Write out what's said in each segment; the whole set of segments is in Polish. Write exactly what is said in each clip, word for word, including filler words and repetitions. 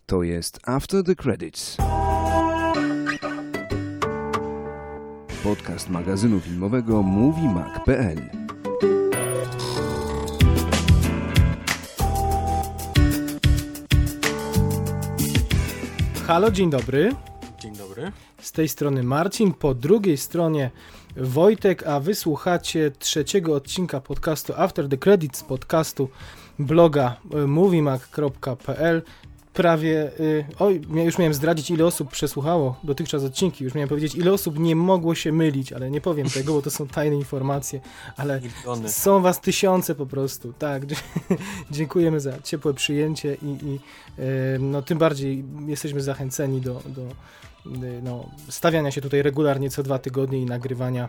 To jest After the Credits. Podcast magazynu filmowego Movie Mag kropka pe el. Halo, dzień dobry. Dzień dobry. Z tej strony Marcin, po drugiej stronie Wojtek, a wysłuchacie trzeciego odcinka podcastu After the Credits, podcastu bloga movie mag kropka pe el. Prawie, y, oj, już miałem zdradzić, ile osób przesłuchało dotychczas odcinki, już miałem powiedzieć, ile osób nie mogło się mylić, ale nie powiem tego, bo to są tajne informacje, ale Miliony. Są was tysiące po prostu, tak. Dziękujemy za ciepłe przyjęcie i, i y, no, tym bardziej jesteśmy zachęceni do, do y, no, stawiania się tutaj regularnie co dwa tygodnie i nagrywania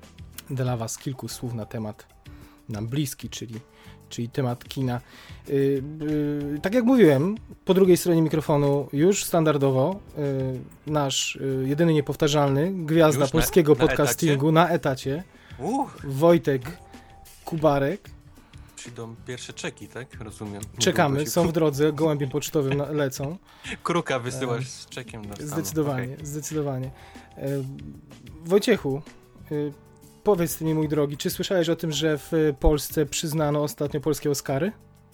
dla was kilku słów na temat nam bliski, czyli czyli temat kina. Yy, yy, tak jak mówiłem, po drugiej stronie mikrofonu już standardowo yy, nasz yy, jedyny niepowtarzalny, gwiazda już polskiego na, na podcastingu etacie? na etacie, Uh, Wojtek Kubarek. przyjdą pierwsze czeki, tak? Rozumiem. Czekamy, się... są w drodze, gołębiem pocztowym na, lecą. Kruka wysyłasz yy, z czekiem na Stanów. Zdecydowanie, okay. zdecydowanie. Yy, Wojciechu, yy, powiedz mi, mój drogi, czy słyszałeś o tym, że w Polsce przyznano ostatnio polskie Oscary?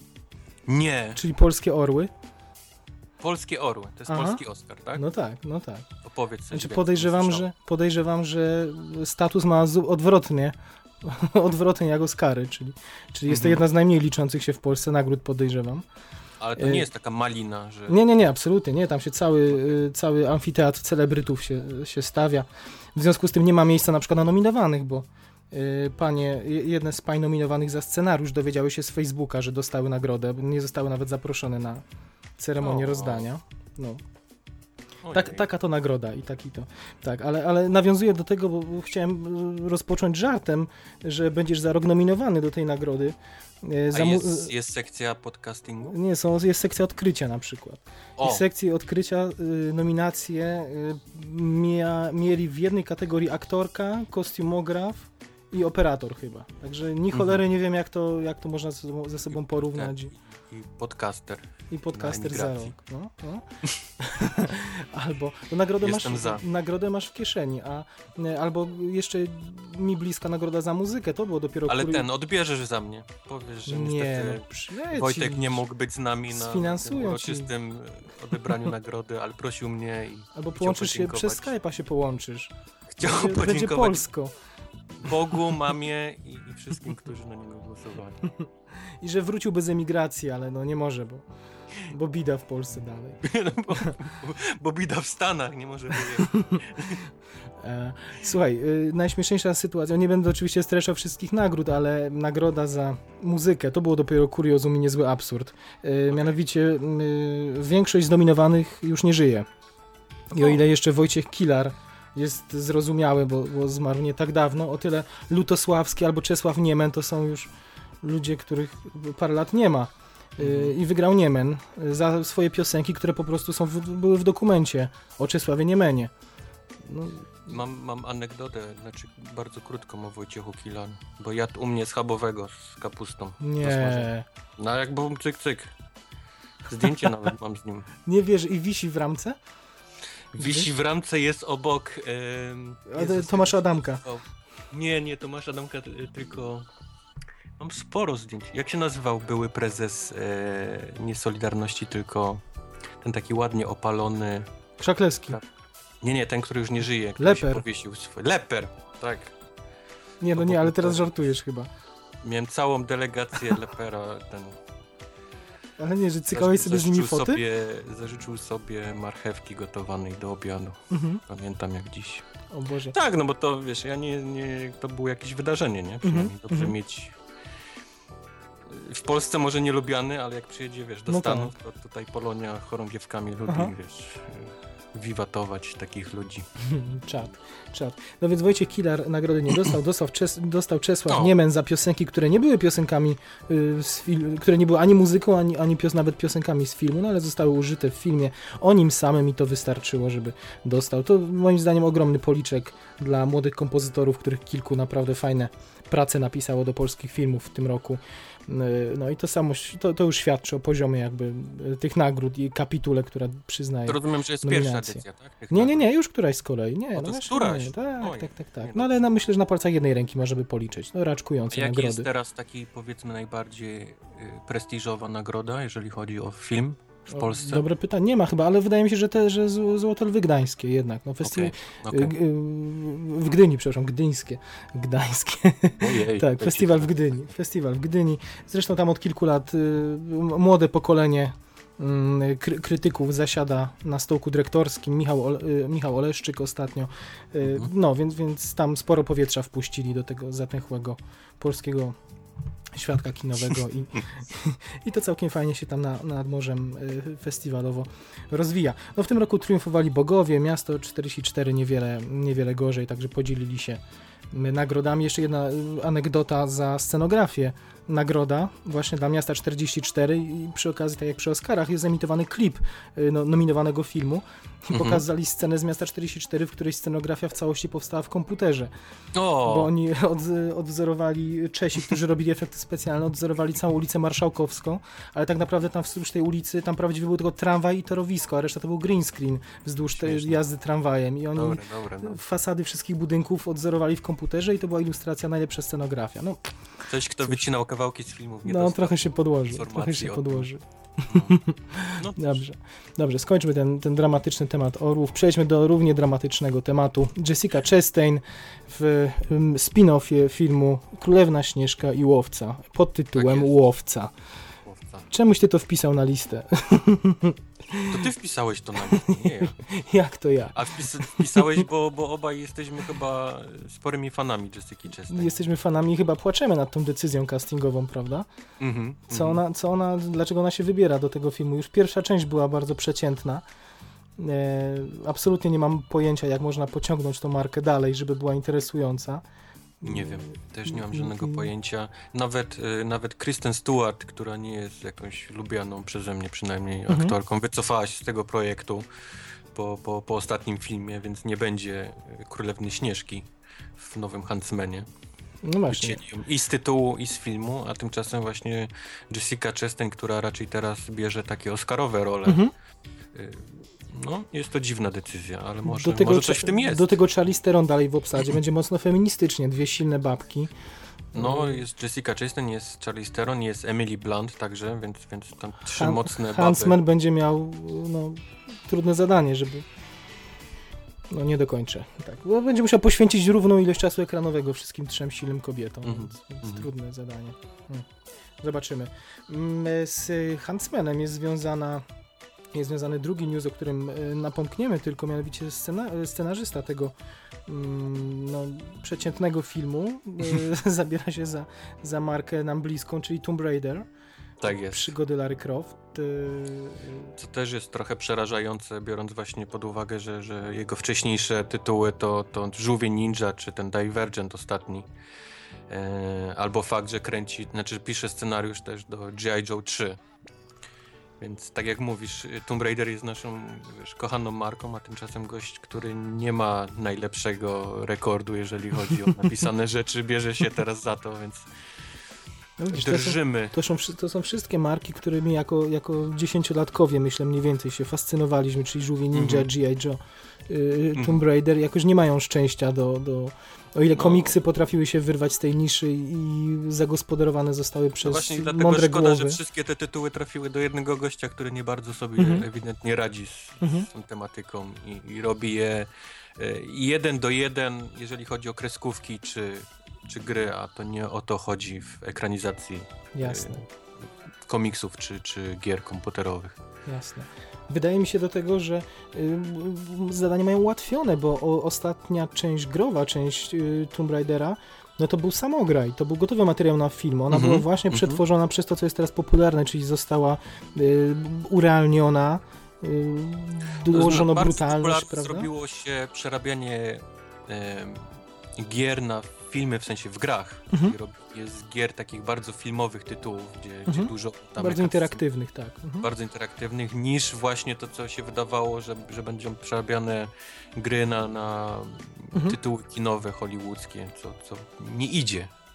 Nie. Czyli polskie orły? Polskie orły, to jest Aha. polski Oscar, tak? No tak, no tak. Opowiedz coś Znaczy więcej, podejrzewam, że, podejrzewam, że status ma z- odwrotnie, odwrotnie jak Oscary, czyli, czyli jest to Mhm. jedna z najmniej liczących się w Polsce nagród, podejrzewam. Ale to nie jest taka malina, że... Nie, nie, nie, absolutnie nie, tam się cały, y, cały amfiteatr celebrytów się, się stawia. W związku z tym nie ma miejsca na przykład na nominowanych, bo y, panie, jedne z pań nominowanych za scenariusz dowiedziały się z Facebooka, że dostały nagrodę, nie zostały nawet zaproszone na ceremonię O. rozdania. No. Ojej. Tak, taka to nagroda i taki to. Tak, ale, ale nawiązuję do tego, bo chciałem rozpocząć żartem, że będziesz za rok nominowany do tej nagrody. A Za mu- jest, jest sekcja podcastingu? Nie, są, jest sekcja odkrycia na przykład. O. I w sekcji odkrycia y, nominacje y, mia, mieli w jednej kategorii aktorka, kostiumograf i operator chyba. Także ni cholery nie wiem, jak to, jak to można ze sobą, ze sobą porównać. I, I podcaster. I podcaster na za emigracji. rok. No, no. Albo no, nagrodę, masz, Jestem za. nagrodę masz w kieszeni, a nie, albo jeszcze mi bliska nagroda za muzykę, to było dopiero... Ale który... ten, odbierzesz za mnie. Powiesz, że Nie, niestety no, przyleci. Wojtek nie mógł być z nami na tym Sfinansują uroczystym odebraniu nagrody, ale prosił mnie i Albo chciał połączysz się, podziękować. przez Skype'a się połączysz. Chciał Będzie, będzie podziękować polsko. Bogu, mamie i, i wszystkim, którzy na niego głosowali. I że wrócił bez emigracji, ale no nie może, bo, bo bida w Polsce dalej. No, bo, bo, bo bida w Stanach, nie może wyjechać. E, słuchaj, y, najśmieszniejsza sytuacja, nie będę oczywiście streszczał wszystkich nagród, ale nagroda za muzykę, to było dopiero kuriozum i niezły absurd. E, okay. Mianowicie y, większość z nominowanych już nie żyje. I o ile jeszcze Wojciech Kilar jest zrozumiały, bo, bo zmarł nie tak dawno, o tyle Lutosławski albo Czesław Niemen to są już ludzie, których parę lat nie ma. Yy, I wygrał Niemen za swoje piosenki, które po prostu są w, były w dokumencie o Czesławie Niemenie. No. Mam, mam anegdotę, znaczy bardzo krótką o Wojciechu Kilan, bo jadł u mnie schabowego z kapustą. Nie. No jak był cyk cyk. Zdjęcie nawet mam z nim. Nie wiesz, i wisi w ramce? Wisi w ramce, jest obok... Yy, Jezus, Tomasza Adamka. O, nie, nie Tomasza Adamka, tylko... Mam sporo zdjęć. Jak się nazywał były prezes e, nie Solidarności, tylko ten taki ładnie opalony... Krzaklewski. Nie, nie, ten, który już nie żyje. Który Leper. się powiesił swój... Leper, tak. Nie, no nie, ale teraz żartujesz chyba. Miałem całą delegację Lepera, ten... Ale nie, że cykałeś sobie z nimi foty? Sobie, zażyczył sobie marchewki gotowanej do obiadu. Mhm. Pamiętam jak dziś. O Boże. Tak, no bo to, wiesz, ja nie, nie to było jakieś wydarzenie, nie? Przynajmniej Mhm. dobrze Mhm. mieć... W Polsce może nie lubiany, ale jak przyjedzie, wiesz, do No Stanów, tak. to tutaj Polonia chorągiewkami lubi, Aha. wiesz, wiwatować takich ludzi. Czad, czad. No więc Wojciech Kilar nagrody nie dostał, dostał, Czes, dostał Czesław No. Niemen za piosenki, które nie były piosenkami y, z filmu, które nie były ani muzyką, ani, ani pios, nawet piosenkami z filmu, no ale zostały użyte w filmie o nim samym i to wystarczyło, żeby dostał. To moim zdaniem ogromny policzek dla młodych kompozytorów, których kilku naprawdę fajne prace napisało do polskich filmów w tym roku. No i to samo, to, to już świadczy o poziomie jakby tych nagród i kapitule, która przyznaje To rozumiem, że jest nominacje. pierwsza edycja, tak? Tych Nie, nie, nagród. nie, już któraś z kolei. Nie, O, to no jest właśnie któraś? nie. Tak, Oj, tak, tak, nie tak. no. No ale no, myślę, że na palcach jednej ręki można by policzyć. No raczkujące A jaki nagrody. jest teraz taki, powiedzmy, najbardziej y, prestiżowa nagroda, jeżeli chodzi o film w O, Polsce? Dobre pytanie. Nie ma chyba, ale wydaje mi się, że te, że z- Złote Lwy Gdańskie jednak. No festiwal Okej, okej. y, y, w Gdyni, przepraszam, gdyńskie, gdańskie. Ojej, Tak, to festiwal w ciekawe. Gdyni. Festiwal w Gdyni. Zresztą tam od kilku lat y, młode pokolenie y, kry, krytyków zasiada na stołku dyrektorskim. Michał, Ole, y, Michał Oleszczyk ostatnio. Y, Mhm. No, więc, więc tam sporo powietrza wpuścili do tego zatęchłego polskiego świadka kinowego i, i to całkiem fajnie się tam na, nad morzem y, festiwalowo rozwija. No w tym roku triumfowali Bogowie, Miasto czterdzieści cztery niewiele, niewiele gorzej, także podzielili się y, nagrodami. Jeszcze jedna y, anegdota za scenografię. Nagroda właśnie dla Miasta czterdzieści cztery i przy okazji, tak jak przy Oscarach, jest emitowany klip y, no, nominowanego filmu i Mhm. pokazali scenę z Miasta czterdzieści cztery, w której scenografia w całości powstała w komputerze. O, Bo oni od, odwzorowali, Czesi, którzy robili efekty specjalne, odwzorowali całą ulicę Marszałkowską, ale tak naprawdę tam wzdłuż tej ulicy, tam prawdziwie był tylko tramwaj i torowisko, a reszta to był green screen wzdłuż tej Śmieszne. jazdy tramwajem i oni dobre, dobre. No. fasady wszystkich budynków odwzorowali w komputerze i to była ilustracja, najlepsza scenografia. No, Ktoś, kto wycinał kawałki z filmów, nie no dostał trochę się podłoży, informacji trochę się o tym. podłoży. No. No, Dobrze, dobrze, skończmy ten, ten dramatyczny temat orłów. Przejdźmy do równie dramatycznego tematu. Jessica Chastain w um, spin-offie filmu Królewna Śnieżka i Łowca pod tytułem Tak jest. Łowca. Chłopca. Czemuś ty to wpisał na listę? To ty wpisałeś to na listę, nie ja. Jak to ja? A wpis, wpisałeś, bo, bo obaj jesteśmy chyba sporymi fanami Jessiki Chastain. Jesteśmy fanami i chyba płaczemy nad tą decyzją castingową, prawda? Mhm, Co mhm. ona, co ona, dlaczego ona się wybiera do tego filmu? Już pierwsza część była bardzo przeciętna. E, absolutnie nie mam pojęcia, jak można pociągnąć tą markę dalej, żeby była interesująca. Nie wiem, też nie mam Mm, żadnego mm. pojęcia. Nawet, y, nawet Kristen Stewart, która nie jest jakąś lubianą przeze mnie przynajmniej Mhm. aktorką, wycofała się z tego projektu po, po, po ostatnim filmie, więc nie będzie y, Królewny Śnieżki w nowym Huntsmanie. No właśnie. Wycięli ją i z tytułu, i z filmu, a tymczasem właśnie Jessica Chastain, która raczej teraz bierze takie oscarowe role. Mhm. Y, No, jest to dziwna decyzja, ale może, Do tego, może coś w tym jest. do tego Charlize Theron dalej w obsadzie. Będzie mocno feministycznie. Dwie silne babki. No, jest Jessica Chastain, jest Charlize Theron, jest Emily Blunt także, więc, więc tam trzy Han- mocne baby. Huntsman będzie miał no, trudne zadanie, żeby... No nie dokończę. Tak. Bo będzie musiał poświęcić równą ilość czasu ekranowego wszystkim trzem silnym kobietom, Mhm. więc, więc Mhm. trudne zadanie. Hmm. Zobaczymy. Mm, Z Huntsmanem jest związana jest związany drugi news, o którym e, napomkniemy, tylko mianowicie scena, scenarzysta tego mm, no, przeciętnego filmu e, zabiera się za, za markę nam bliską, czyli Tomb Raider. Tak jest. Przygody Lara Croft. e, Co też jest trochę przerażające, biorąc właśnie pod uwagę, że, że jego wcześniejsze tytuły to, to Żółwie Ninja, czy ten Divergent ostatni. E, albo fakt, że kręci, znaczy pisze scenariusz też do G I Joe trzy. Więc tak jak mówisz, Tomb Raider jest naszą, wiesz, kochaną marką, a tymczasem gość, który nie ma najlepszego rekordu, jeżeli chodzi o napisane rzeczy, bierze się teraz za to, więc no, widzisz, to są, drżymy. to, są, wszy- to są wszystkie marki, którymi jako, jako dziesięciolatkowie, myślę, mniej więcej się fascynowaliśmy, czyli Żółwie Ninja, Mhm. G I Joe, y, Tomb Mhm. Raider, jakoś nie mają szczęścia do... do o ile No. komiksy potrafiły się wyrwać z tej niszy i zagospodarowane zostały No przez właśnie dlatego mądre szkoda, głowy. że wszystkie te tytuły trafiły do jednego gościa, który nie bardzo sobie Mhm. ewidentnie radzi z, Mhm. z tą tematyką i, i robi je e, jeden do jeden, jeżeli chodzi o kreskówki czy, czy gry, a to nie o to chodzi w ekranizacji Jasne, e, komiksów czy, czy gier komputerowych. jasne. Wydaje mi się do tego, że y, y, zadania mają ułatwione, bo o, ostatnia część growa, część y, Tomb Raidera, no to był samograj, to był gotowy materiał na film. Ona Mhm, była właśnie mhm. przetworzona przez to, co jest teraz popularne, czyli została y, urealniona, y, dołożono Bardzo brutalność, popularne prawda? zrobiło się przerabianie e, gier na filmy, w sensie w grach. Mhm. Czyli rob- Jest gier takich bardzo filmowych tytułów, gdzie, Mhm. gdzie dużo tam Bardzo jakaś- interaktywnych, tak. Mhm. bardzo interaktywnych, niż właśnie to, co się wydawało, że, że będą przerabiane gry na, na Mhm. tytuły kinowe hollywoodzkie, co, co nie idzie.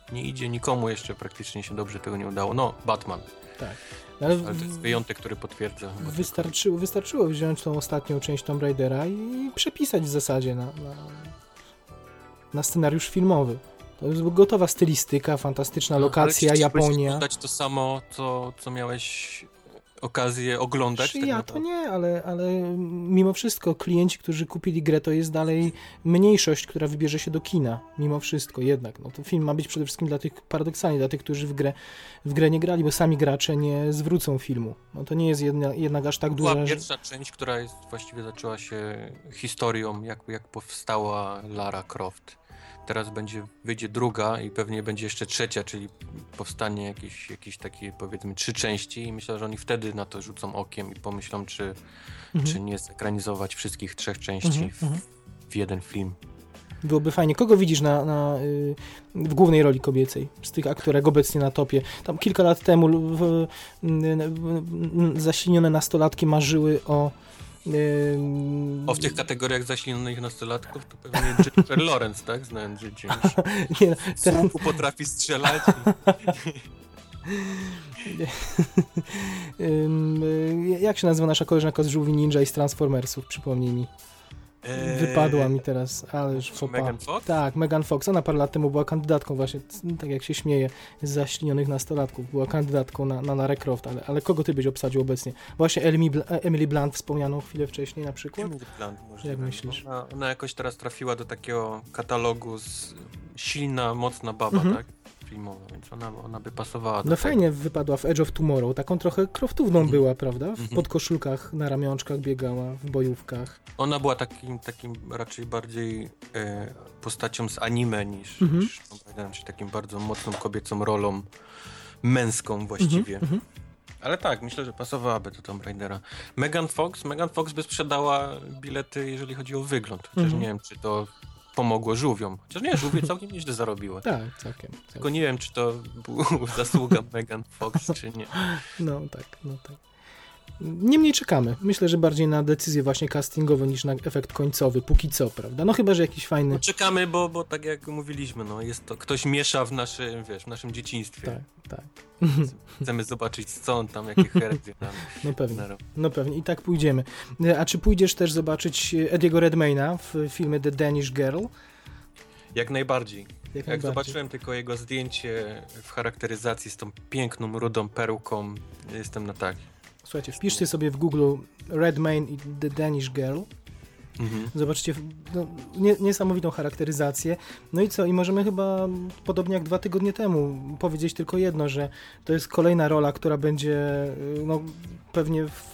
nie idzie nikomu jeszcze, praktycznie się dobrze tego nie udało. No, Batman. Tak. Ale, Ale to jest wyjątek, który potwierdza. Wystarczyło, wystarczyło wziąć tą ostatnią część Tomb Raidera i przepisać w zasadzie na, na, na scenariusz filmowy. To jest gotowa stylistyka, fantastyczna lokacja, ale Japonia. Oglądać to samo, co, co miałeś okazję oglądać? Czy tak ja naprawdę? to nie, ale, ale mimo wszystko klienci, którzy kupili grę, to jest dalej mniejszość, która wybierze się do kina. Mimo wszystko jednak. No to film ma być przede wszystkim dla tych, paradoksalnie, dla tych, którzy w grę, w grę nie grali, bo sami gracze nie zwrócą filmu. No to nie jest jedna, jednak aż tak Była duża... pierwsza część, która jest, właściwie zaczęła się historią, jak, jak powstała Lara Croft. Teraz będzie, wyjdzie druga i pewnie będzie jeszcze trzecia, czyli powstanie jakieś, jakieś takie, powiedzmy, trzy części i myślę, że oni wtedy na to rzucą okiem i pomyślą, czy, Mhm. czy nie zekranizować wszystkich trzech części Mhm, w, mhm. w jeden film. Byłoby fajnie. Kogo widzisz na, na, y, w głównej roli kobiecej? Z tych aktorek obecnie na topie. Tam kilka lat temu w, w, w, zaślinione nastolatki marzyły o... y, O, w tych kategoriach zaślinionych nastolatków to pewnie Jennifer Lawrence, tak? Znając życie. nie, Z ten, łuku potrafi strzelać. Ym, y, jak się nazywa nasza koleżanka z Żółwi Ninja i z Transformersów? Przypomnij mi. Eee, Wypadła mi teraz, ależ fopa. Megan Fox? Tak, Megan Fox. Ona parę lat temu była kandydatką właśnie, tak jak się śmieje, z zaślinionych nastolatków. Była kandydatką na, na Lara Croft, ale, ale kogo ty byś obsadził obecnie? Właśnie Emily, Bl- Emily Blunt wspomnianą chwilę wcześniej na przykład? Emily Blunt, możliwe. Jak myślisz? Ona, ona jakoś teraz trafiła do takiego katalogu z silna, mocna baba, Mhm. tak? Filmowa, więc ona, ona by pasowała do No tego. fajnie wypadła w Edge of Tomorrow, taką trochę croftówną Mhm. była, prawda? W Mhm. podkoszulkach, na ramionczkach biegała, w bojówkach. Ona była takim, takim raczej bardziej e, postacią z anime niż, Mhm. niż Tomb Raiderem, czyli takim bardzo mocną kobiecą rolą, męską właściwie. Mhm, mhm. Ale tak, myślę, że pasowałaby do Tomb Raidera. Megan Fox, Megan Fox by sprzedała bilety, jeżeli chodzi o wygląd. Chociaż Mhm. nie wiem, czy to pomogło żółwiom. Chociaż nie, żółwie całkiem nieźle zarobiły. Tak, całkiem. Tylko całkiem. nie wiem, czy to była zasługa Megan Fox, czy nie. No tak, no tak. Niemniej czekamy. Myślę, że bardziej na decyzję właśnie castingową niż na efekt końcowy, póki co, prawda? No chyba, że jakiś fajny... No czekamy, bo, bo tak jak mówiliśmy, no jest to, ktoś miesza w naszym, wiesz, w naszym dzieciństwie. Tak, tak. Chcemy zobaczyć, co on tam, jakie herezje nam No pewnie, narobił. no pewnie. I tak pójdziemy. A czy pójdziesz też zobaczyć Ediego Redmayna w filmie The Danish Girl? Jak najbardziej. Jak, Jak najbardziej. zobaczyłem tylko jego zdjęcie w charakteryzacji z tą piękną, rudą peruką, jestem na tak. Słuchajcie, wpiszcie sobie w Google Redmayne i The Danish Girl. Mhm. Zobaczycie no, nie, niesamowitą charakteryzację. No i co? I możemy chyba, podobnie jak dwa tygodnie temu, powiedzieć tylko jedno, że to jest kolejna rola, która będzie no, pewnie w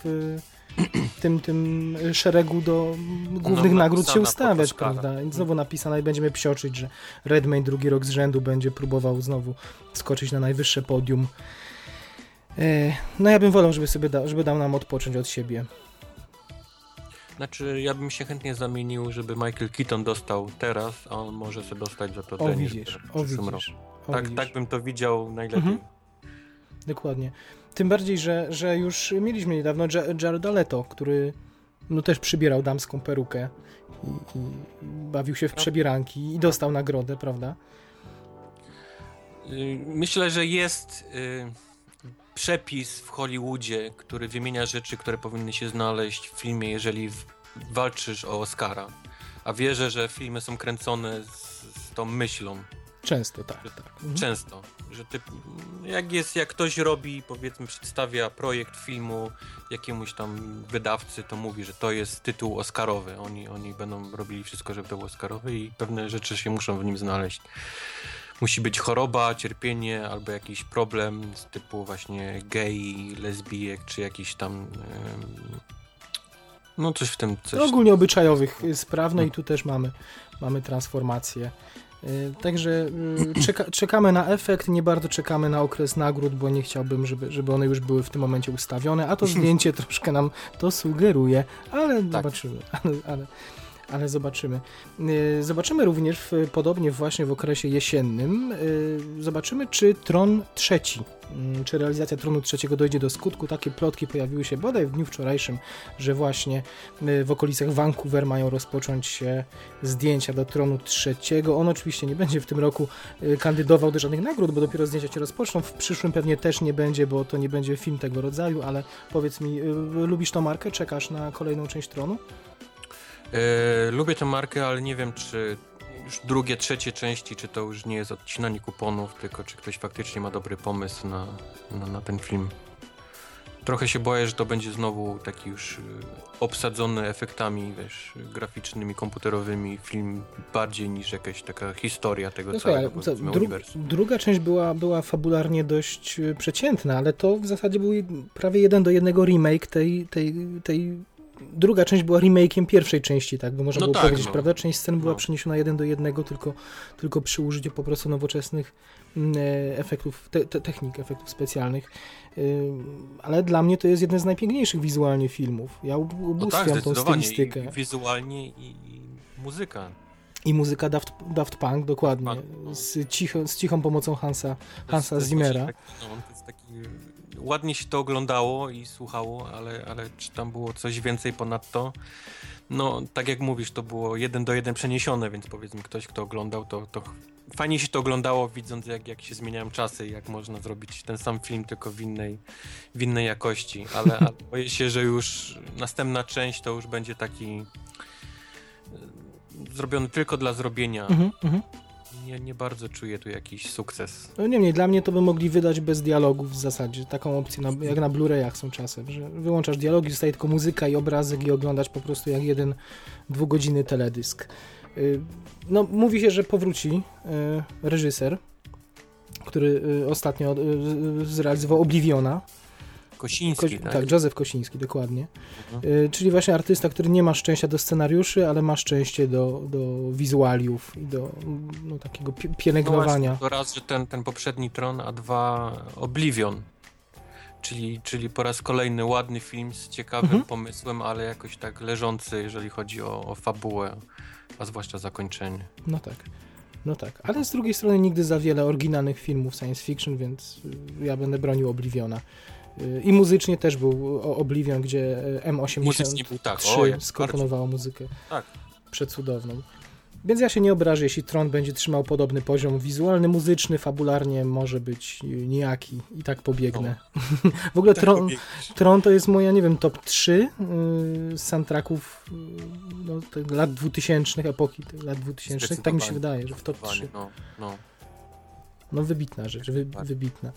tym, tym szeregu do głównych No, nagród się napisana ustawiać, pod Oscara. prawda? I znowu napisana i będziemy psioczyć, że Redmayne drugi rok z rzędu będzie próbował znowu skoczyć na najwyższe podium. E, no ja bym wolał, żeby sobie da, żeby dał nam odpocząć od siebie. Znaczy, ja bym się chętnie zamienił, żeby Michael Keaton dostał teraz, a on może sobie dostać za to O Danish widzisz, Girl w o przyszłym widzisz. roku. O, Tak, widzisz. tak bym to widział najlepiej. Mhm. Dokładnie. Tym bardziej, że, że już mieliśmy niedawno Ja- Jareda Leto, który no też przybierał damską perukę i, i bawił się w No. przebieranki i dostał nagrodę, prawda? Y, Myślę, że jest y, przepis w Hollywoodzie, który wymienia rzeczy, które powinny się znaleźć w filmie, jeżeli w, walczysz o Oscara. A wierzę, że filmy są kręcone z, z tą myślą. Często, tak. tak. Mhm. Często. Że ty, jak jest, jak ktoś robi, powiedzmy, przedstawia projekt filmu jakiemuś tam wydawcy, to mówi, że to jest tytuł oscarowy. Oni, oni będą robili wszystko, żeby to był oscarowy i pewne rzeczy się muszą w nim znaleźć. Musi być choroba, cierpienie albo jakiś problem z typu właśnie gej, lesbijek, czy jakiś tam em, no coś w tym, coś. No, ogólnie obyczajowych spraw, no i tu też mamy, mamy transformację. Y, Także y, czeka, czekamy na efekt, nie bardzo czekamy na okres nagród, bo nie chciałbym, żeby, żeby one już były w tym momencie ustawione, a to zdjęcie troszkę nam to sugeruje, ale Tak. zobaczymy. Ale, ale, ale zobaczymy. Y, Zobaczymy również, w, podobnie właśnie w okresie jesiennym, y, zobaczymy, czy Tron trzeci czy realizacja Tronu Trzeciego dojdzie do skutku. Takie plotki pojawiły się bodaj w dniu wczorajszym, że właśnie w okolicach Vancouver mają rozpocząć się zdjęcia do Tronu Trzeciego. On oczywiście nie będzie w tym roku kandydował do żadnych nagród, bo dopiero zdjęcia się rozpoczną. W przyszłym pewnie też nie będzie, bo to nie będzie film tego rodzaju, ale powiedz mi, lubisz tą markę? Czekasz na kolejną część Tronu? Yy, lubię tę markę, ale nie wiem, czy już drugie, trzecie części, czy to już nie jest odcinanie kuponów, tylko czy ktoś faktycznie ma dobry pomysł na, na, na ten film. Trochę się boję, że to będzie znowu taki już obsadzony efektami, wiesz, graficznymi, komputerowymi film bardziej niż jakaś taka historia tego no całego co, dru- uniwersum. Druga część była, była fabularnie dość przeciętna, ale to w zasadzie był prawie jeden do jednego remake tej, tej, tej druga część była remake'iem pierwszej części, tak by można no było tak, powiedzieć, no. prawda? Część scen była no. przeniesiona jeden do jednego, tylko, tylko przy użyciu po prostu nowoczesnych e, efektów, te, te, technik, efektów specjalnych. E, ale dla mnie to jest jeden z najpiękniejszych wizualnie filmów. Ja ubóstwiam no tak, tą stylistykę. I wizualnie i, i muzyka. I muzyka Daft, Daft Punk, dokładnie. Punk, no. z, cicho, z cichą pomocą Hansa, Hansa Zimmera. Tak, no, to jest taki... Ładnie się to oglądało i słuchało, ale, ale czy tam było coś więcej ponadto? No, tak jak mówisz, to było jeden do jeden przeniesione, więc powiedzmy ktoś, kto oglądał, to, to fajnie się to oglądało, widząc jak, jak się zmieniają czasy i jak można zrobić ten sam film, tylko w innej, w innej jakości, ale, ale boję się, że już następna część to już będzie taki zrobiony tylko dla zrobienia. Mhm, mhm. Nie, nie bardzo czuję tu jakiś sukces. No niemniej, dla mnie to by mogli wydać bez dialogów w zasadzie. Taką opcję, na, jak na Blu-rayach są czasem, że wyłączasz dialogi, zostaje tylko muzyka i obrazek i oglądasz po prostu jak jeden dwugodzinny teledysk. No, mówi się, że powróci reżyser, który ostatnio zrealizował Obliviona. Kosiński, Ko- tak? Tak, Józef Kosiński, dokładnie. Mhm. Y, czyli właśnie artysta, który nie ma szczęścia do scenariuszy, ale ma szczęście do, do wizualiów i do no, takiego pi- pielęgnowania. No właśnie, to raz, że ten, ten poprzedni Tron, a dwa Oblivion. Czyli, czyli po raz kolejny ładny film z ciekawym mhm. pomysłem, ale jakoś tak leżący, jeżeli chodzi o, o fabułę, a zwłaszcza zakończenie. No tak. No tak, ale z drugiej strony nigdy za wiele oryginalnych filmów science fiction, więc ja będę bronił Obliviona. I muzycznie też był Oblivion, gdzie M osiemdziesiąt trzy tak. o, skomponowało muzykę tak. przecudowną. Więc ja się nie obrażę, jeśli Tron będzie trzymał podobny poziom wizualny, muzyczny, fabularnie może być nijaki i tak pobiegnę. No. W ogóle tak Tron, Tron to jest moja, nie wiem, top trzy yy, soundtracków no, lat dwutysięcznych, epoki lat dwutysięcznych. Tak mi się wydaje, że w top trzy. No, no. no wybitna rzecz, wy, wybitna.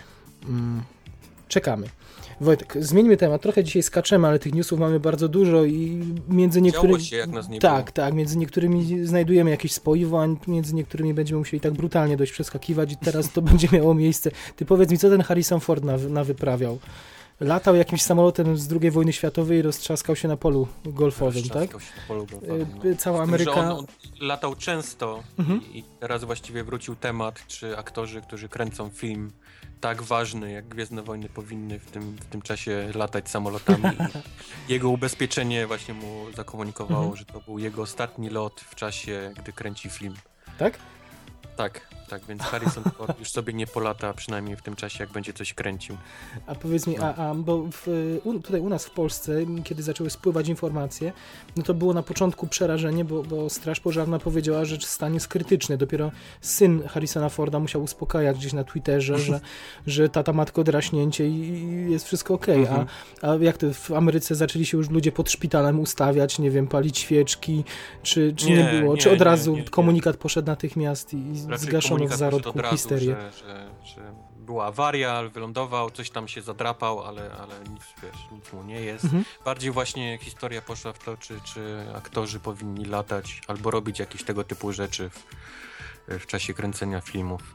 Mm. Czekamy. Wojtek, zmieńmy temat. Trochę dzisiaj skaczemy, ale tych newsów mamy bardzo dużo i między niektórymi... się, jak nas nie tak, było. tak. Między niektórymi znajdujemy jakieś spoiwo, a między niektórymi będziemy musieli tak brutalnie dość przeskakiwać i teraz to będzie miało miejsce. Ty powiedz mi, co ten Harrison Ford na, na wyprawiał? Latał jakimś samolotem z drugiej wojny światowej i roztrzaskał się na polu golfowym, tak? Się na polu golfowym, no. Cała Ameryka... Tym, on, on latał często mhm. i, i teraz właściwie wrócił temat, czy aktorzy, którzy kręcą film tak ważny, jak Gwiezdne Wojny powinny w tym, w tym czasie latać samolotami. Jego ubezpieczenie właśnie mu zakomunikowało, mhm. że to był jego ostatni lot w czasie, gdy kręci film. Tak? Tak, tak, więc Harrison Ford już sobie nie polata, przynajmniej w tym czasie, jak będzie coś kręcił. A powiedz mi, a, a bo w, u, tutaj u nas w Polsce, kiedy zaczęły spływać informacje, no to było na początku przerażenie, bo, bo Straż Pożarna powiedziała, że stan jest krytyczny. Dopiero syn Harrisona Forda musiał uspokajać gdzieś na Twitterze, że, że tata ma tylko draśnięcie i, i jest wszystko okej. Okay. A, a jak to w Ameryce zaczęli się już ludzie pod szpitalem ustawiać, nie wiem, palić świeczki, czy, czy nie, nie było? Nie, czy od razu nie, nie, komunikat poszedł natychmiast i, i zgaszono w zarodku razu, histerię. Że, że, że była awaria, wylądował, coś tam się zadrapał, ale, ale nic, wiesz, nic mu nie jest. Mhm. Bardziej właśnie historia poszła w to, czy, czy aktorzy powinni latać albo robić jakieś tego typu rzeczy w, w czasie kręcenia filmów.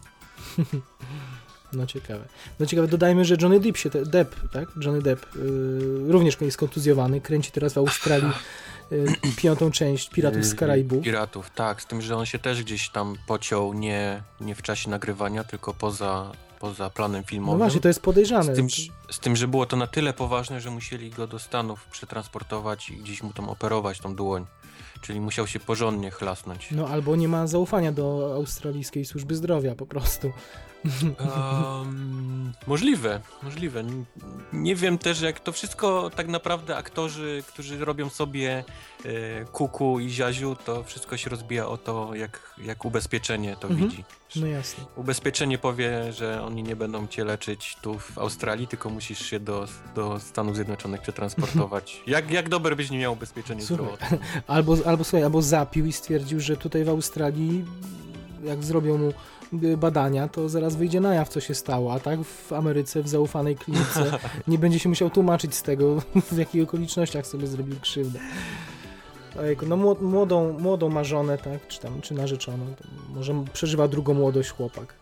No ciekawe. No ciekawe, dodajmy, że Johnny Depp się, te, Depp, tak? Johnny Depp yy, również jest kontuzjowany, kręci teraz w Australii yy, piątą część Piratów z Karaibów. Piratów, tak, z tym, że on się też gdzieś tam pociął nie, nie w czasie nagrywania, tylko poza, poza planem filmowym. No właśnie, to jest podejrzane. Z tym, z tym, że było to na tyle poważne, że musieli go do Stanów przetransportować i gdzieś mu tam operować tą dłoń. Czyli musiał się porządnie chlasnąć. No albo nie ma zaufania do australijskiej służby zdrowia po prostu. Um, możliwe, możliwe. Nie wiem też, jak to wszystko tak naprawdę aktorzy, którzy robią sobie e, kuku i ziaziu, to wszystko się rozbija o to, jak, jak ubezpieczenie to Mhm. widzi. No jasne. Ubezpieczenie powie, że oni nie będą cię leczyć tu w Australii, tylko musisz się do, do Stanów Zjednoczonych przetransportować. Jak, jak dobre byś nie miał ubezpieczenie Słuchaj, zdrowotne? Albo, albo, słuchaj, albo zapił i stwierdził, że tutaj w Australii, jak zrobią mu badania, to zaraz wyjdzie na jaw, co się stało, a tak w Ameryce, w zaufanej klinice, nie będzie się musiał tłumaczyć z tego, w jakich okolicznościach sobie zrobił krzywdę. Ojejku, no młod- młodą, młodą ma żonę, tak, czy tam, czy narzeczoną, to może przeżywa drugą młodość chłopak.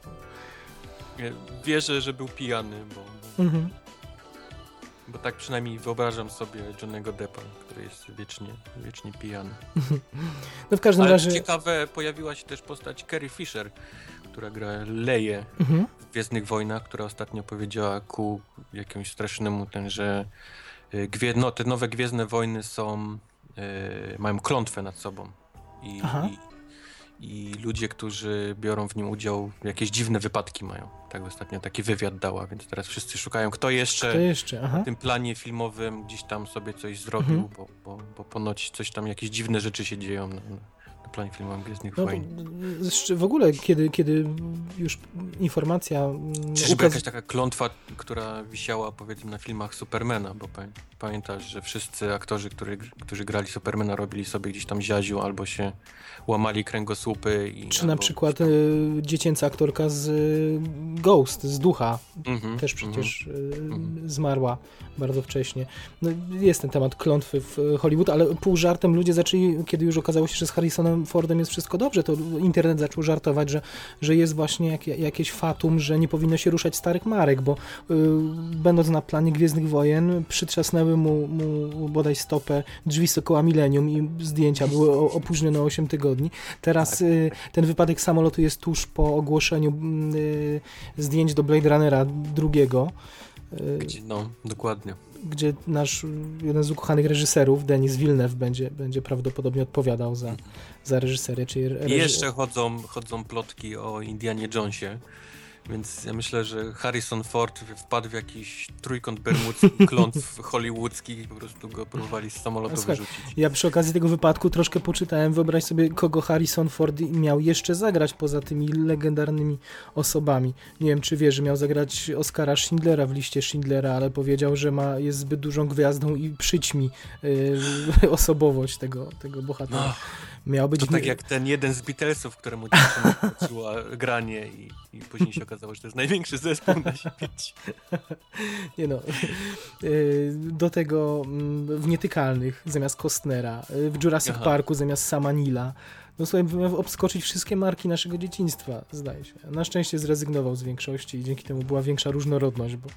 Wierzę, że był pijany, bo, Mhm. bo tak przynajmniej wyobrażam sobie Johnny'ego Deppa, który jest wiecznie, wiecznie pijany. No w każdym Ale razie... ciekawe, pojawiła się też postać Carrie Fisher, która gra Leję Mhm. w Gwiezdnych Wojnach, która ostatnio powiedziała ku jakiemuś strasznemu ten, że y, gwie, no, te nowe Gwiezdne Wojny są, y, mają klątwę nad sobą i, Aha. i, i ludzie, którzy biorą w nim udział, jakieś dziwne wypadki mają. Tak ostatnio taki wywiad dała, więc teraz wszyscy szukają, kto jeszcze To jeszcze, aha. w tym planie filmowym gdzieś tam sobie coś zrobił, Mhm. bo, bo, bo ponoć coś tam, jakieś dziwne rzeczy się dzieją na, na planie filmowym Gwiezdnych No, Wojen. jeszcze w ogóle, kiedy, kiedy już informacja mm, Czyżby ukaz- jakaś taka klątwa, która wisiała, powiedzmy, na filmach Supermana, bo pamię- pamiętasz, że wszyscy aktorzy, który, którzy grali Supermana, robili sobie gdzieś tam ziaziu albo się łamali kręgosłupy. I, Czy na albo przykład tam... y, dziecięca aktorka z y, Ghost, z Ducha, Mhm, też przecież y, mhm. zmarła bardzo wcześnie. No, jest ten temat klątwy w y, Hollywood, ale pół żartem ludzie zaczęli, kiedy już okazało się, że z Harrisonem Fordem jest wszystko dobrze, to internet zaczął żartować, że, że jest właśnie jak, jakieś fatum, że nie powinno się ruszać starych marek, bo y, będąc na planie Gwiezdnych Wojen, przytrzasnęły mu, mu bodaj stopę drzwi Sokoła Millennium i zdjęcia były o, opóźnione o osiem tygodni. Teraz y, ten wypadek samolotu jest tuż po ogłoszeniu y, zdjęć do Blade Runnera drugiego, y, Gdzie, no, dokładnie. gdzie nasz jeden z ukochanych reżyserów, Denis Villeneuve, będzie, będzie prawdopodobnie odpowiadał za, za reżyserię. Czyli I reży... jeszcze chodzą, chodzą plotki o Indianie Jonesie, więc ja myślę, że Harrison Ford wpadł w jakiś trójkąt bermudzki, klątw hollywoodzki i po prostu go próbowali z samolotu Słuchaj, wyrzucić. Ja przy okazji tego wypadku troszkę poczytałem. Wyobraź sobie, kogo Harrison Ford miał jeszcze zagrać poza tymi legendarnymi osobami. Nie wiem, czy wiesz, że miał zagrać Oskara Schindlera w liście Schindlera, ale powiedział, że ma, jest zbyt dużą gwiazdą i przyćmi yy, osobowość tego, tego bohatera. No, Miał być... to tak jak ten jeden z Beatlesów, któremu dziewczyna poczuła granie i, i później się okazało, że to jest największy zespół na świecie. Nie no, yy, do tego mm, w Nietykalnych zamiast Costnera, yy, w Jurassic Aha. Parku zamiast Sama Neila. No słuchaj, miał obskoczyć wszystkie marki naszego dzieciństwa, zdaje się. Na szczęście zrezygnował z większości i dzięki temu była większa różnorodność, bo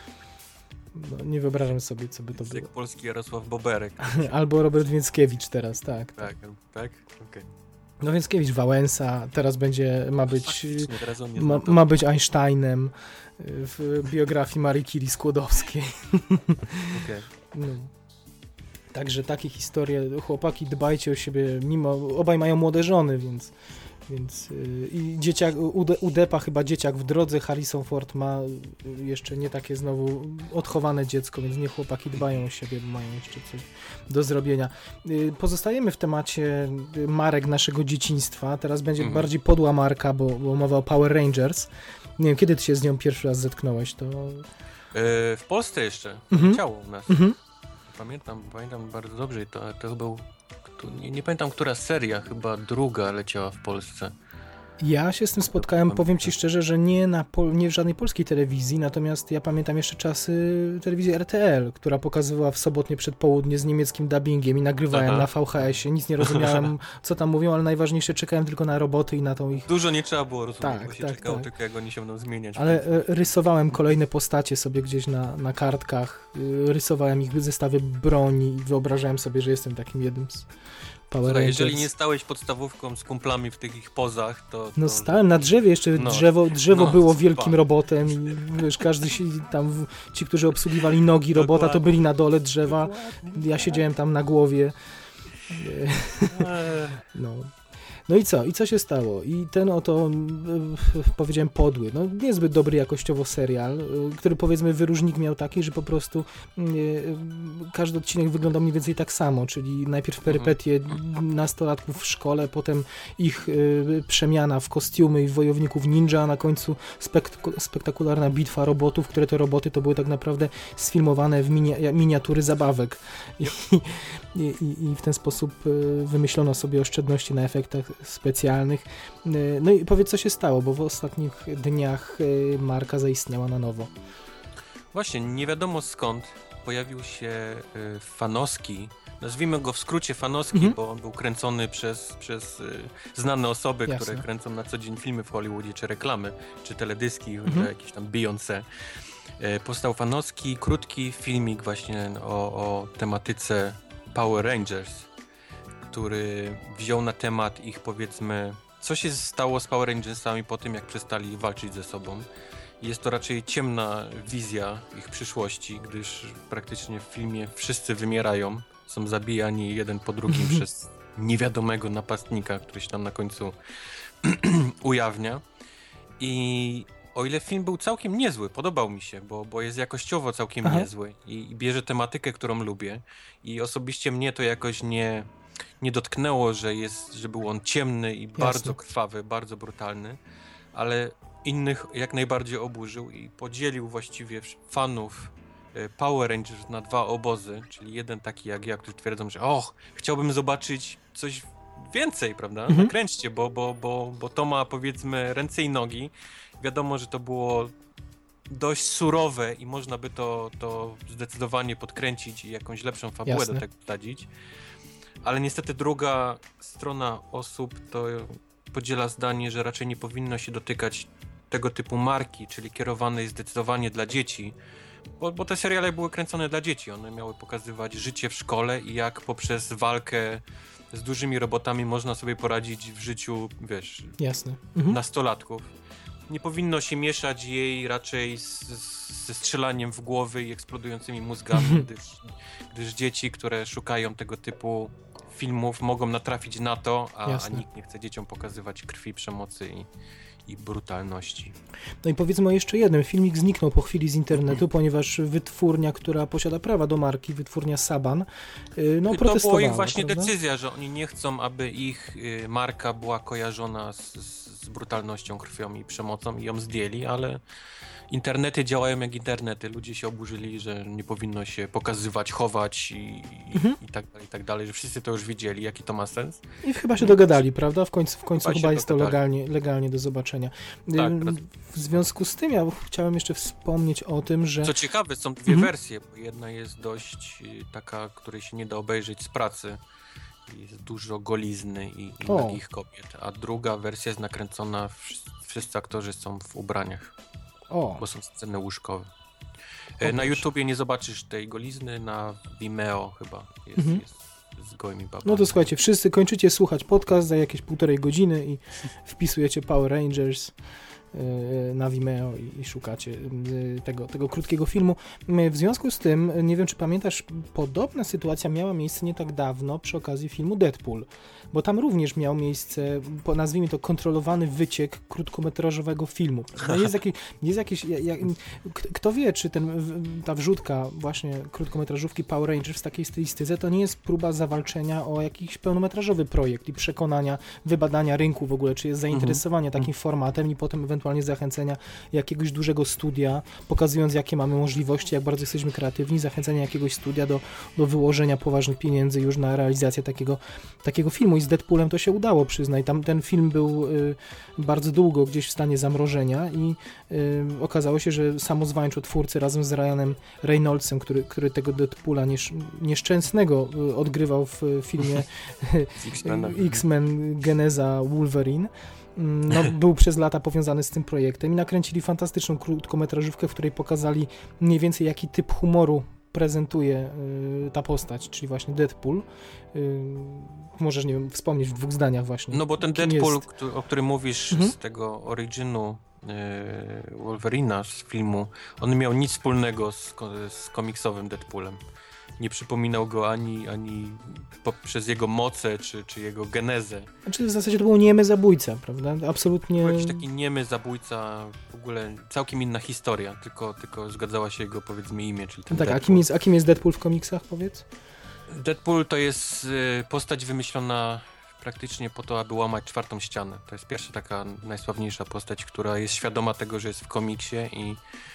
no, nie wyobrażam sobie, co by to To jest jak było. polski Jarosław Boberek. Albo Robert Więckiewicz teraz, tak. Tak, tak? Okej. No Więckiewicz, Wałęsa, teraz będzie, ma być... Faktycznie, teraz on nie Ma, zna to. ma być Einsteinem w biografii Marii Curie Skłodowskiej. Okej. No. Także takie historie, chłopaki, dbajcie o siebie, mimo, obaj mają młode żony, więc, więc yy, i dzieciak, u, De, u Deppa chyba dzieciak w drodze, Harrison Ford ma y, jeszcze nie takie znowu odchowane dziecko, więc niech chłopaki dbają o siebie, bo mają jeszcze coś do zrobienia. Yy, pozostajemy w temacie y, marek naszego dzieciństwa, teraz będzie Mhm. bardziej podła marka, bo, bo mowa o Power Rangers. Nie wiem, kiedy ty się z nią pierwszy raz zetknąłeś, to... E, w Polsce jeszcze Mhm. leciało u nas. Mhm. Pamiętam, pamiętam bardzo dobrze i to, to był, to, nie, nie pamiętam, która seria, chyba druga leciała w Polsce. Ja się z tym spotkałem, powiem ci szczerze, że nie, na pol- nie w żadnej polskiej telewizji, natomiast ja pamiętam jeszcze czasy telewizji R T L, która pokazywała w sobotnie przedpołudnie z niemieckim dubbingiem i nagrywałem Aha. na V H S ie. Nic nie rozumiałem, co tam mówią, ale najważniejsze, czekałem tylko na roboty i na tą ich... Dużo nie trzeba było rozumieć, Tak, bo się tak, czekało tak. tylko, jak oni się będą zmieniać. Ale e, rysowałem kolejne postacie sobie gdzieś na, na kartkach, y, rysowałem ich zestawy broni i wyobrażałem sobie, że jestem takim jednym z Power Słuchaj, Rangers. jeżeli nie stałeś podstawówką z kumplami w tych ich pozach, to... No to... stałem na drzewie, jeszcze No. drzewo, drzewo No, było spa. wielkim robotem i wiesz, każdy się tam, w- ci, którzy obsługiwali nogi robota, to Dokładnie. byli na dole drzewa, ja siedziałem tam na głowie. Eee, No. No i co? I co się stało? I ten oto, y, powiedziałem, podły, no niezbyt dobry jakościowo serial, y, który powiedzmy wyróżnik miał taki, że po prostu y, y, każdy odcinek wyglądał mniej więcej tak samo, czyli najpierw perypetie nastolatków w szkole, potem ich y, przemiana w kostiumy i w wojowników ninja, a na końcu spek- spektakularna bitwa robotów, które te roboty to były tak naprawdę sfilmowane w mini- miniatury zabawek. I, i, i w ten sposób y, wymyślono sobie oszczędności na efektach specjalnych. Y, no i powiedz, co się stało, bo w ostatnich dniach y, marka zaistniała na nowo. Właśnie, nie wiadomo skąd pojawił się y, Fanowski, nazwijmy go w skrócie Fanowski, mhm. bo on był kręcony przez, przez y, znane osoby, Jasne. które kręcą na co dzień filmy w Hollywoodzie, czy reklamy, czy teledyski, Mhm. jakieś tam Beyoncé. Y, powstał Fanowski, krótki filmik właśnie o, o tematyce Power Rangers, który wziął na temat ich, powiedzmy, co się stało z Power Rangersami po tym, jak przestali walczyć ze sobą. Jest to raczej ciemna wizja ich przyszłości, gdyż praktycznie w filmie wszyscy wymierają, są zabijani jeden po drugim przez niewiadomego napastnika, który się tam na końcu ujawnia. I o ile film był całkiem niezły, podobał mi się, bo, bo jest jakościowo całkiem Aha. niezły i, i bierze tematykę, którą lubię, i osobiście mnie to jakoś nie, nie dotknęło, że, jest, że był on ciemny i Jasne. bardzo krwawy, bardzo brutalny, ale innych jak najbardziej oburzył i podzielił właściwie fanów Power Rangers na dwa obozy, czyli jeden taki jak ja, którzy twierdzą, że och, chciałbym zobaczyć coś więcej, prawda? Mhm. Nakręćcie, bo, bo, bo, bo to ma, powiedzmy, ręce i nogi. Wiadomo, że to było dość surowe i można by to, to zdecydowanie podkręcić i jakąś lepszą fabułę Jasne. do tego wsadzić. Ale niestety druga strona osób to podziela zdanie, że raczej nie powinno się dotykać tego typu marki, czyli kierowanej zdecydowanie dla dzieci, bo, bo te seriale były kręcone dla dzieci. One miały pokazywać życie w szkole i jak poprzez walkę z dużymi robotami można sobie poradzić w życiu, wiesz, Jasne. Mhm. nastolatków. Nie powinno się mieszać jej raczej z, z, ze strzelaniem w głowy i eksplodującymi mózgami, gdyż, gdyż dzieci, które szukają tego typu filmów, mogą natrafić na to, a, a nikt nie chce dzieciom pokazywać krwi, przemocy i, i brutalności. No i powiedzmy o jeszcze jednym. Filmik zniknął po chwili z internetu, ponieważ wytwórnia, która posiada prawa do marki, wytwórnia Saban, yy, no to protestowała. była ich właśnie prawda? decyzja, że oni nie chcą, aby ich y, marka była kojarzona z, z brutalnością, krwią i przemocą i ją zdjęli, ale internety działają jak internety. Ludzie się oburzyli, że nie powinno się pokazywać, chować i, Mhm. i, i tak dalej, i tak dalej, że wszyscy to już widzieli, jaki to ma sens. I chyba się dogadali, prawda? W końcu, w końcu Chyba chyba się jest to dogadali. legalnie, legalnie do zobaczenia. Tak, Ym, teraz- w związku z tym ja chciałem jeszcze wspomnieć o tym, że... Co ciekawe, są dwie Mhm. wersje, bo jedna jest dość y, taka, której się nie da obejrzeć z pracy. Jest dużo golizny i, i O. nagich kobiet, a druga wersja jest nakręcona, wszyscy, wszyscy aktorzy są w ubraniach, O, bo są sceny łóżkowe. O, E, na proszę. YouTubie nie zobaczysz tej golizny, na Vimeo chyba jest, Mhm. jest z gołymi babami. no to słuchajcie, wszyscy kończycie słuchać podcast za jakieś półtorej godziny i wpisujecie Power Rangers yy, na Vimeo i, i szukacie yy, tego, tego krótkiego filmu. Yy, W związku z tym, yy, nie wiem czy pamiętasz, podobna sytuacja miała miejsce nie tak dawno przy okazji filmu Deadpool, bo tam również miał miejsce, po- nazwijmy to, kontrolowany wyciek krótkometrażowego filmu. No jest, jakiś, jest jakiś, ja, ja, k- kto wie, czy ten, w- ta wrzutka właśnie krótkometrażówki Power Rangers w takiej stylistyce to nie jest próba zawalczenia o jakiś pełnometrażowy projekt i przekonania, wybadania rynku w ogóle, czy jest zainteresowanie takim formatem i potem ewentualnie zachęcenia jakiegoś dużego studia, pokazując jakie mamy możliwości, jak bardzo jesteśmy kreatywni, zachęcenia jakiegoś studia do, do wyłożenia poważnych pieniędzy już na realizację takiego, takiego filmu i z Deadpoolem to się udało, przyznaj. Tam ten film był y, bardzo długo gdzieś w stanie zamrożenia i y, okazało się, że samozwańczo twórcy razem z Ryanem Reynoldsem, który, który tego Deadpoola niesz, nieszczęsnego y, odgrywał w y, filmie Z X-Mena. X-Men Geneza Wolverine, mm, no, był przez lata powiązany z tym projektem i nakręcili fantastyczną krótkometrażówkę, w której pokazali mniej więcej jaki typ humoru prezentuje y, ta postać, czyli właśnie Deadpool. Y, możesz, nie wiem, wspomnieć w dwóch zdaniach właśnie. No bo ten kim Deadpool, jest. któ- o którym mówisz Mhm. z tego originu yy, Wolverina z filmu, on nie miał nic wspólnego z, ko- z komiksowym Deadpoolem. nie przypominał go ani, ani poprzez jego moce, czy, czy jego genezę. Znaczy w zasadzie to był niemy zabójca, prawda? Absolutnie... Był jakiś taki niemy zabójca, w ogóle całkiem inna historia, tylko, tylko zgadzała się jego, powiedzmy, imię, czyli ten Tak, Deadpool. a kim, jest, a kim jest Deadpool w komiksach, powiedz? Deadpool to jest y, postać wymyślona praktycznie po to, aby łamać czwartą ścianę. To jest pierwsza taka najsławniejsza postać, która jest świadoma tego, że jest w komiksie i,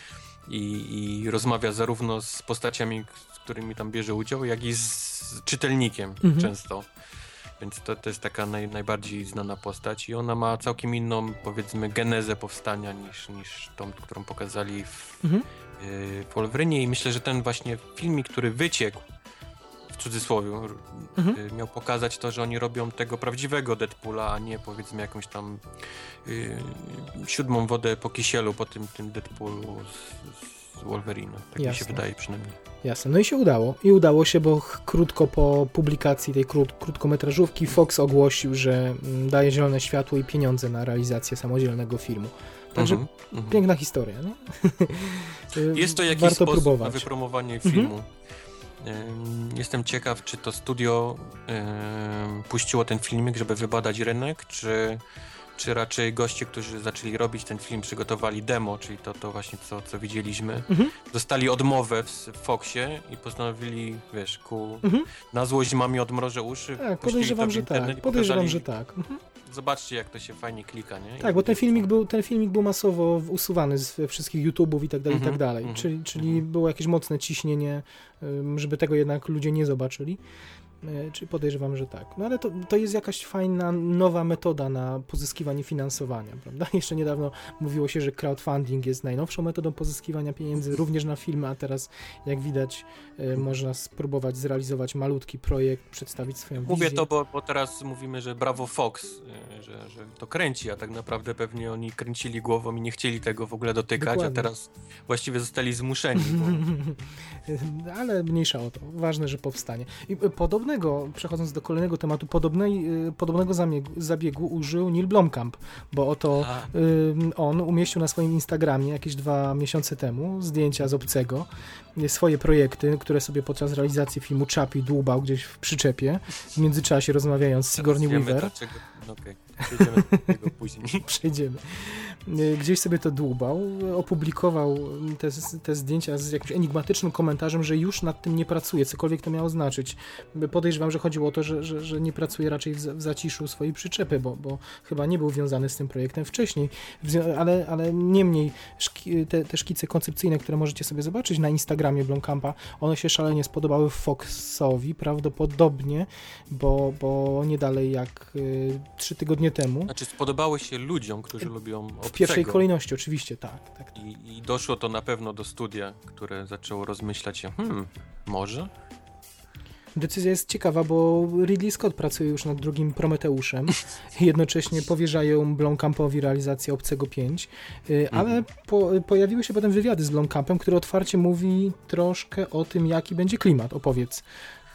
i, i rozmawia zarówno z postaciami, z którymi tam bierze udział, jak i z czytelnikiem mhm. często. Więc to, to jest taka naj, najbardziej znana postać i ona ma całkiem inną, powiedzmy, genezę powstania niż, niż tą, którą pokazali w, mhm. y, w Wolverinie i myślę, że ten właśnie filmik, który wyciekł, w cudzysłowie, mhm. miał pokazać to, że oni robią tego prawdziwego Deadpoola, a nie, powiedzmy, jakąś tam y, siódmą wodę po kisielu, po tym, tym Deadpoolu z, z Wolverina. Tak Jasne. mi się wydaje przynajmniej. Jasne, no i się udało. I udało się, bo krótko po publikacji tej krót, krótkometrażówki Fox ogłosił, że daje zielone światło i pieniądze na realizację samodzielnego filmu. Także mm -hmm. piękna historia, nie? Jest to jakiś Warto sposób próbować. na wypromowanie filmu. Mm -hmm. Jestem ciekaw, czy to studio y, puściło ten filmik, żeby wybadać rynek, czy, czy raczej goście, którzy zaczęli robić ten film, przygotowali demo, czyli to, to właśnie co, co widzieliśmy, mhm. dostali odmowę w Foxie i postanowili, wiesz, ku mhm. na złość mamie odmrożę uszy. Tak, podejrzewam, że tak. Podejrzewam, że tak. Mhm. Zobaczcie, jak to się fajnie klika, nie? Tak, I bo ten filmik, był, ten filmik był masowo usuwany z wszystkich YouTube'ów i tak dalej, mm-hmm, i tak dalej. Mm-hmm, czyli czyli mm-hmm. było jakieś mocne ciśnienie, żeby tego jednak ludzie nie zobaczyli. Czyli podejrzewam, że tak. No ale to, to jest jakaś fajna, nowa metoda na pozyskiwanie finansowania, prawda? Jeszcze niedawno mówiło się, że crowdfunding jest najnowszą metodą pozyskiwania pieniędzy, również na filmy, a teraz, jak widać, y, można spróbować zrealizować malutki projekt, przedstawić swoją wizję. Mówię to, bo, bo teraz mówimy, że brawo Fox, y, że, że to kręci, a tak naprawdę pewnie oni kręcili głową i nie chcieli tego w ogóle dotykać, Dokładnie. a teraz właściwie zostali zmuszeni. Bo... ale mniejsza o to. Ważne, że powstanie. I podobne przechodząc do kolejnego tematu, podobnej, podobnego zabiegu, zabiegu użył Neil Blomkamp, bo oto y, on umieścił na swoim Instagramie jakieś dwa miesiące temu zdjęcia z Obcego, swoje projekty, które sobie podczas realizacji filmu Chappie dłubał gdzieś w przyczepie, w międzyczasie rozmawiając z Sigourney Weaver. Okej, okay. przejdziemy do tego później. Przejdziemy. Gdzieś sobie to dłubał, opublikował te, te zdjęcia z jakimś enigmatycznym komentarzem, że już nad tym nie pracuje, cokolwiek to miało znaczyć. Podejrzewam, że chodziło o to, że, że, że nie pracuje raczej w, w zaciszu swojej przyczepy, bo, bo chyba nie był wiązany z tym projektem wcześniej, ale, ale niemniej szki, te, te szkice koncepcyjne, które możecie sobie zobaczyć na Instagramie Blomkampa, one się szalenie spodobały Foxowi, prawdopodobnie, bo, bo nie dalej jak y, trzy tygodnie temu. Znaczy spodobały się ludziom, którzy lubią Obcego. W pierwszej kolejności oczywiście, tak. tak, tak. I, I doszło to na pewno do studia, które zaczęło rozmyślać się, hmm, może? Decyzja jest ciekawa, bo Ridley Scott pracuje już nad drugim Prometeuszem. Jednocześnie powierzają Blomkampowi realizację Obcego pięć, ale mhm. po, pojawiły się potem wywiady z Blomkampem, który otwarcie mówi troszkę o tym, jaki będzie klimat. Opowiedz.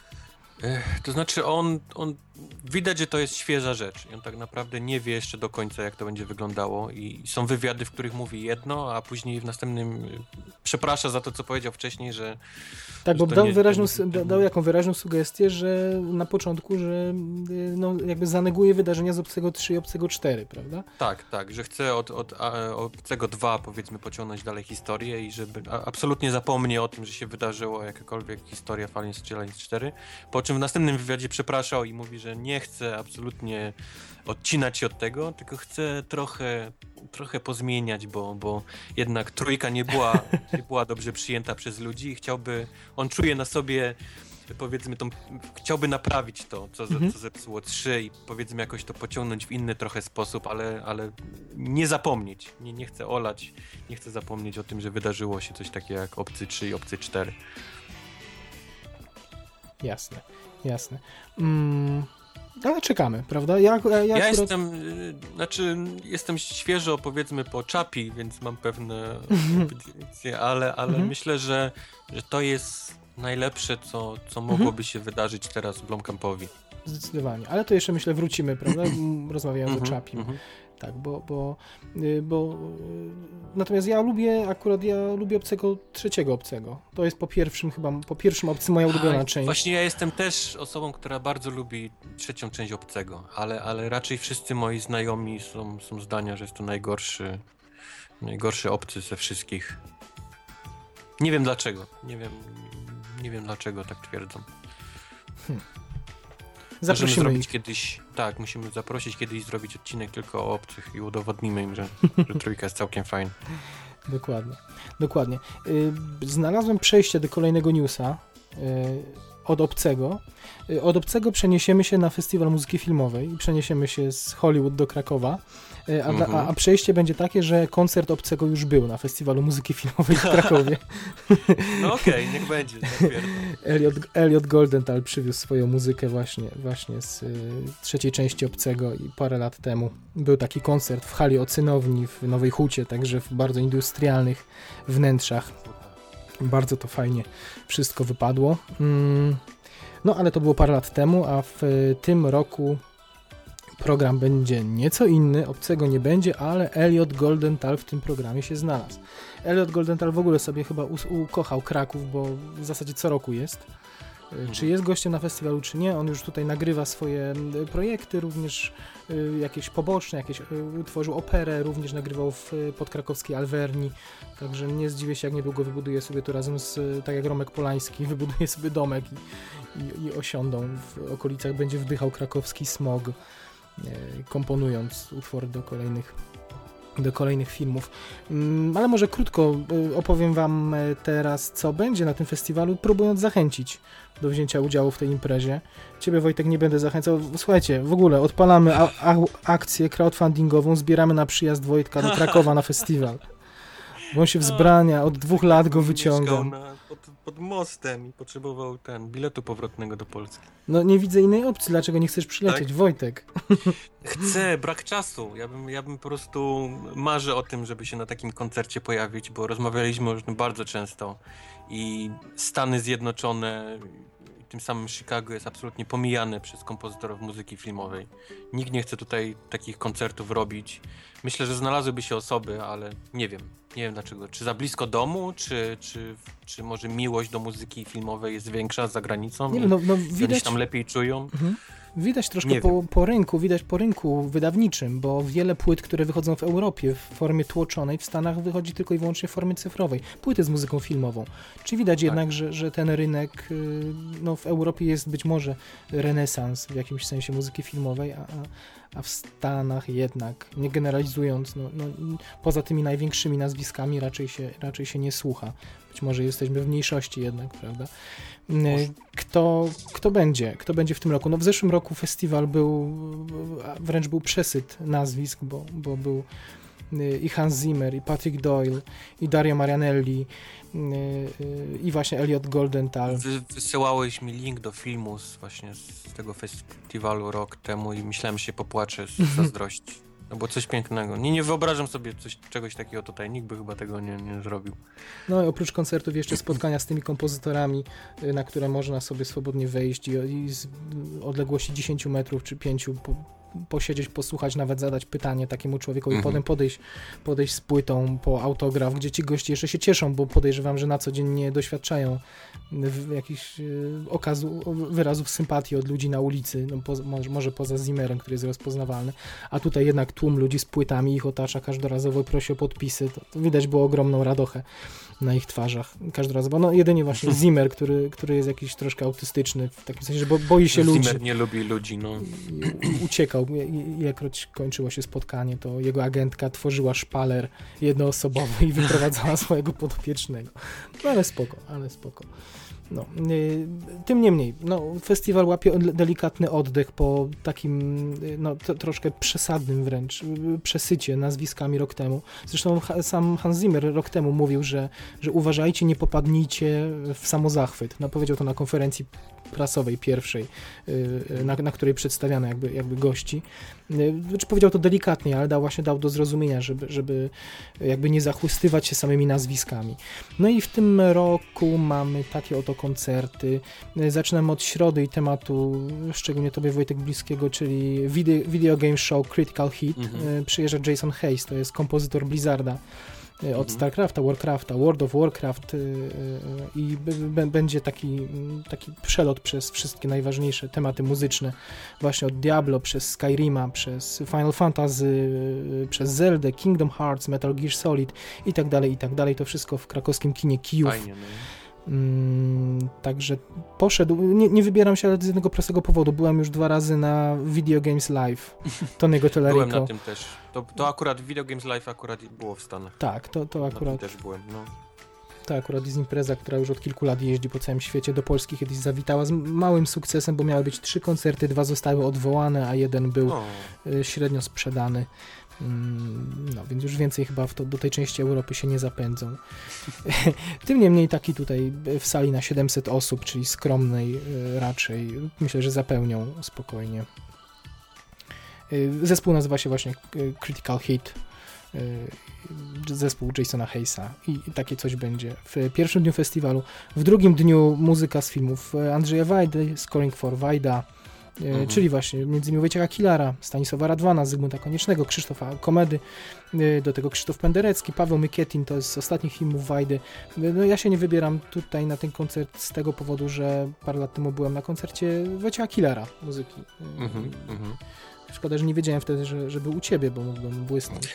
Ech, to znaczy on, on widać, że to jest świeża rzecz i on tak naprawdę nie wie jeszcze do końca, jak to będzie wyglądało i są wywiady, w których mówi jedno, a później w następnym przeprasza za to, co powiedział wcześniej, że... Tak, że bo dał, nie, wyraźną, nie... dał jaką wyraźną sugestię, że na początku, że no, jakby zaneguje wydarzenia z Obcego trzy i Obcego cztery, prawda? Tak, tak, że chce od, od a, Obcego dwa, powiedzmy, pociągnąć dalej historię i żeby a, absolutnie zapomnie o tym, że się wydarzyło jakakolwiek historia w Aliens czy Aliens cztery, po czym w następnym wywiadzie przepraszał i mówi, że nie chce absolutnie odcinać się od tego, tylko chce trochę, trochę pozmieniać, bo, bo jednak trójka nie była, nie była dobrze przyjęta przez ludzi i chciałby, on czuje na sobie, powiedzmy, tą, chciałby naprawić to, co, mhm. co zepsuło trzy i powiedzmy jakoś to pociągnąć w inny trochę sposób, ale, ale nie zapomnieć, nie, nie chce olać, nie chce zapomnieć o tym, że wydarzyło się coś takiego jak Obcy trzy i Obcy cztery. Jasne, jasne. Mm. Ale czekamy, prawda? Ja, ja, ja akurat... jestem, znaczy jestem świeżo, powiedzmy, po Chappie, więc mam pewne obietnice, ale, ale mhm. myślę, że, że to jest najlepsze, co, co mogłoby mhm. się wydarzyć teraz Blomkampowi. Zdecydowanie, ale to jeszcze myślę wrócimy, prawda? Rozmawiając o Chappie. tak, bo, bo, y, bo y, natomiast ja lubię, akurat ja lubię Obcego, trzeciego Obcego. To jest po pierwszym chyba, po pierwszym Obcy moja ulubiona A, część. Właśnie ja jestem też osobą, która bardzo lubi trzecią część Obcego, ale, ale raczej wszyscy moi znajomi są, są zdania, że jest to najgorszy, najgorszy Obcy ze wszystkich. Nie wiem dlaczego, nie wiem, nie wiem dlaczego tak twierdzą. Hmm. Możemy Zaprosimy zrobić ich. kiedyś, tak, musimy zaprosić kiedyś, zrobić odcinek tylko o Obcych i udowodnimy im, że, że trójka jest całkiem fajna. Dokładnie, dokładnie. Y, znalazłem przejście do kolejnego newsa y, od Obcego. Y, od Obcego przeniesiemy się na Festiwal Muzyki Filmowej i przeniesiemy się z Hollywood do Krakowa, y, a, Mhm. a, a przejście będzie takie, że koncert Obcego już był na Festiwalu Muzyki Filmowej w Krakowie. No okej, niech będzie, zatwierdzam. Elliot, Elliot Goldenthal przywiózł swoją muzykę właśnie, właśnie z y, trzeciej części Obcego i parę lat temu był taki koncert w hali Ocynowni w Nowej Hucie, także w bardzo industrialnych wnętrzach. Bardzo to fajnie wszystko wypadło. Mm, no ale to było parę lat temu, a w y, tym roku program będzie nieco inny, Obcego nie będzie, ale Elliot Goldenthal w tym programie się znalazł. Elliot Goldenthal w ogóle sobie chyba us- ukochał Kraków, bo w zasadzie co roku jest. Y, Czy jest gościem na festiwalu, czy nie. On już tutaj nagrywa swoje y, projekty, również y, jakieś poboczne, jakieś, y, utworzył operę, również nagrywał w y, podkrakowskiej Alwerni, także nie zdziwię się, jak niedługo wybuduje sobie tu razem z, y, tak jak Romek Polański, wybuduje sobie domek i, i, i osiądą w okolicach, będzie wdychał krakowski smog, y, komponując utwory do kolejnych do kolejnych filmów. Mm, ale może krótko y, opowiem wam y, teraz, co będzie na tym festiwalu, próbując zachęcić do wzięcia udziału w tej imprezie. Ciebie, Wojtek, nie będę zachęcał. Słuchajcie, w ogóle odpalamy a- a- akcję crowdfundingową, zbieramy na przyjazd Wojtka do Krakowa na festiwal. Bo on się wzbrania, od dwóch lat go Mieszkał wyciągam. na, pod, pod mostem i potrzebował ten biletu powrotnego do Polski. No nie widzę innej opcji, dlaczego nie chcesz przylecieć, Tak? Wojtek? Chcę, brak czasu. Ja bym, ja bym po prostu marzę o tym, żeby się na takim koncercie pojawić, bo rozmawialiśmy już bardzo często i Stany Zjednoczone, i tym samym Chicago jest absolutnie pomijane przez kompozytorów muzyki filmowej. Nikt nie chce tutaj takich koncertów robić. Myślę, że znalazłyby się osoby, ale nie wiem. Nie wiem dlaczego. Czy za blisko domu, czy, czy, czy może miłość do muzyki filmowej jest większa za granicą? Nie i wiem, no, no Oni się widać... tam lepiej czują? Mhm. Widać troszkę Nie po, po rynku, widać po rynku wydawniczym, bo wiele płyt, które wychodzą w Europie w formie tłoczonej, w Stanach wychodzi tylko i wyłącznie w formie cyfrowej. Płyty z muzyką filmową. Czy widać Tak. jednak, że, że ten rynek y, no, w Europie jest być może renesans w jakimś sensie muzyki filmowej, a, a, a w Stanach jednak, nie generalizując, no, no, poza tymi największymi nazwiskami raczej się, raczej się nie słucha. Być może jesteśmy w mniejszości jednak, prawda? Może. Kto, kto będzie? Kto będzie w tym roku? No w zeszłym roku festiwal był, wręcz był przesyt nazwisk, bo, bo był i Hans Zimmer, i Patrick Doyle, i Dario Marianelli, i właśnie Elliot Goldenthal. Wy, wysyłałeś mi link do filmu z, właśnie z tego festiwalu rok temu i myślałem, że się popłaczę z zazdrości. No bo coś pięknego. Nie, nie wyobrażam sobie coś, czegoś takiego tutaj. Nikt by chyba tego nie, nie zrobił. No i oprócz koncertów jeszcze spotkania z tymi kompozytorami, na które można sobie swobodnie wejść i, i z odległości dziesięć metrów czy pięć po, posiedzieć, posłuchać, nawet zadać pytanie takiemu człowiekowi, Mhm. potem podejść, podejść z płytą po autograf, gdzie ci goście jeszcze się cieszą, bo podejrzewam, że na co dzień nie doświadczają w jakichś y, okazu, wyrazów sympatii od ludzi na ulicy, no, po, może, może poza Zimmerem, który jest rozpoznawalny, a tutaj jednak tłum ludzi z płytami ich otacza każdorazowo i prosi o podpisy, to, to widać było ogromną radochę na ich twarzach każdorazowo. No jedynie właśnie Zimmer, który, który jest jakiś troszkę autystyczny, w takim sensie, że bo, boi się ludzi. Zimmer nie lubi ludzi, no. I uciekał. I ilekroć kończyło się spotkanie, to jego agentka tworzyła szpaler jednoosobowy i wyprowadzała swojego podopiecznego. No ale spoko, ale spoko. No, y, tym niemniej, no, festiwal łapie od- delikatny oddech po takim y, no, to, troszkę przesadnym wręcz y, przesycie nazwiskami rok temu. Zresztą ha, sam Hans Zimmer rok temu mówił, że, że uważajcie, nie popadnijcie w samozachwyt. No, powiedział to na konferencji prasowej pierwszej, na, na której przedstawiano jakby, jakby gości. Znaczy powiedział to delikatnie, ale dał właśnie dał do zrozumienia, żeby, żeby jakby nie zachłystywać się samymi nazwiskami. No i w tym roku mamy takie oto koncerty. Zaczynamy od środy i tematu, szczególnie tobie, Wojtek, bliskiego, czyli video, video game show Critical Hit. Mhm. Przyjeżdża Jason Hayes, to jest kompozytor Blizzarda. Od mhm. StarCrafta, Warcrafta, World of Warcraft i b- będzie taki, taki przelot przez wszystkie najważniejsze tematy muzyczne, właśnie od Diablo, przez Skyrima, przez Final Fantasy, przez Zelda, Kingdom Hearts, Metal Gear Solid i tak dalej, i tak dalej. To wszystko w krakowskim kinie Kijów. Fajnie, no. Mm, także poszedł, nie, nie wybieram się, ale z jednego prostego powodu. Byłem już dwa razy na Video Games Live Tony'ego Tellerico. Byłem na tym też. To, to akurat Video Games Live akurat było w Stanach. Tak, to, to akurat. Na tym też byłem, no. To akurat jest impreza, która już od kilku lat jeździ po całym świecie. Do Polski kiedyś zawitała z małym sukcesem, bo miały być trzy koncerty, dwa zostały odwołane, a jeden był o. średnio sprzedany. No, więc już więcej chyba w to, do tej części Europy się nie zapędzą. Tym niemniej taki tutaj w sali na siedemset osób, czyli skromnej raczej, myślę, że zapełnią spokojnie. Zespół nazywa się właśnie Critical Hit, zespół Jasona Hayesa i takie coś będzie w pierwszym dniu festiwalu. W drugim dniu muzyka z filmów Andrzeja Wajdy, Scoring for Wajda, Mhm. czyli właśnie między innymi Wojciecha Kilara, Stanisława Radwana, Zygmunta Koniecznego, Krzysztofa Komedy, do tego Krzysztof Penderecki, Paweł Mykietin, to jest z ostatnich filmów Wajdy. No ja się nie wybieram tutaj na ten koncert z tego powodu, że parę lat temu byłem na koncercie Wojciecha Kilara, muzyki. Mhm, Szkoda, że nie wiedziałem wtedy, że, że był u ciebie, bo mógłbym błysnąć.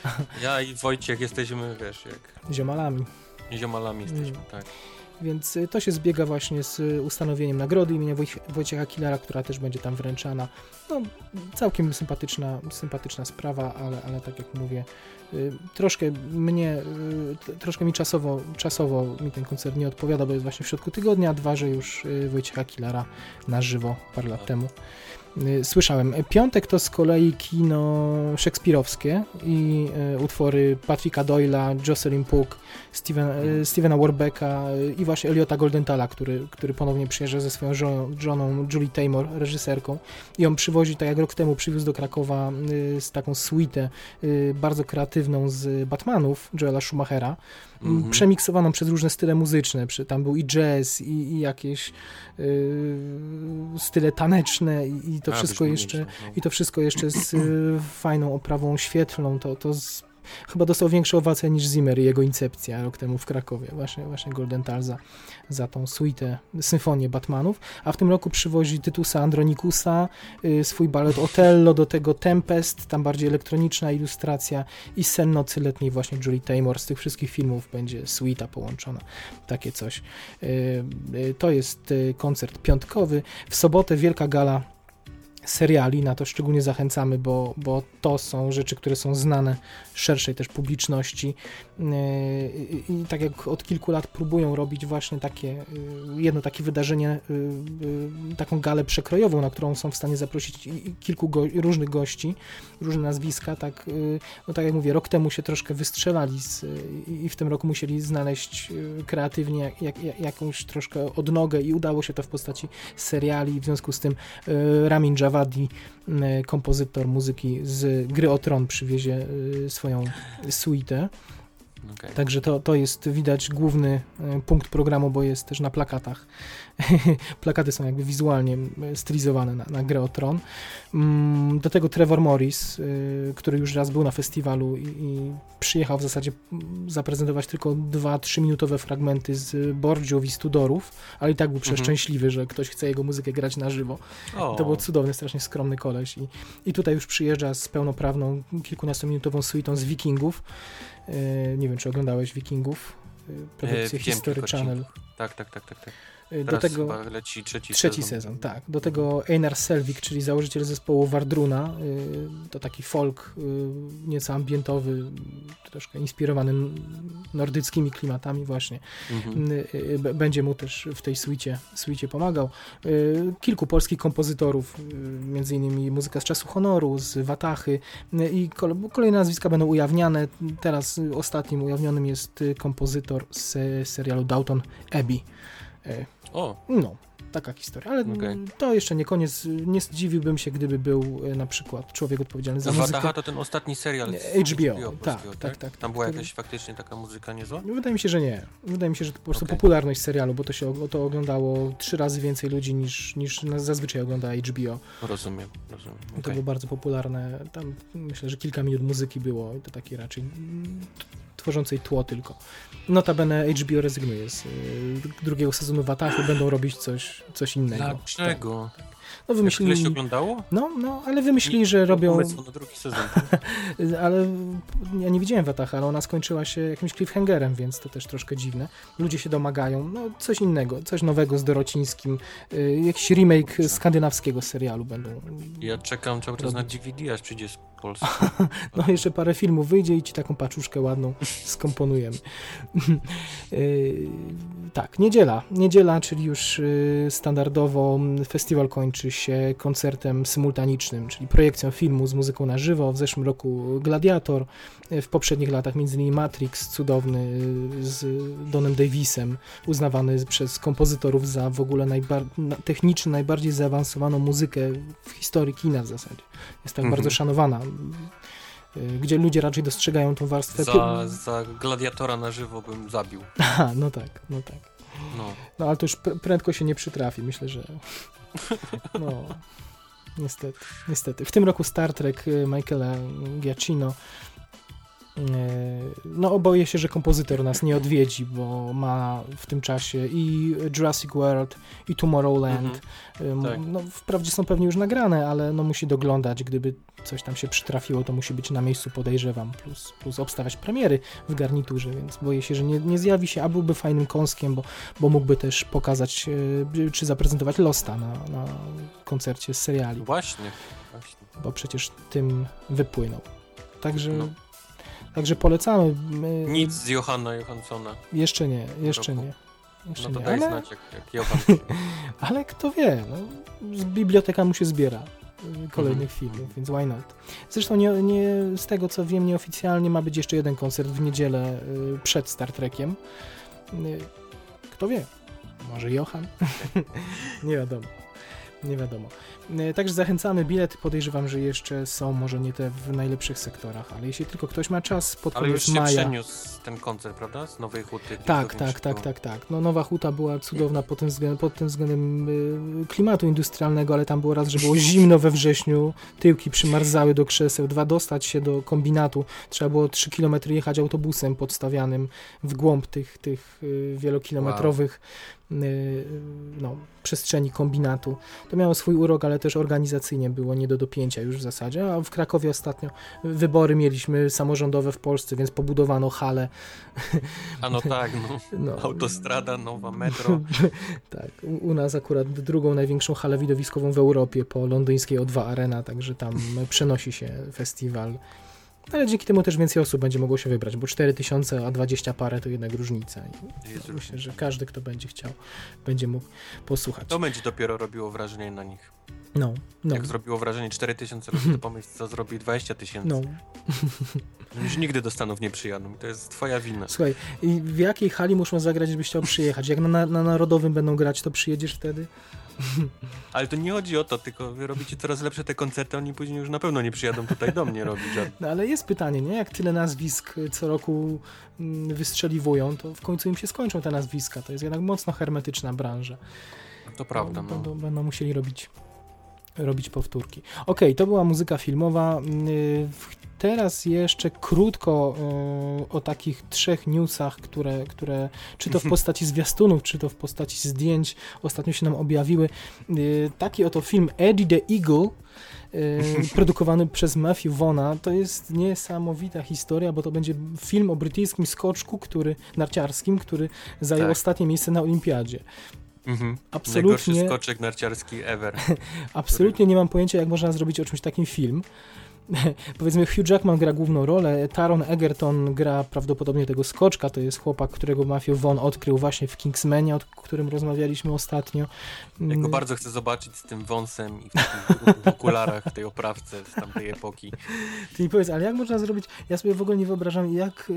Ja i Wojciech jesteśmy, wiesz, jak... Ziomalami. Ziomalami jesteśmy, mm. tak. Więc to się zbiega właśnie z ustanowieniem nagrody imienia Woj- Wojciecha Kilara, która też będzie tam wręczana. No, całkiem sympatyczna, sympatyczna sprawa, ale, ale tak jak mówię, y, troszkę mnie, y, troszkę mi czasowo, czasowo mi ten koncert nie odpowiada, bo jest właśnie w środku tygodnia, a dwa, że już y, Wojciecha Kilara na żywo parę lat temu słyszałem. Piątek to z kolei kino szekspirowskie i e, utwory Patricka Doyle'a, Jocelyn Pook, Steven, e, Stevena Warbecka i właśnie Eliota Goldenthala, który, który ponownie przyjeżdża ze swoją żoną, żoną Julie Taymor, reżyserką, i on przywozi, tak jak rok temu przywiózł do Krakowa e, z taką suitę e, bardzo kreatywną z Batmanów Joela Schumachera, mm-hmm. przemiksowaną przez różne style muzyczne. Tam był i jazz, i, i jakieś y, style taneczne, i, i to A, wszystko jeszcze no. i to wszystko jeszcze z y, fajną oprawą świetlną. To, to z, chyba dostał większe owacje niż Zimmer i jego Incepcja rok temu w Krakowie. Właśnie, właśnie Goldenthal za, za tą suitę, symfonię Batmanów. A w tym roku przywozi Tytusa Andronikusa, y, swój balet Otello, do tego Tempest, tam bardziej elektroniczna ilustracja, i Sen nocy letniej właśnie Julie Taymor. Z tych wszystkich filmów będzie suita połączona. Takie coś. Y, y, to jest y, koncert piątkowy. W sobotę wielka gala seriali, na to szczególnie zachęcamy, bo, bo to są rzeczy, które są znane szerszej też publiczności i, i tak jak od kilku lat próbują robić właśnie takie, jedno takie wydarzenie, taką galę przekrojową, na którą są w stanie zaprosić kilku go, różnych gości, różne nazwiska, tak, no tak jak mówię, rok temu się troszkę wystrzelali z, i w tym roku musieli znaleźć kreatywnie jak, jak, jakąś troszkę odnogę i udało się to w postaci seriali, i w związku z tym Ramin Djawadi, kompozytor muzyki z Gry o Tron, przywiezie swoją suitę. Okay. Także to, to jest widać główny punkt programu, bo jest też na plakatach. Plakaty są jakby wizualnie stylizowane na, na Grę o Tron. Do tego Trevor Morris, który już raz był na festiwalu i, i przyjechał w zasadzie zaprezentować tylko dwa, trzyminutowe fragmenty z Borgiów i Studorów, ale i tak był przeszczęśliwy, że ktoś chce jego muzykę grać na żywo. To był cudowny, strasznie skromny koleś. I, i tutaj już przyjeżdża z pełnoprawną, kilkunastominutową suitą z Wikingów. Nie wiem, czy oglądałeś Wikingów? Produkcję e, History Channel. Tak, tak, tak, tak, tak. Do Teraz tego chyba leci trzeci, trzeci sezon. sezon, tak. Do tego Einar Selvik, czyli założyciel zespołu Wardruna, to taki folk nieco ambientowy, troszkę inspirowany nordyckimi klimatami właśnie. Mhm. Będzie mu też w tej suicie, suicie pomagał. Kilku polskich kompozytorów, między innymi muzyka z Czasu Honoru, z Watachy, i kolejne nazwiska będą ujawniane. Teraz ostatnim ujawnionym jest kompozytor z serialu Downton Abbey. O. No, taka historia, ale Okay. to jeszcze nie koniec. Nie zdziwiłbym się, gdyby był e, na przykład człowiek odpowiedzialny za muzykę. Wataha to ten ostatni serial z H B O, H B O tak, polskiego, tak, tak. Tam była Który- jakaś faktycznie taka muzyka niezła? Wydaje mi się, że nie. Wydaje mi się, że to po prostu Okej. popularność serialu, bo to się o- to oglądało trzy razy więcej ludzi niż, niż na- zazwyczaj ogląda H B O. Rozumiem, rozumiem. To Okay. było bardzo popularne. Tam myślę, że kilka minut muzyki było i to takie raczej mm, t- tworzącej tło tylko. Notabene H B O rezygnuje z y, drugiego sezonu Watachy, będą robić coś, coś innego. Dlaczego? Tak. No Tyle się wymyślili, oglądało? no, no, ale wymyślili, że robią, Pomysł na drugi sezon. ale ja nie widziałem Watachy, ale ona skończyła się jakimś cliffhangerem, więc to też troszkę dziwne. Ludzie się domagają, no coś innego, coś nowego z Dorocińskim, y, jakiś remake skandynawskiego serialu będą. Ja czekam cały czas na D V D, aż przyjdzie z Polski. No jeszcze parę filmów wyjdzie i ci taką paczuszkę ładną skomponujemy. Yy, tak, niedziela. Niedziela, czyli już yy, standardowo festiwal kończy się koncertem symultanicznym, czyli projekcją filmu z muzyką na żywo. W zeszłym roku Gladiator, yy, w poprzednich latach między innymi Matrix, cudowny, yy, z Donem Davisem, uznawany przez kompozytorów za w ogóle najbar- na- technicznie najbardziej zaawansowaną muzykę w historii kina w zasadzie. Jest tak Mhm. bardzo szanowana, y, gdzie ludzie raczej dostrzegają tą warstwę. Za, za gladiatora na żywo bym zabił. Aha, no tak, no tak. No. No ale to już pr- prędko się nie przytrafi, myślę, że no niestety, niestety. W tym roku Star Trek y, Michaela Giacchino. y, No oboję się, że kompozytor nas nie odwiedzi, bo ma w tym czasie i Jurassic World, i Tomorrowland. Mhm. Y, tak. No wprawdzie są pewnie już nagrane, ale no musi doglądać, gdyby coś tam się przytrafiło, to musi być na miejscu, podejrzewam, plus, plus obstawiać premiery w garniturze, więc boję się, że nie, nie zjawi się, a byłby fajnym kąskiem, bo, bo mógłby też pokazać, y, czy zaprezentować Losta na, na koncercie z seriali, Właśnie, właśnie. bo przecież tym wypłynął. Także, No. także polecamy. Y, Nic z Johanna Johanssona. Jeszcze nie, jeszcze roku. nie. Jeszcze No to nie, daj ale, znać, jak, jak Johan. ale kto wie, no, z biblioteka mu się zbiera y, kolejnych Mhm. filmów, więc why not. Zresztą nie, nie, z tego co wiem, nieoficjalnie ma być jeszcze jeden koncert w niedzielę y, przed Star Trekiem. Y, kto wie, może Johan? Nie wiadomo. Nie wiadomo. E, Także zachęcamy, bilety podejrzewam, że jeszcze są, może nie te w najlepszych sektorach, ale jeśli tylko ktoś ma czas pod Ale już koniec się maja. przeniósł ten koncert, prawda? Z Nowej Huty. gdzieś Tak, do tak, większego. tak, tak, tak. No Nowa Huta była cudowna pod tym względem, pod tym względem y, klimatu industrialnego, ale tam było raz, że było zimno we wrześniu, tyłki przymarzały do krzeseł, dwa, dostać się do kombinatu, trzeba było trzy kilometry jechać autobusem podstawianym w głąb tych, tych y, wielokilometrowych y, no, przestrzeni kombinatu. To miało swój urok, ale też organizacyjnie było nie do dopięcia już w zasadzie, a w Krakowie ostatnio wybory mieliśmy samorządowe w Polsce, więc pobudowano halę. A no tak, no. No. Autostrada, nowa metro. Tak, u, u nas akurat drugą największą halę widowiskową w Europie po londyńskiej O dwa Arena, także tam przenosi się festiwal. Ale dzięki temu też więcej osób będzie mogło się wybrać, bo cztery tysiące a dwadzieścia parę to jednak różnica. I Jest myślę, że każdy, kto będzie chciał, będzie mógł posłuchać. To będzie dopiero robiło wrażenie na nich. No, no, Jak zrobiło wrażenie cztery tysiące ludzi, to pomyśl, co zrobi dwadzieścia tysięcy. no. Już nigdy do Stanów nie przyjadą i to jest twoja wina. Słuchaj, i w jakiej hali muszą zagrać, żebyś chciał przyjechać? Jak na, na Narodowym będą grać, to przyjedziesz wtedy? Ale to nie chodzi o to, tylko wy robicie coraz lepsze te koncerty, oni później już na pewno nie przyjadą tutaj do mnie robić żadnych. No ale jest pytanie, nie? Jak tyle nazwisk y, co roku mm, wystrzeliwują, to w końcu im się skończą te nazwiska. To jest jednak mocno hermetyczna branża. To prawda, no. Będą, będą musieli robić, robić powtórki. Okej, to była muzyka filmowa. Y, Teraz jeszcze krótko y, o takich trzech newsach, które, które czy to w postaci zwiastunów, czy to w postaci zdjęć ostatnio się nam objawiły. Y, Taki oto film Eddie the Eagle, y, produkowany przez Matthew Vaughna. To jest niesamowita historia, bo to będzie film o brytyjskim skoczku, który, narciarskim, który zajął Tak. ostatnie miejsce na olimpiadzie. Mhm. Absolutnie. Najgorszy skoczek narciarski ever. Absolutnie nie mam pojęcia, jak można zrobić o czymś takim film. powiedzmy Hugh Jackman gra główną rolę, Taron Egerton gra prawdopodobnie tego skoczka, to jest chłopak, którego Matthew Vaughn odkrył właśnie w Kingsmanie, o którym rozmawialiśmy ostatnio. Ja go bardzo chcę zobaczyć z tym wąsem i w takich okularach, w tej oprawce z tamtej epoki. Ty mi powiedz, ale jak można zrobić, ja sobie w ogóle nie wyobrażam, jak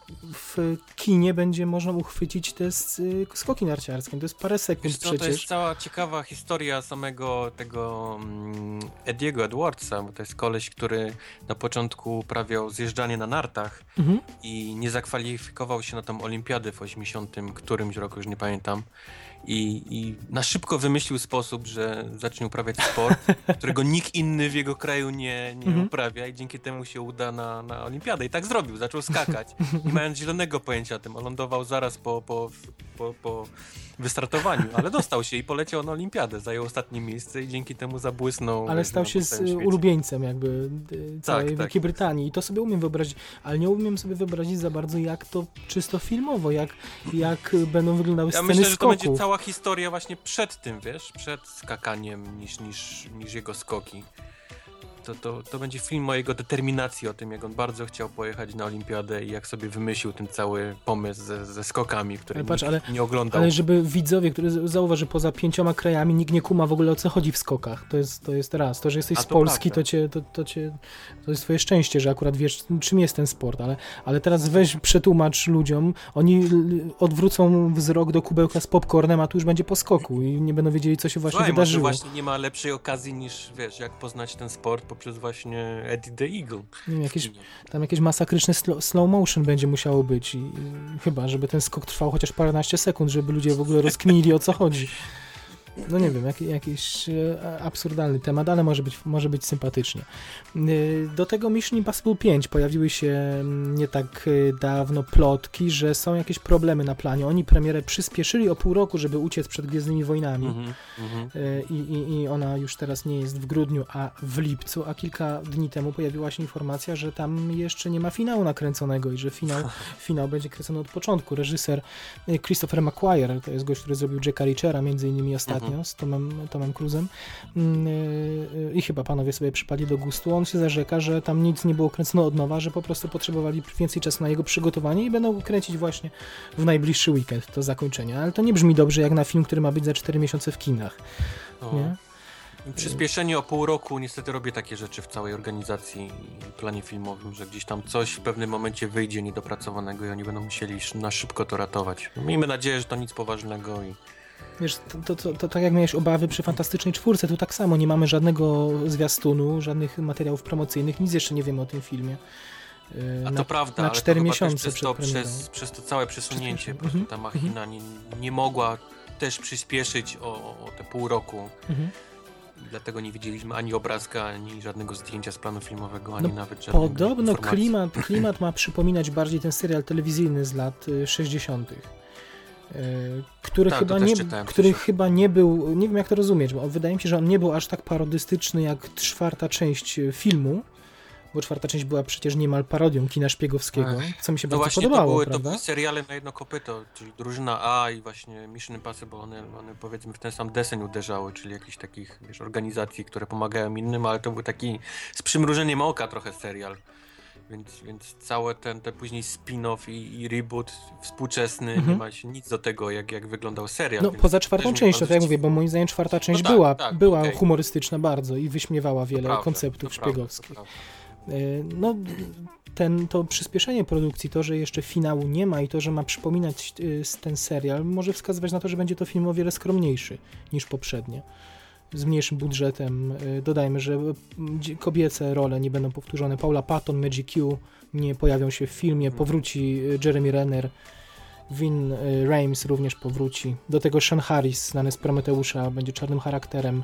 w kinie będzie można uchwycić te skoki narciarskie, to jest parę sekund. Wiesz co, przecież. To jest cała ciekawa historia samego tego um, Ediego Edwardsa, bo to jest koleś, który na początku uprawiał zjeżdżanie na nartach mhm. i nie zakwalifikował się na tą olimpiadę w osiemdziesiątym którymś roku, już nie pamiętam. I, I na szybko wymyślił sposób, że zacznie uprawiać sport, którego nikt inny w jego kraju nie, nie mhm. uprawia i dzięki temu się uda na, na olimpiadę. I tak zrobił, zaczął skakać, nie mając zielonego pojęcia o tym. On lądował zaraz po, po, po, po wystartowaniu, ale dostał się i poleciał na olimpiadę, zajął ostatnie miejsce i dzięki temu zabłysnął. Ale stał się z ulubieńcem jakby całej tak, Wielkiej tak. Brytanii i to sobie umiem wyobrazić, ale nie umiem sobie wyobrazić za bardzo, jak to czysto filmowo, jak, jak będą wyglądały ja sceny myślę, że skoków. To będzie cała historia właśnie przed tym, wiesz, przed skakaniem niż, niż, niż jego skoki. To, to, to będzie film o jego determinacji, o tym, jak on bardzo chciał pojechać na olimpiadę i jak sobie wymyślił ten cały pomysł ze, ze skokami, który patrz, nikt ale, nie oglądał. Ale żeby widzowie, który zauważy, poza pięcioma krajami nikt nie kuma w ogóle, o co chodzi w skokach. To jest, to jest raz. To, że jesteś A z to Polski, prawda. to cię, to, to cię, to jest twoje szczęście, że akurat wiesz, czym jest ten sport, ale, ale teraz weź, przetłumacz ludziom, oni odwrócą wzrok do kubełka z popcornem, a tu już będzie po skoku i nie będą wiedzieli, co się właśnie Słuchaj, wydarzyło. może właśnie nie ma lepszej okazji niż, wiesz, jak poznać ten sport poprzez właśnie Eddie the Eagle. Nie wiem, jakieś, tam jakieś masakryczne slow, slow motion będzie musiało być i, i chyba, żeby ten skok trwał chociaż paręnaście sekund, żeby ludzie w ogóle rozkminili, o co chodzi. No nie wiem, jak, jakiś e, absurdalny temat, ale może być, może być sympatycznie. E, do tego Mission Impossible pięć pojawiły się nie tak dawno plotki, że są jakieś problemy na planie. Oni premierę przyspieszyli o pół roku, żeby uciec przed Gwiezdnymi Wojnami. Mm-hmm. E, i, i, I ona już teraz nie jest w grudniu, a w lipcu, a kilka dni temu pojawiła się informacja, że tam jeszcze nie ma finału nakręconego i że finał, finał będzie kręcony od początku. Reżyser Christopher McQuarrie, to jest gość, który zrobił Jacka Reachera między innymi ostatnio, z Tomem, Tomem Cruise'em yy, i chyba panowie sobie przypadli do gustu. On się zarzeka, że tam nic nie było kręcone od nowa, że po prostu potrzebowali więcej czasu na jego przygotowanie i będą kręcić właśnie w najbliższy weekend to zakończenie. Ale to nie brzmi dobrze jak na film, który ma być za cztery miesiące w kinach. Nie? Przyspieszenie o pół roku niestety robi takie rzeczy w całej organizacji i planie filmowym, że gdzieś tam coś w pewnym momencie wyjdzie niedopracowanego i oni będą musieli na szybko to ratować. Miejmy nadzieję, że to nic poważnego i wiesz, to, to, to, to tak jak miałeś obawy przy Fantastycznej Czwórce, tu tak samo, nie mamy żadnego zwiastunu, żadnych materiałów promocyjnych, nic jeszcze nie wiemy o tym filmie. Yy, A to na, prawda, na ale cztery to miesiące przez przed to, premierą. przez, przez to całe przesunięcie, po mm-hmm. prostu ta machina mm-hmm. nie, nie mogła też przyspieszyć o, o te pół roku. Mm-hmm. Dlatego nie widzieliśmy ani obrazka, ani żadnego zdjęcia z planu filmowego, ani no, nawet żadnej podobno informacji. klimat, klimat ma przypominać bardziej ten serial telewizyjny z lat sześćdziesiątych. Który, tak, chyba, nie, który chyba nie był, nie wiem jak to rozumieć, bo wydaje mi się, że on nie był aż tak parodystyczny jak czwarta część filmu, bo czwarta część była przecież niemal parodią kina szpiegowskiego, Ech. co mi się no bardzo właśnie podobało. To były, prawda? to były seriale na jedno kopyto, czyli Drużyna A i właśnie Mission Impossible, one, one powiedzmy w ten sam deseń uderzały, czyli jakichś takich wiesz, organizacji, które pomagają innym, ale to był taki z przymrużeniem oka trochę serial. Więc, więc całe ten, ten później spin-off i, i reboot współczesny mhm. nie ma się nic do tego, jak, jak wyglądał serial. No poza czwartą częścią, tak jak mówię, bo moim zdaniem czwarta część no tak, była, tak, była okay. humorystyczna bardzo i wyśmiewała wiele prawda, konceptów szpiegowskich. No ten, to przyspieszenie produkcji, to, że jeszcze finału nie ma i to, że ma przypominać ten serial, może wskazywać na to, że będzie to film o wiele skromniejszy niż poprzednie. Z mniejszym budżetem. Dodajmy, że kobiece role nie będą powtórzone. Paula Patton, Maggie Q nie pojawią się w filmie. Powróci Jeremy Renner. Vin Rhames również powróci. Do tego Sean Harris, znany z Prometeusza, będzie czarnym charakterem.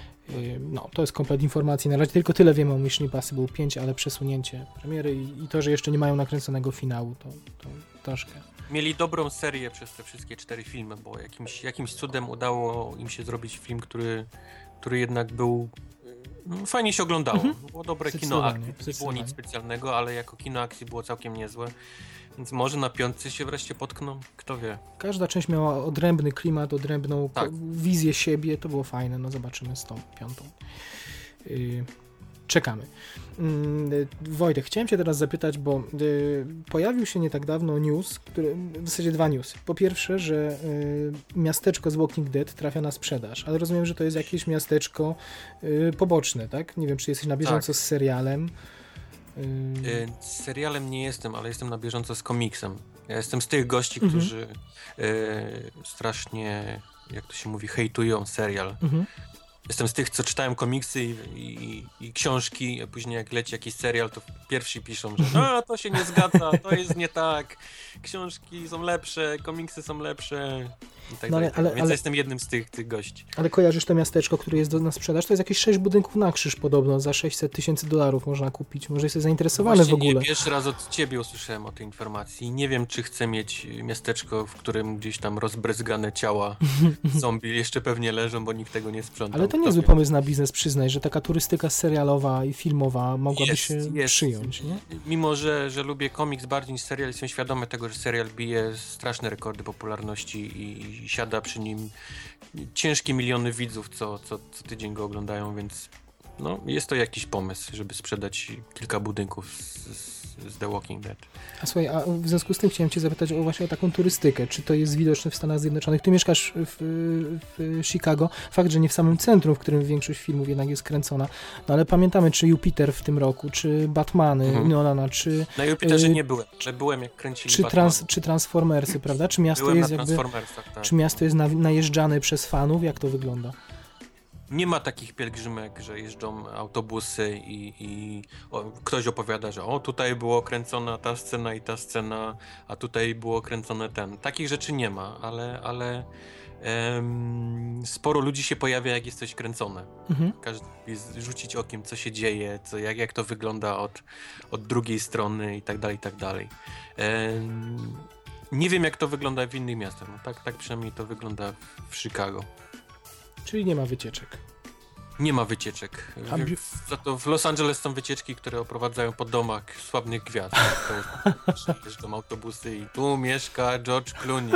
No, to jest komplet informacji. Na razie tylko tyle wiemy o Mission Impossible pięć, ale przesunięcie premiery i, i to, że jeszcze nie mają nakręconego finału, to, to troszkę. Mieli dobrą serię przez te wszystkie cztery filmy, bo jakimś, jakimś cudem udało im się zrobić film, który, który jednak był no, fajnie się oglądało. Mm-hmm. Było dobre kino akcji. Nie było nic specjalnego, ale jako kino akcji było całkiem niezłe. Więc może na piątce się wreszcie potkną, kto wie. Każda część miała odrębny klimat, odrębną tak. wizję siebie, to było fajne, no zobaczymy z tą piątą. Yy. czekamy. Wojtek, chciałem cię teraz zapytać, bo y, pojawił się nie tak dawno news, który, w zasadzie dwa newsy. Po pierwsze, że y, miasteczko z Walking Dead trafia na sprzedaż, ale rozumiem, że to jest jakieś miasteczko y, poboczne, tak? Nie wiem, czy jesteś na bieżąco tak. z serialem. Y, z serialem nie jestem, ale jestem na bieżąco z komiksem. Ja jestem z tych gości, Mhm. którzy y, strasznie, jak to się mówi, hejtują serial. Mhm. Jestem z tych, co czytają komiksy i, i, i książki, a później jak leci jakiś serial, to pierwsi piszą, że no, to się nie zgadza, to jest nie tak, książki są lepsze, komiksy są lepsze i tak No ale- dalej. ale- Więc ale- jestem jednym z tych, tych gości. Ale kojarzysz to miasteczko, które jest do, na sprzedaż? To jest jakieś sześć budynków na krzyż podobno, za sześćset tysięcy dolarów można kupić. Może jesteś zainteresowany Właśnie w ogóle. Nie, pierwszy raz od ciebie usłyszałem o tej informacji. Nie wiem, czy chcę mieć miasteczko, w którym gdzieś tam rozbryzgane ciała zombie jeszcze pewnie leżą, bo nikt tego nie sprzątał. Ale to Kto niezły wie. pomysł na biznes, przyznaj, że taka turystyka serialowa i filmowa mogłaby Jest, się jest. przyjąć, nie? Mimo, że, że lubię komiks bardziej niż serial, jestem świadomy tego, że serial bije straszne rekordy popularności i, i siada przy nim ciężkie miliony widzów, co, co, co tydzień go oglądają, więc no, jest to jakiś pomysł, żeby sprzedać kilka budynków z, z, z The Walking Dead. A słuchaj, a w związku z tym chciałem cię zapytać o właśnie o taką turystykę. Czy to jest widoczne w Stanach Zjednoczonych? Ty mieszkasz w, w Chicago. Fakt, że nie w samym centrum, w którym większość filmów jednak jest kręcona. No ale pamiętamy, czy Jupiter w tym roku, czy Batmany Mhm. Nolana, czy, Na Jupiterze y, nie byłem, ale byłem jak kręcili czy, Batman. trans, czy Transformersy, prawda? Czy miasto Byłem jest na jakby... Transformersach, tak. Czy miasto jest na, najeżdżane przez fanów? Jak to wygląda? Nie ma takich pielgrzymek, że jeżdżą autobusy i, i o, ktoś opowiada, że o, tutaj było kręcona ta scena i ta scena, a tutaj było kręcone ten. Takich rzeczy nie ma, ale, ale em, sporo ludzi się pojawia, jak jest coś kręcone. Mhm. Każdy jest rzucić okiem, co się dzieje, co, jak, jak to wygląda od, od drugiej strony i tak dalej, i tak dalej. Em, nie wiem, jak to wygląda w innych miastach. No, tak, tak przynajmniej to wygląda w, w Chicago. Czyli nie ma wycieczek. Nie ma wycieczek. A bi- W, za to w Los Angeles są wycieczki, które oprowadzają po domach sławnych gwiazd. To jeżdżą autobusy i tu mieszka George Clooney.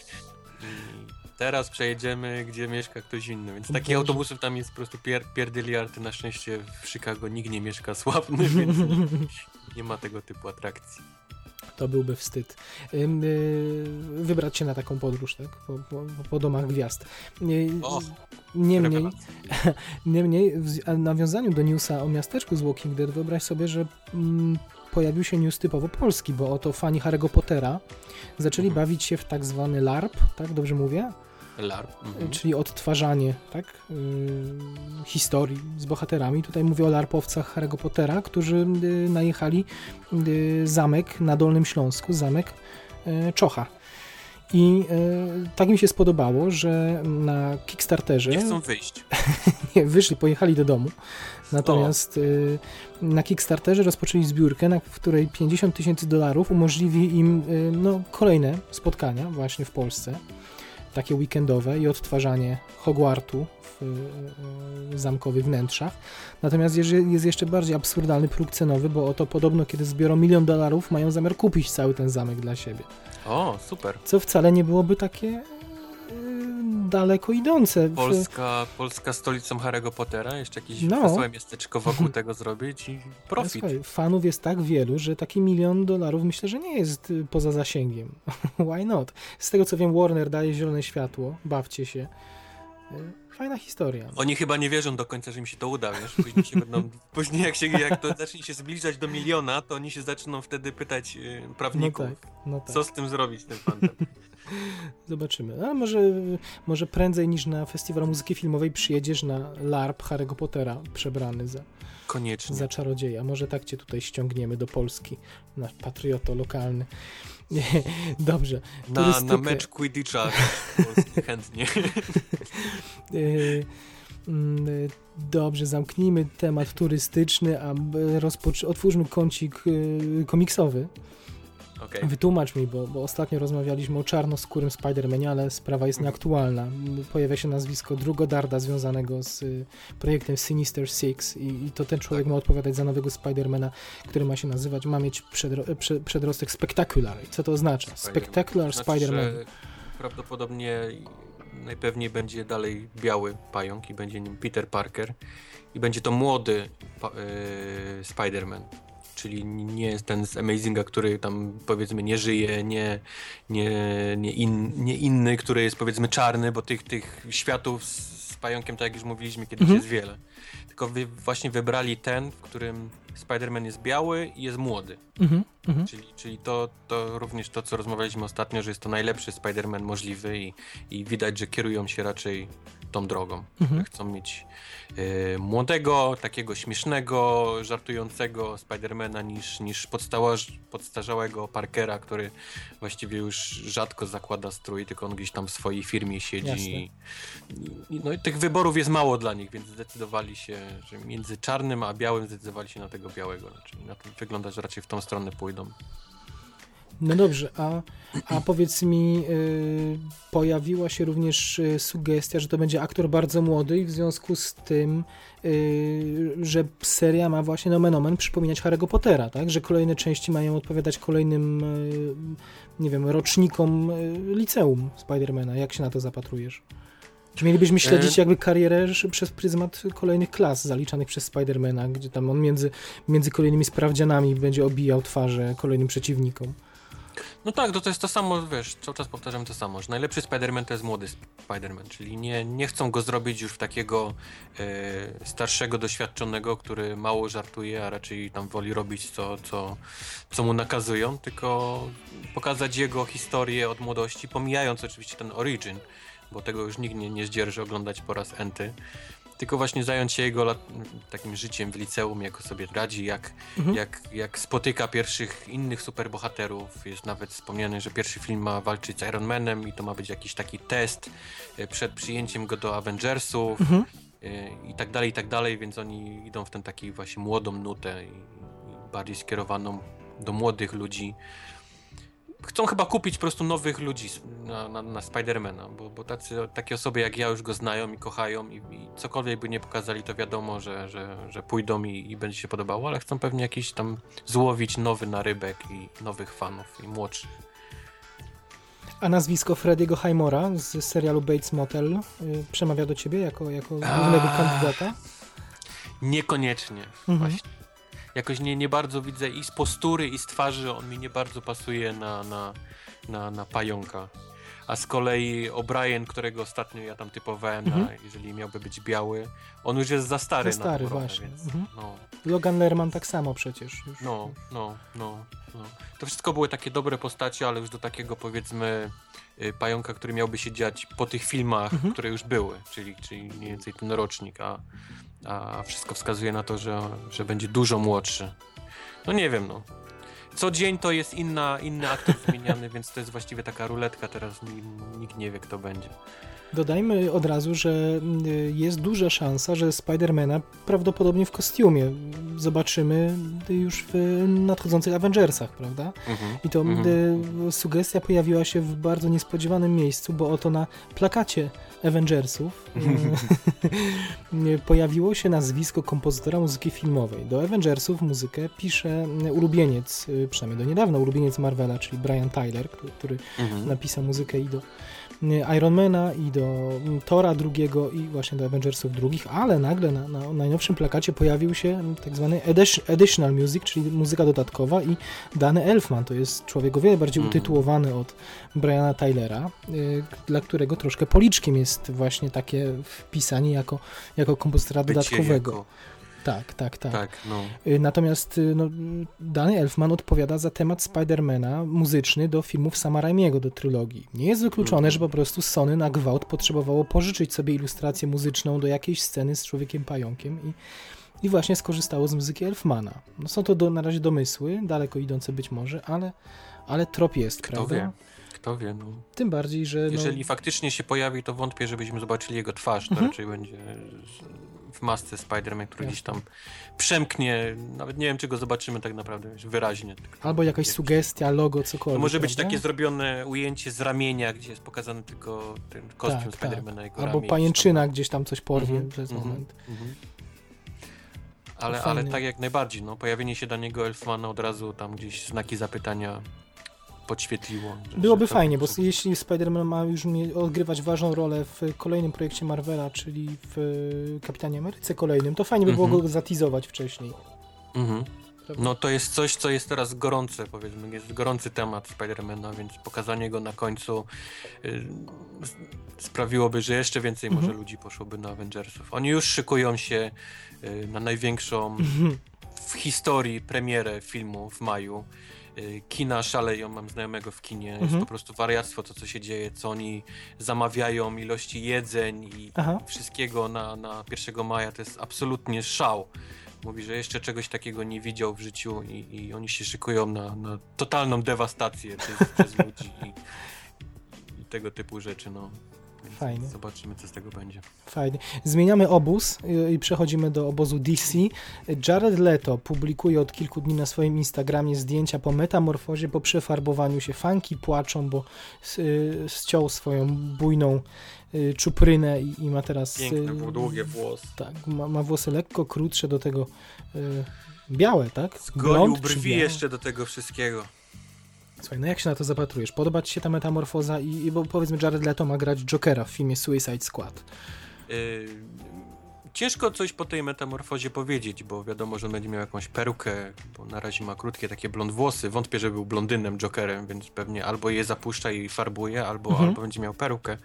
I teraz przejedziemy, gdzie mieszka ktoś inny. Więc takich Boże. autobusów tam jest po prostu pier, pierdyliardy. Na szczęście w Chicago nikt nie mieszka sławny, więc nie, nie ma tego typu atrakcji. To byłby wstyd. Ym, y, wybrać się na taką podróż, tak? Po, po, po domach gwiazd. Y, O, Niemniej, Rewelacja. niemniej w z- nawiązaniu do newsa o miasteczku z Walking Dead, wyobraź sobie, że mm, pojawił się news typowo polski, bo oto fani Harry'ego Pottera zaczęli Mhm. bawić się w tak zwany LARP, tak? Dobrze mówię? LARP. Mhm. Czyli odtwarzanie, tak? Yy, historii z bohaterami. Tutaj mówię o larpowcach Harry'ego Pottera, którzy yy, najechali yy, zamek na Dolnym Śląsku, zamek yy, Czocha. I yy, tak mi się spodobało, że na Kickstarterze Nie chcą wyjść. nie, wyszli, pojechali do domu. Natomiast y, na Kickstarterze rozpoczęli zbiórkę, na, w której pięćdziesiąt tysięcy dolarów umożliwi im y, no, kolejne spotkania właśnie w Polsce, takie weekendowe i odtwarzanie Hogwartu w y, y, zamkowych wnętrzach. Natomiast jest, jest jeszcze bardziej absurdalny próg cenowy, bo oto podobno kiedy zbiorą milion dolarów, mają zamiar kupić cały ten zamek dla siebie. O, super. Co wcale nie byłoby takie y, daleko idące. W- Polska, Polska stolicą Harry'ego Pottera, jeszcze jakieś No. wesołe miasteczko wokół tego zrobić i profit. Słuchaj, fanów jest tak wielu, że taki milion dolarów myślę, że nie jest y, poza zasięgiem. Why not? Z tego co wiem, Warner daje zielone światło, bawcie się. Y, Fajna historia. Oni chyba nie wierzą do końca, że im się to uda, wiesz? Później, się będą, później jak, się, jak to zacznie się zbliżać do miliona, to oni się zaczną wtedy pytać yy, No prawników, tak, no tak. co z tym zrobić, ten fandom. Zobaczymy. Ale może, może prędzej niż na festiwal muzyki filmowej przyjedziesz na LARP Harry'ego Pottera przebrany za, Koniecznie. za czarodzieja. Może tak cię tutaj ściągniemy do Polski. Nasz patrioto lokalny. Dobrze. Na, turystykę. na mecz Quidditcha chętnie. Yy, mm, yy, Dobrze, zamknijmy temat turystyczny, a b- rozpoczy- otwórzmy kącik yy, komiksowy. Okej. Wytłumacz mi, bo, bo ostatnio rozmawialiśmy o czarnoskórym Spider-Manie, ale sprawa jest Mhm. nieaktualna. M, Pojawia się nazwisko Drugodarda związanego z y, projektem Sinister Six i, i to ten człowiek Tak. ma odpowiadać za nowego Spider-Mana, który ma się nazywać, ma mieć przedro- prze- przedrostek Spectacular. I co to oznacza? Spectacular Znaczy, Spider-Man. że prawdopodobnie najpewniej będzie dalej biały pająk i będzie nim Peter Parker i będzie to młody pa, yy, Spider-Man. Czyli nie jest ten z Amazinga, który tam powiedzmy nie żyje, nie, nie, nie, in, nie inny, który jest powiedzmy czarny, bo tych, tych światów z, z pająkiem, tak jak już mówiliśmy kiedyś, Mhm. jest wiele. Tylko wy, właśnie wybrali ten, w którym Spider-Man jest biały i jest młody. Mhm, mhm. Czyli, czyli to, to również to, co rozmawialiśmy ostatnio, że jest to najlepszy Spider-Man możliwy i, i widać, że kierują się raczej tą drogą. Mhm. Że chcą mieć y, młodego, takiego śmiesznego, żartującego Spider-Mana niż, niż podstawa- podstarzałego Parkera, który właściwie już rzadko zakłada strój, tylko on gdzieś tam w swojej firmie siedzi. Jasne. I, i, no i tych wyborów jest mało dla nich, więc zdecydowali się, że między czarnym a białym zdecydowali się na tego białego. Czyli na to wygląda, że raczej w tą stronę pójdą. No dobrze, a, a powiedz mi, y, pojawiła się również y, sugestia, że to będzie aktor bardzo młody i w związku z tym, y, że seria ma właśnie nomen omen przypominać Harry'ego Pottera, tak? Że kolejne części mają odpowiadać kolejnym, y, nie wiem, rocznikom y, liceum Spidermana. Jak się na to zapatrujesz? Czy mielibyśmy śledzić jakby karierę sz- przez pryzmat kolejnych klas zaliczanych przez Spidermana, gdzie tam on między, między kolejnymi sprawdzianami będzie obijał twarze kolejnym przeciwnikom? No tak, to, to jest to samo, wiesz, cały czas powtarzam to samo, że najlepszy Spider-Man to jest młody Spider-Man, czyli nie, nie chcą go zrobić już w takiego e, starszego, doświadczonego, który mało żartuje, a raczej tam woli robić to, co, co mu nakazują, tylko pokazać jego historię od młodości, pomijając oczywiście ten origin, bo tego już nikt nie, nie zdzierży oglądać po raz enty. Tylko właśnie zająć się jego lat, takim życiem w liceum, jak sobie radzi, jak, Mhm. jak, jak spotyka pierwszych innych superbohaterów. Jest nawet wspomniane, że pierwszy film ma walczyć z Iron Manem i to ma być jakiś taki test e, przed przyjęciem go do Avengersów Mhm. e, i tak dalej, i tak dalej, więc oni idą w ten taki właśnie młodą nutę i, i bardziej skierowaną do młodych ludzi. Chcą chyba kupić po prostu nowych ludzi na, na, na Spidermana, bo, bo tacy, takie osoby jak ja już go znają i kochają i, i cokolwiek by nie pokazali, to wiadomo, że, że, że pójdą i, i będzie się podobało, ale chcą pewnie jakiś tam złowić nowy narybek i nowych fanów i młodszych. A nazwisko Freddy'ego Highmora z serialu Bates Motel y, przemawia do ciebie jako, jako głównego A. kandydata? Niekoniecznie Mhm. właśnie. Jakoś nie, nie bardzo widzę i z postury, i z twarzy on mi nie bardzo pasuje na, na, na, na pająka. A z kolei O'Brien, którego ostatnio ja tam typowałem, Mhm. na, jeżeli miałby być biały, on już jest za stary, Za stary, na tą rolę, właśnie. Więc, Mhm. no, Logan Lerman tak samo przecież. Już. no, no, no, no. To wszystko były takie dobre postacie, ale już do takiego powiedzmy y, pająka, który miałby się dziać po tych filmach, Mhm. które już były, czyli, czyli mniej więcej ten rocznik, a, a wszystko wskazuje na to, że, że będzie dużo młodszy. No nie wiem, no. Co dzień to jest inna, inny aktor wymieniany, więc to jest właściwie taka ruletka, teraz ni- nikt nie wie, kto będzie. Dodajmy od razu, że y, jest duża szansa, że Spidermana prawdopodobnie w kostiumie zobaczymy już w nadchodzących Avengersach, prawda? Mhm. I to Mhm. y, sugestia pojawiła się w bardzo niespodziewanym miejscu, bo oto na plakacie Avengersów y, y, pojawiło się nazwisko kompozytora muzyki filmowej. Do Avengersów muzykę pisze y, ulubieniec, y, przynajmniej do niedawna ulubieniec Marvela, czyli Brian Tyler, który, który Mhm. napisał muzykę i do Ironmana i do Thora drugiego i właśnie do Avengersów drugich, ale nagle na, na najnowszym plakacie pojawił się tak zwany additional music, czyli muzyka dodatkowa i Danny Elfman, to jest człowiek o wiele bardziej Mhm. utytułowany od Briana Tylera, y, dla którego troszkę policzkiem jest właśnie takie wpisanie jako, jako kompozytora Bycie dodatkowego. jako- Tak, tak, tak. Tak, no. Y, Natomiast y, no, Danny Elfman odpowiada za temat Spidermana muzyczny do filmów Sama Raimiego, do trylogii. Nie jest wykluczone, Mhm. że po prostu Sony na gwałt potrzebowało pożyczyć sobie ilustrację muzyczną do jakiejś sceny z Człowiekiem Pająkiem i, i właśnie skorzystało z muzyki Elfmana. No, są to do, na razie domysły, daleko idące być może, ale, ale trop jest, Kto prawda? wie? Kto wie, no. Tym bardziej, że... No, Jeżeli faktycznie się pojawi, to wątpię, żebyśmy zobaczyli jego twarz. To Mhm. raczej będzie w masce Spider-Man, który gdzieś tam przemknie. Nawet nie wiem, czy go zobaczymy tak naprawdę wyraźnie. Tylko albo jakaś nie- sugestia, logo, To cokolwiek. może być prawda? takie zrobione ujęcie z ramienia, gdzie jest pokazany tylko ten kostium Tak, tak. Spider-Mana, jego Albo ramię. pajęczyna gdzieś tam coś porwie Mhm, przez mhm, moment. mhm. Ale, Fajny. ale tak jak najbardziej, no, pojawienie się Daniego Elfmana od razu tam gdzieś znaki zapytania podświetliło. Że, Byłoby że fajnie, to, bo jeśli Spider-Man ma już mie- odgrywać ważną rolę w kolejnym projekcie Marvela, czyli w Kapitanie Ameryce kolejnym, to fajnie by było Mhm. go zatizować wcześniej. Mhm. No to jest coś, co jest teraz gorące, powiedzmy, jest gorący temat Spidermana, więc pokazanie go na końcu y, sprawiłoby, że jeszcze więcej Mhm. może ludzi poszłoby na Avengersów. Oni już szykują się y, na największą Mhm. w historii premierę filmu w maju. Y, Kina szaleją, mam znajomego w kinie, jest Mhm. po prostu wariactwo to, co się dzieje, co oni zamawiają, ilości jedzeń i Aha. wszystkiego na, na pierwszego maja, to jest absolutnie szał. Mówi, że jeszcze czegoś takiego nie widział w życiu i, i oni się szykują na, na totalną dewastację przez, przez ludzi i, i tego typu rzeczy, no. Więc Fajnie. Zobaczymy, co z tego będzie. Fajnie. Zmieniamy obóz y, i przechodzimy do obozu D C. Jared Leto publikuje od kilku dni na swoim Instagramie zdjęcia po metamorfozie, po przefarbowaniu się. Fanki płaczą, bo y, ściął swoją bujną y, czuprynę i, i ma teraz... Piękne, y, długie włosy. Tak, ma, ma włosy lekko krótsze, do tego y, białe, tak? Zgolił Blond czy brwi białe? jeszcze do tego wszystkiego. Słuchaj, no jak się na to zapatrujesz? Podoba ci się ta metamorfoza i, i bo powiedzmy Jared Leto ma grać Jokera w filmie Suicide Squad. Yy, ciężko coś po tej metamorfozie powiedzieć, bo wiadomo, że on będzie miał jakąś perukę, bo na razie ma krótkie takie blond włosy. Wątpię, że był blondynem, Jokerem, więc pewnie albo je zapuszcza i farbuje, albo, Mhm. albo będzie miał perukę.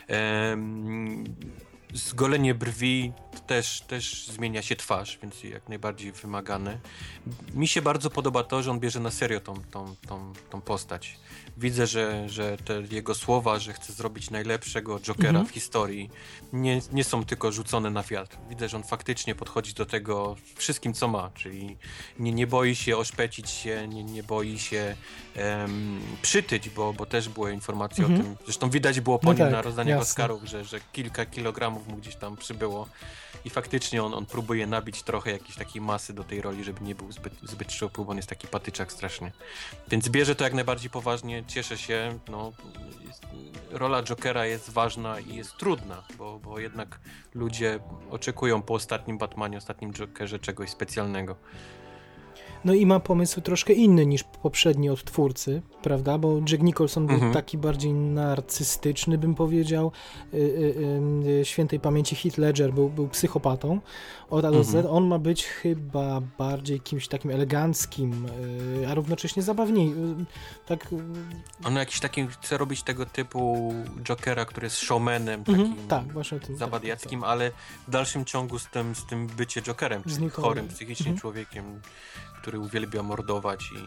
Ehm, zgolenie brwi też, też zmienia się twarz, więc jak najbardziej wymagane. Mi się bardzo podoba to, że on bierze na serio tą, tą, tą, tą postać. Widzę, że, że te jego słowa, że chce zrobić najlepszego Jokera Mhm. w historii, nie, nie są tylko rzucone na wiatr. Widzę, że on faktycznie podchodzi do tego wszystkim, co ma, czyli nie, nie boi się oszpecić się, nie, nie boi się em, przytyć, bo, bo też były informacje Mhm. o tym. Zresztą widać było po No nim tak, na rozdaniach jasne. Oscarów, że, że kilka kilogramów mu gdzieś tam przybyło i faktycznie on, on próbuje nabić trochę jakiejś takiej masy do tej roli, żeby nie był zbyt, zbyt szczupły, bo on jest taki patyczak strasznie. Więc bierze to jak najbardziej poważnie, cieszę się. No, jest, rola Jokera jest ważna i jest trudna, bo, bo jednak ludzie oczekują po ostatnim Batmanie, ostatnim Jokerze czegoś specjalnego. No i ma pomysł troszkę inny niż poprzedni od twórcy, prawda? Bo Jack Nicholson był Mhm. taki bardziej narcystyczny, bym powiedział. Y, y, y, świętej pamięci Heath Ledger był, był psychopatą od A do Z. Mhm. On ma być chyba bardziej kimś takim eleganckim, y, a równocześnie zabawniej. Y, tak, y, On jakiś taki chce robić tego typu Jokera, który jest showmanem, takim mhm, tak, właśnie o tym. zabadiackim, ale w dalszym ciągu z tym, z tym bycie Jokerem, czyli Znikąd. chorym psychicznie Mhm. człowiekiem, który uwielbia mordować i,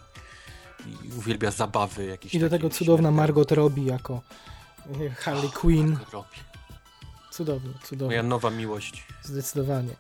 i uwielbia zabawy jakieś I do takie tego cudowna śmieszne. Margot Robbie jako y, Harley Quinn. Margot Robbie. Cudownie, cudownie. Moja nowa miłość. Zdecydowanie.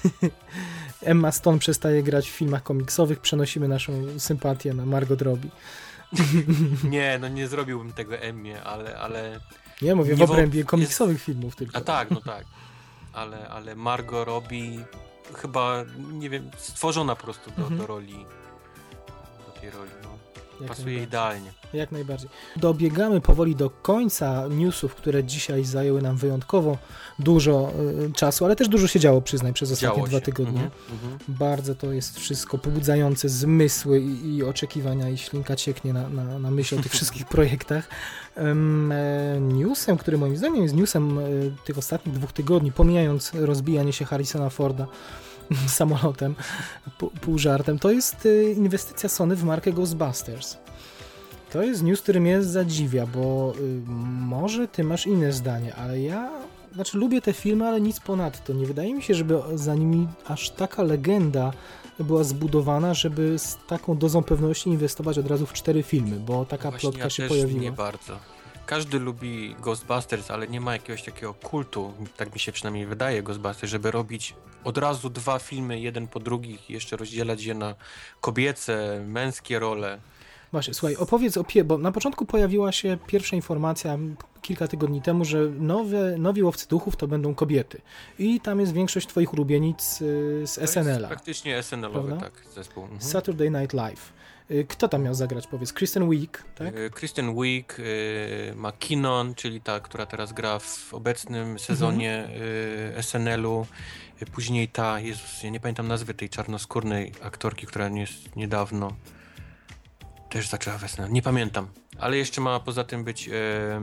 Emma Stone przestaje grać w filmach komiksowych, przenosimy naszą sympatię na Margot Robbie. Nie, no nie zrobiłbym tego Emmie, ale, ale... Nie mówię w Nie obrębie jest- komiksowych filmów tylko. A tak, no tak. Ale, ale Margot Robbie chyba, nie wiem, stworzona po prostu do, Mhm. do roli, do tej roli, no. Jak Pasuje najbardziej. idealnie. Jak najbardziej. Dobiegamy powoli do końca newsów, które dzisiaj zajęły nam wyjątkowo dużo y, czasu, ale też dużo się działo, przyznaj, przez ostatnie Działo dwa się. tygodnie. Mhm, mhm. Bardzo to jest wszystko pobudzające zmysły i, i oczekiwania i ślinka cieknie na, na, na myśl o tych wszystkich projektach. Um, e, newsem, który moim zdaniem jest newsem e, tych ostatnich dwóch tygodni, pomijając rozbijanie się Harrisona Forda samolotem, pół, pół żartem, to jest e, inwestycja Sony w markę Ghostbusters. To jest news, który mnie zadziwia, bo y, może ty masz inne zdanie, ale ja, znaczy lubię te filmy, ale nic ponadto. Nie wydaje mi się, żeby za nimi aż taka legenda była zbudowana, żeby z taką dozą pewności inwestować od razu w cztery filmy, bo taka Właśnie plotka ja się też pojawiła. nie bardzo. Każdy lubi Ghostbusters, ale nie ma jakiegoś takiego kultu, tak mi się przynajmniej wydaje, Ghostbusters, żeby robić od razu dwa filmy, jeden po drugich i jeszcze rozdzielać je na kobiece, męskie role. Właśnie, słuchaj, opowiedz o pie, bo na początku pojawiła się pierwsza informacja m, kilka tygodni temu, że nowe, nowi łowcy duchów to będą kobiety. I tam jest większość twoich ulubienic y, z To S N L jest a. praktycznie S N L-owy, Prawda? tak, zespół. Mhm. Saturday Night Live. Y, Kto tam miał zagrać, powiedz? Kristen Wiig, tak? Y, Kristen Wiig, y, McKinnon, czyli ta, która teraz gra w obecnym sezonie y, S N L-u. Y, Później ta, Jezus, ja nie pamiętam nazwy tej czarnoskórnej aktorki, która jest niedawno. Też zaczęła wiosna. Nie pamiętam. Ale jeszcze ma poza tym być... E...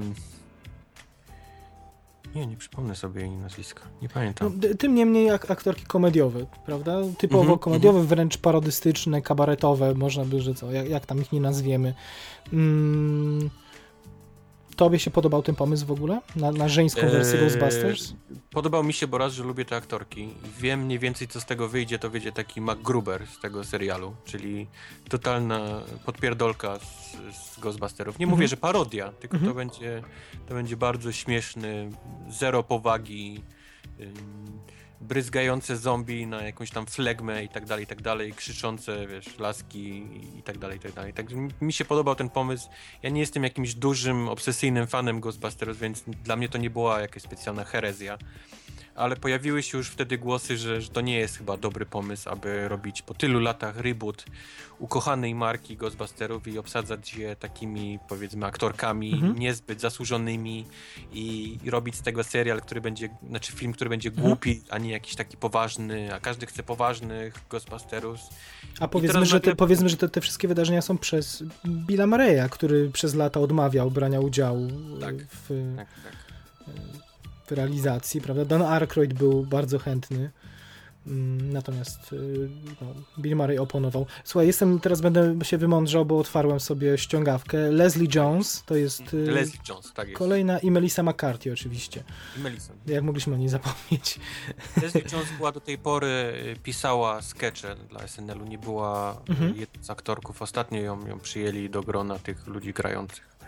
Nie, nie przypomnę sobie jej nazwiska. Nie pamiętam. No, tym niemniej ak- aktorki komediowe, prawda? Typowo Mm-hmm, komediowe, mm-hmm. wręcz parodystyczne, kabaretowe, można by, że co, jak, jak tam ich nie nazwiemy. Mm. Tobie się podobał ten pomysł w ogóle? Na, na żeńską wersję eee, Ghostbusters? Podobał mi się, bo raz, że lubię te aktorki. Wiem mniej więcej, co z tego wyjdzie, to wyjdzie taki MacGruber z tego serialu, czyli totalna podpierdolka z, z Ghostbusterów. Nie mm-hmm. mówię, że parodia, tylko mm-hmm. to będzie to będzie bardzo śmieszny, zero powagi, ym, bryzgające zombie na jakąś tam flegmę i tak dalej, i tak dalej, krzyczące, wiesz, laski i tak dalej, i tak dalej. Tak mi się podobał ten pomysł. Ja nie jestem jakimś dużym, obsesyjnym fanem Ghostbusters, więc dla mnie to nie była jakaś specjalna herezja. Ale pojawiły się już wtedy głosy, że, że to nie jest chyba dobry pomysł, aby robić po tylu latach reboot ukochanej marki Ghostbusterów i obsadzać je takimi, powiedzmy, aktorkami mhm. niezbyt zasłużonymi i, i robić z tego serial, który będzie, znaczy film, który będzie mhm. głupi, a nie jakiś taki poważny, a każdy chce poważnych Ghostbusterów. A powiedzmy, że te, nagle... powiedzmy, że te, te wszystkie wydarzenia są przez Billa Murraya, który przez lata odmawiał brania udziału tak, w... tak, tak. w realizacji, prawda? Dan Aykroyd był bardzo chętny, natomiast no, Bill Murray oponował. Słuchaj, jestem, teraz będę się wymądrzał, bo otwarłem sobie ściągawkę. Leslie Jones, to jest Leslie Jones, tak jest. Kolejna i Melissa McCarthy oczywiście. I Melissa. Jak mogliśmy o niej zapomnieć. Leslie Jones była do tej pory, pisała skecze dla S N L-u, nie była mhm. jedną z aktorków. Ostatnio ją, ją przyjęli do grona tych ludzi grających.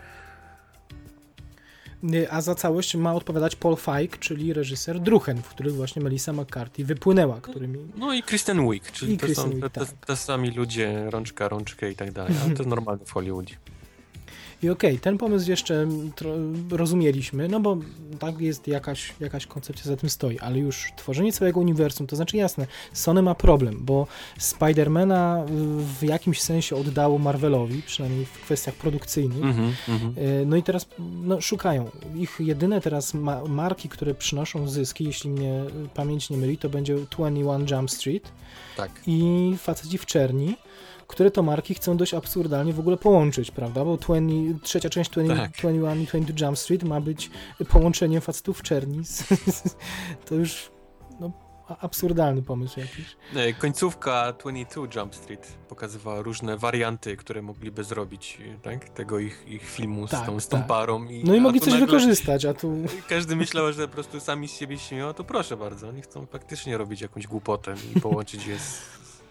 A za całość ma odpowiadać Paul Feig, czyli reżyser Druchen, w których właśnie Melissa McCarthy wypłynęła, którymi... No i Kristen Wiig, czyli I to Kristen są Wiig, te, te, tak. te sami ludzie, rączka, rączkę i tak dalej, ale to jest normalne w Hollywoodzie. I okej, okay, ten pomysł jeszcze tro- rozumieliśmy, no bo tak jest jakaś, jakaś koncepcja za tym stoi, ale już tworzenie całego uniwersum, to znaczy jasne, Sony ma problem, bo Spidermana w jakimś sensie oddało Marvelowi, przynajmniej w kwestiach produkcyjnych, Mm-hmm, mm-hmm. no i teraz no, szukają. Ich jedyne teraz ma- marki, które przynoszą zyski, jeśli mnie pamięć nie myli, to będzie dwadzieścia jeden Jump Street tak. i Faceci w czerni, które to marki chcą dość absurdalnie w ogóle połączyć, prawda? Bo dwadzieścia, trzecia część dwadzieścia, tak. dwadzieścia jeden i dwadzieścia Jump Street ma być połączeniem facetów w czerni. To już no, absurdalny pomysł jakiś. Końcówka dwadzieścia dwa Jump Street pokazywała różne warianty, które mogliby zrobić, tak? Tego ich, ich filmu z tak, tą, z tą tak. parą. I, no i mogli coś nagle wykorzystać, a tu... Każdy myślał, że po prostu sami z siebie śmieją, to proszę bardzo, oni chcą faktycznie robić jakąś głupotę i połączyć je z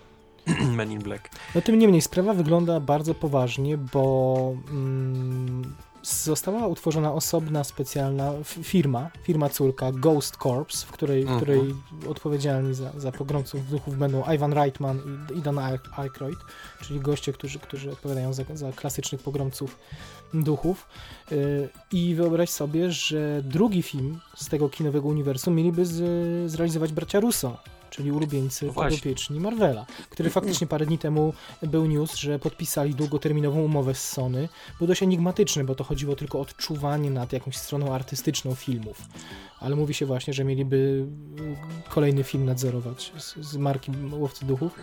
Men in Black. No tym niemniej sprawa wygląda bardzo poważnie, bo mm, została utworzona osobna, specjalna firma, firma córka Ghost Corps, w której, w której uh-huh. odpowiedzialni za, za pogromców duchów będą Ivan Reitman i, i Dan Aykroyd, czyli goście, którzy, którzy odpowiadają za, za klasycznych pogromców duchów. Yy, I wyobraź sobie, że drugi film z tego kinowego uniwersum mieliby z, zrealizować bracia Russo, czyli ulubieńcy no podopieczni Marvela, który faktycznie parę dni temu był news, że podpisali długoterminową umowę z Sony. Był dość enigmatyczny, bo to chodziło tylko o odczuwanie nad jakąś stroną artystyczną filmów. Ale mówi się właśnie, że mieliby kolejny film nadzorować z, z marki Łowcy Duchów.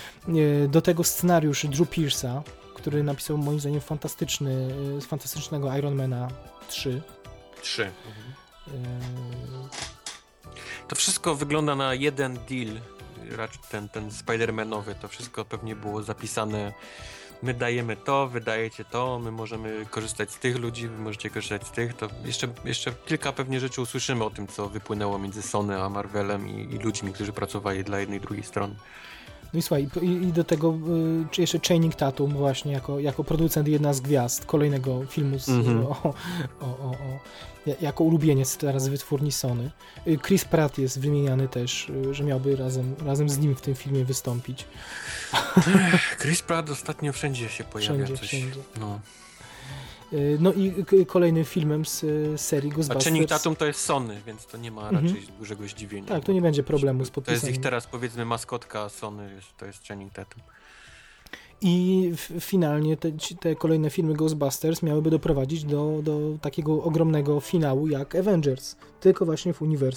Do tego scenariusz Drew Pearsa, który napisał moim zdaniem fantastyczny, z fantastycznego Ironmana trzy. trzy. Mhm. To wszystko wygląda na jeden deal, raczej ten, ten Spider-Manowy, to wszystko pewnie było zapisane, my dajemy to, wy dajecie to, my możemy korzystać z tych ludzi, wy możecie korzystać z tych, to jeszcze, jeszcze kilka pewnie rzeczy usłyszymy o tym, co wypłynęło między Sony a Marvelem i, i ludźmi, którzy pracowali dla jednej i drugiej strony. No i słuchaj, i, i do tego y, jeszcze Channing Tatum właśnie jako, jako producent i jedna z gwiazd kolejnego filmu z, mm-hmm. o, o, o, o, jako ulubieniec teraz wytwórni Sony. Chris Pratt jest wymieniany też, że miałby razem, razem z nim w tym filmie wystąpić. Chris Pratt ostatnio wszędzie się pojawia. Wszędzie, coś. wszędzie. No. No i k- kolejnym filmem z serii Ghostbusters. A Channing Tatum to jest Sony, więc to nie ma raczej mhm. dużego zdziwienia. Tak, to nie będzie problemu z podpisaniem. To jest ich teraz, powiedzmy, maskotka Sony, to jest Channing Tatum. I f- finalnie te, te kolejne filmy Ghostbusters miałyby doprowadzić do, do takiego ogromnego finału jak Avengers, tylko właśnie w uniwersum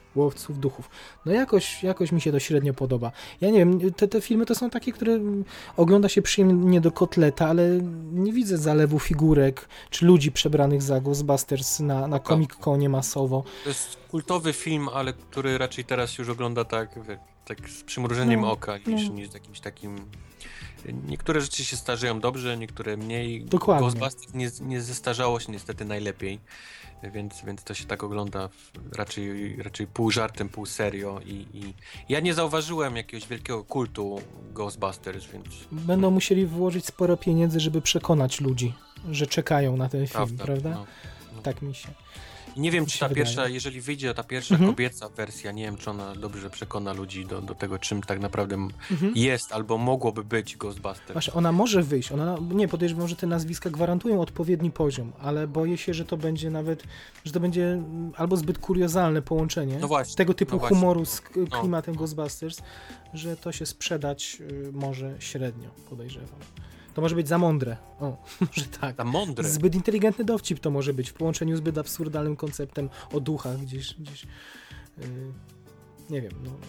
Łowców duchów. No jakoś, jakoś mi się to średnio podoba. Ja nie wiem, te, te filmy to są takie, które ogląda się przyjemnie do kotleta, ale nie widzę zalewu figurek, czy ludzi przebranych za Ghostbusters na, na Comic-Conie masowo. To jest kultowy film, ale który raczej teraz się już ogląda tak, tak z przymrużeniem No, oka, niż, no. niż jakimś takim... Niektóre rzeczy się starzeją dobrze, niektóre mniej. Dokładnie. Ghostbusters nie, nie zestarzało się niestety najlepiej, więc, więc to się tak ogląda w, raczej, raczej pół żartem, pół serio i, i ja nie zauważyłem jakiegoś wielkiego kultu Ghostbusters, więc... Będą musieli włożyć sporo pieniędzy, żeby przekonać ludzi, że czekają na ten film, Prawda, prawda? no, no. Tak mi się. I nie wiem, mi czy się ta wydaje. pierwsza, jeżeli wyjdzie ta pierwsza Mhm. kobieca wersja, nie wiem, czy ona dobrze przekona ludzi do, do tego, czym tak naprawdę m- Mhm. jest albo mogłoby być Ghostbusters. Właśnie, ona może wyjść, ona, nie, podejrzewam, że te nazwiska gwarantują odpowiedni poziom, ale boję się, że to będzie nawet, że to będzie mm, albo zbyt kuriozalne połączenie No właśnie, tego typu no właśnie, humoru no, z k- no, klimatem no. Ghostbusters, że to się sprzedać y, może średnio, podejrzewam. To może być za mądre, o, że tak. Ta mądre. Zbyt inteligentny dowcip to może być, w połączeniu z zbyt absurdalnym konceptem o duchach gdzieś, gdzieś yy, nie wiem, no.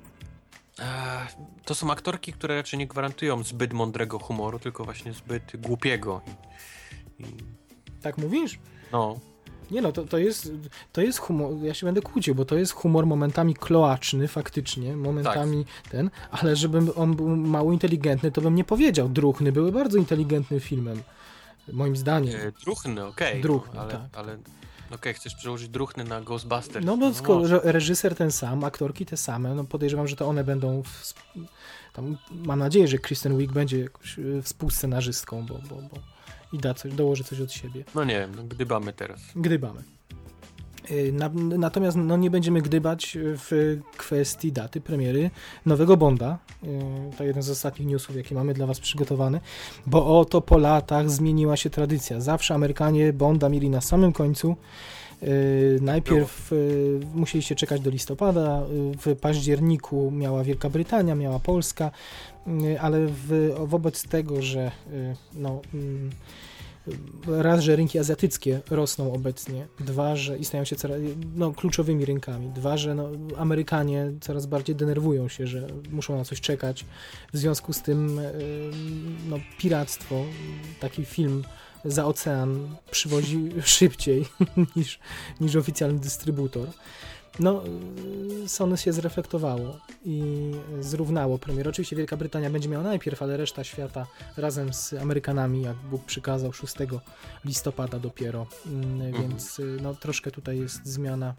Eee, to są aktorki, które raczej nie gwarantują zbyt mądrego humoru, tylko właśnie zbyt głupiego. I, i, Tak mówisz? no, Nie no, to, to jest to jest humor, ja się będę kłócił, bo to jest humor momentami kloaczny faktycznie, momentami ten, ale żebym on był mało inteligentny, to bym nie powiedział. Druchny były bardzo inteligentnym filmem, moim zdaniem. e, Druchny, okej. Druchny, no, ale, tak. ale okej, chcesz przełożyć Druchny na Ghostbusters. No bo no, skoro może. że reżyser ten sam, aktorki te same, no podejrzewam, że to one będą w, tam, mam nadzieję, że Kristen Wiig będzie jakąś y, współscenarzystką, bo, bo, bo i da coś, dołoży coś od siebie. No nie wiem, no, gdybamy teraz. Gdybamy. Y, Na, natomiast no, nie będziemy gdybać w kwestii daty premiery nowego Bonda. Y, To jeden z ostatnich newsów, jakie mamy dla was przygotowany, bo oto po latach zmieniła się tradycja. Zawsze Amerykanie Bonda mieli na samym końcu. Y, Najpierw y, musieliście czekać do listopada, y, w październiku miała Wielka Brytania, miała Polska, y, ale w, wobec tego, że y, no, mm, raz, że rynki azjatyckie rosną obecnie, dwa, że i stają się coraz, no, kluczowymi rynkami, dwa, że no, Amerykanie coraz bardziej denerwują się, że muszą na coś czekać, w związku z tym y, no, piractwo, taki film za ocean przywozi szybciej niż, niż oficjalny dystrybutor. No, Sony się zreflektowało i zrównało premierę. Oczywiście Wielka Brytania będzie miała najpierw, ale reszta świata razem z Amerykanami, jak Bóg przykazał, szóstego listopada dopiero, mm, więc no, troszkę tutaj jest zmiana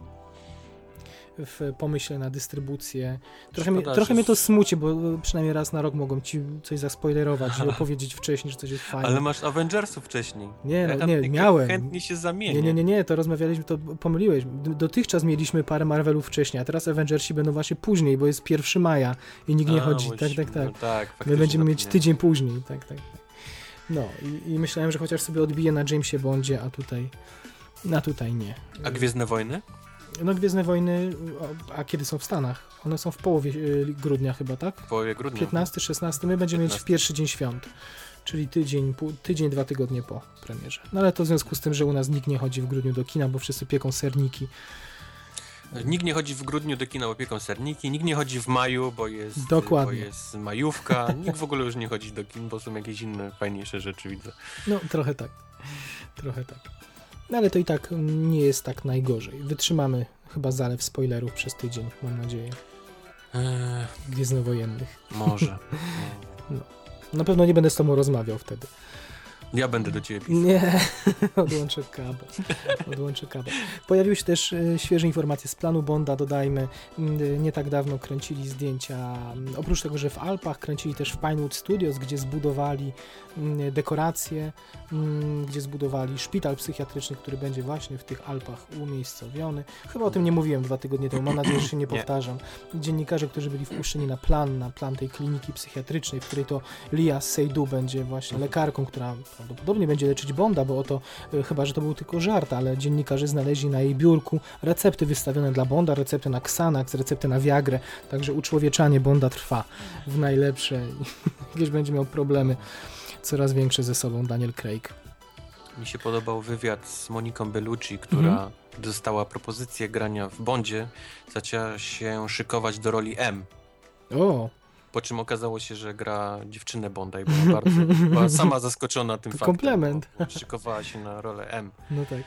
w pomyśle na dystrybucję. Trochę, mnie, Szkoda, trochę że- mnie to smuci, bo przynajmniej raz na rok mogą ci coś zaspoilerować i opowiedzieć wcześniej, że coś jest fajne. Ale masz Avengersów wcześniej. Nie, Ja no, tam nie, tak miałem. Chętnie się zamienię. Nie, nie, nie, nie, to rozmawialiśmy, to pomyliłeś. D- Dotychczas mieliśmy parę Marvelów wcześniej, a teraz Avengersi będą właśnie później, bo jest pierwszego maja i nikt nie A, chodzi. mój- Tak, tak, tak. No, tak, My faktycznie będziemy mieć zapomniałem. tydzień później. Tak, tak, tak. No i, i myślałem, że chociaż sobie odbiję na Jamesie Bondzie, a tutaj, a tutaj nie. A Gwiezdne Wojny? No Gwiezdne Wojny, o, a kiedy są w Stanach? One są w połowie y, grudnia chyba, tak? W połowie grudnia. piętnasty, szesnasty, my będziemy mieć w piętnasty. pierwszy dzień świąt, czyli tydzień, pół, tydzień, dwa tygodnie po premierze. No ale to w związku z tym, że u nas nikt nie chodzi w grudniu do kina, bo wszyscy pieką serniki. Nikt nie chodzi w grudniu do kina, bo pieką serniki, nikt nie chodzi w maju, bo jest, Dokładnie. bo jest majówka, nikt w ogóle już nie chodzi do kin, bo są jakieś inne, fajniejsze rzeczy, widzę. No trochę tak, trochę tak. No ale to i tak nie jest tak najgorzej. Wytrzymamy chyba zalew spoilerów przez tydzień, mam nadzieję, Eee, gwiezdnowojennych. może. Na pewno nie będę z tobą rozmawiał wtedy. Ja będę do ciebie pisał. Nie, odłączę kabel. Odłączę kabel. Pojawiły się też e, świeże informacje z planu Bonda, dodajmy. M, Nie tak dawno kręcili zdjęcia, m, oprócz tego, że w Alpach, kręcili też w Pinewood Studios, gdzie zbudowali m, dekoracje, m, gdzie zbudowali szpital psychiatryczny, który będzie właśnie w tych Alpach umiejscowiony. Chyba o tym nie mówiłem dwa tygodnie temu, mam nadzieję, że się nie Nie. powtarzam. Dziennikarze, którzy byli wpuszczeni na plan, na plan tej kliniki psychiatrycznej, w której to Lia Seydoux będzie właśnie lekarką, która prawdopodobnie będzie leczyć Bonda, bo oto, y, chyba że to był tylko żart, ale dziennikarze znaleźli na jej biurku recepty wystawione dla Bonda, recepty na Xanax, recepty na Viagrę, także uczłowieczanie Bonda trwa w najlepsze i gdzieś będzie miał problemy coraz większe ze sobą Daniel Craig. Mi się podobał wywiad z Moniką Bellucci, która Mhm. kiedy dostała propozycję grania w Bondzie, zaczęła się szykować do roli M. O! Po czym okazało się, że gra dziewczynę Bonda i była bardzo była sama zaskoczona tym To faktem. komplement. Bo, bo szykowała się na rolę M. No tak.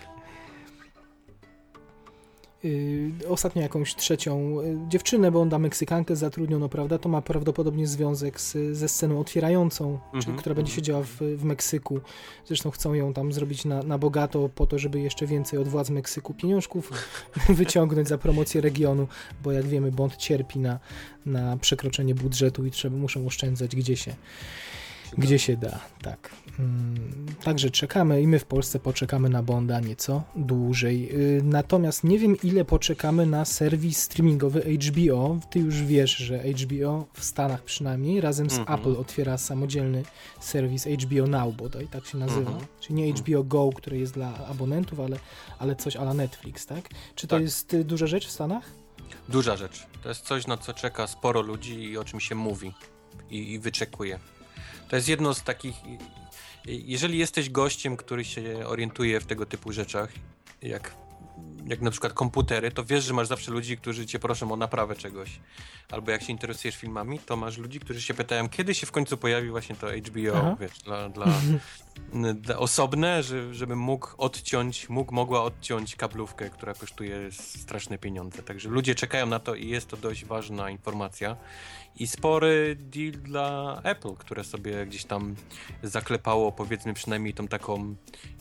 Yy, ostatnio jakąś trzecią yy, dziewczynę, bo on da Meksykankę zatrudniono, prawda? To ma prawdopodobnie związek z, ze sceną otwierającą, Mm-hmm, czyli, która będzie mm-hmm. się działa w, w Meksyku. Zresztą chcą ją tam zrobić na, na bogato po to, żeby jeszcze więcej od władz Meksyku pieniążków wyciągnąć za promocję regionu, bo jak wiemy, Bond cierpi na, na przekroczenie budżetu i trzeba, muszą oszczędzać gdzie się Gdzie się da, tak. Hmm, także czekamy i my w Polsce poczekamy na Bonda nieco dłużej. Yy, natomiast nie wiem, ile poczekamy na serwis streamingowy H B O. Ty już wiesz, że H B O w Stanach przynajmniej razem z Mm-hmm. Apple otwiera samodzielny serwis H B O Now, bodaj tak się nazywa. Mm-hmm. Czyli nie H B O Go, które jest dla abonentów, ale, ale coś a la Netflix, tak? Czy to Tak. jest y, duża rzecz w Stanach? Duża rzecz. To jest coś, na co czeka sporo ludzi i o czym się mówi i, i wyczekuje. To jest jedno z takich... Jeżeli jesteś gościem, który się orientuje w tego typu rzeczach, jak, jak na przykład komputery, to wiesz, że masz zawsze ludzi, którzy cię proszą o naprawę czegoś. Albo jak się interesujesz filmami, to masz ludzi, którzy się pytają, kiedy się w końcu pojawi właśnie to H B O, Aha. wiesz, dla, dla, dla osobne, że, żeby mógł odciąć, mógł, mogła odciąć kablówkę, która kosztuje straszne pieniądze. Także ludzie czekają na to i jest to dość ważna informacja. I spory deal dla Apple, które sobie gdzieś tam zaklepało, powiedzmy przynajmniej tą taką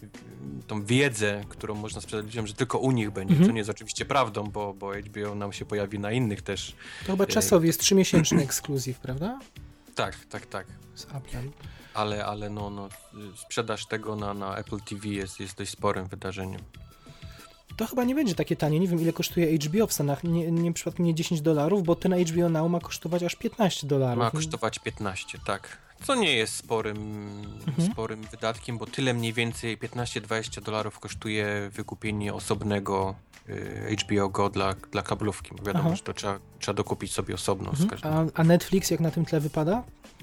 tą wiedzę, którą można sprzedać ludziom, że tylko u nich będzie, Mhm. co nie jest oczywiście prawdą, bo, bo H B O nam się pojawi na innych też. To chyba czasowy jest trzymiesięczny ekskluzyw, prawda? Tak, tak, tak. Z Applem. Ale, ale no, no, sprzedaż tego na, na Apple T V jest, jest dość sporym wydarzeniem. To chyba nie będzie takie tanie. Nie wiem, ile kosztuje H B O w Stanach. Nie, nie przypadkiem nie dziesięć dolarów, bo ten H B O Now ma kosztować aż piętnaście dolarów. Ma kosztować piętnaście, tak. Co nie jest sporym, Mhm. sporym wydatkiem, bo tyle mniej więcej piętnaście do dwudziestu dolarów kosztuje wykupienie osobnego y, H B O Go dla, dla kablówki. Bo wiadomo, Aha. że to trzeba, trzeba dokupić sobie osobno. Z Mhm. każdym. A, a Netflix jak na tym tle wypada?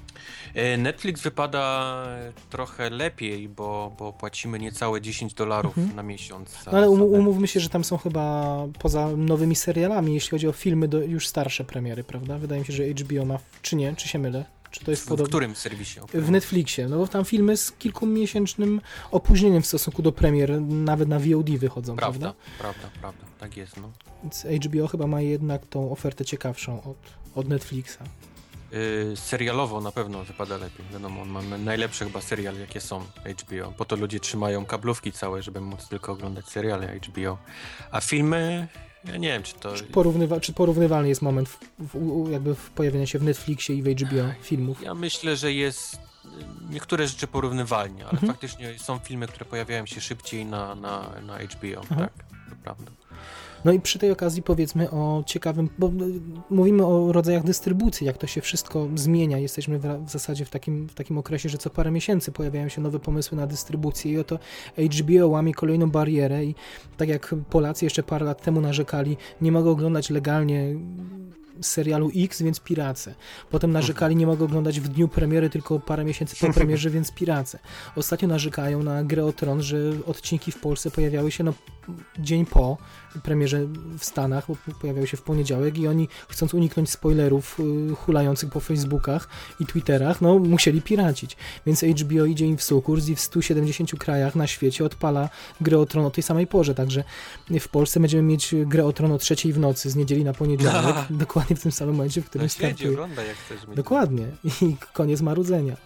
Y, Netflix wypada trochę lepiej, bo, bo płacimy niecałe dziesięć dolarów Mhm. na miesiąc. Za, No ale um, za umówmy się, że tam są chyba poza nowymi serialami, jeśli chodzi o filmy, do, już starsze premiery, prawda? Wydaje mi się, że H B O ma, czy nie? Czy się mylę? Czy to jest w, w podobne? którym serwisie? W Netflixie, no bo tam filmy z kilkumiesięcznym opóźnieniem w stosunku do premier, nawet na V O D wychodzą, prawda? Prawda, prawda, prawda. Tak jest, no. Więc H B O chyba ma jednak tą ofertę ciekawszą od, od Netflixa. Yy, serialowo na pewno wypada lepiej. Wiadomo, on ma najlepsze chyba seriale, jakie są H B O. Po to ludzie trzymają kablówki całe, żeby móc tylko oglądać seriale H B O. A filmy, ja nie wiem, czy to... Czy, porównywa- czy porównywalny jest moment w, w, u- jakby w pojawienia się w Netflixie i w H B O filmów? Ja myślę, że jest y, niektóre rzeczy porównywalnie, ale Mhm. faktycznie są filmy, które pojawiają się szybciej na, na, na H B O. Aha. Tak, to prawda. No i przy tej okazji powiedzmy o ciekawym, bo y, mówimy o rodzajach dystrybucji, jak to się wszystko zmienia. Jesteśmy w, w zasadzie w takim, w takim okresie, że co parę miesięcy pojawiają się nowe pomysły na dystrybucję i oto H B O łamie kolejną barierę i tak jak Polacy jeszcze parę lat temu narzekali, nie mogą oglądać legalnie serialu X, więc piracę. Potem narzekali, nie mogą oglądać w dniu premiery, tylko parę miesięcy po premierze, więc piracę. Ostatnio narzekają na Grę o Tron, że odcinki w Polsce pojawiały się no, dzień po premierze w Stanach, bo pojawiały się w poniedziałek i oni, chcąc uniknąć spoilerów y, hulających po Facebookach i Twitterach, no musieli piracić. Więc H B O idzie im w sukurs i w stu siedemdziesięciu krajach na świecie odpala Grę o Tron o tej samej porze, także w Polsce będziemy mieć Grę o Tron o trzeciej w nocy, z niedzieli na poniedziałek, dokładnie w tym samym momencie, w którym Na świecie startuje. ogląda, jak chcesz mieć. Dokładnie. I koniec marudzenia.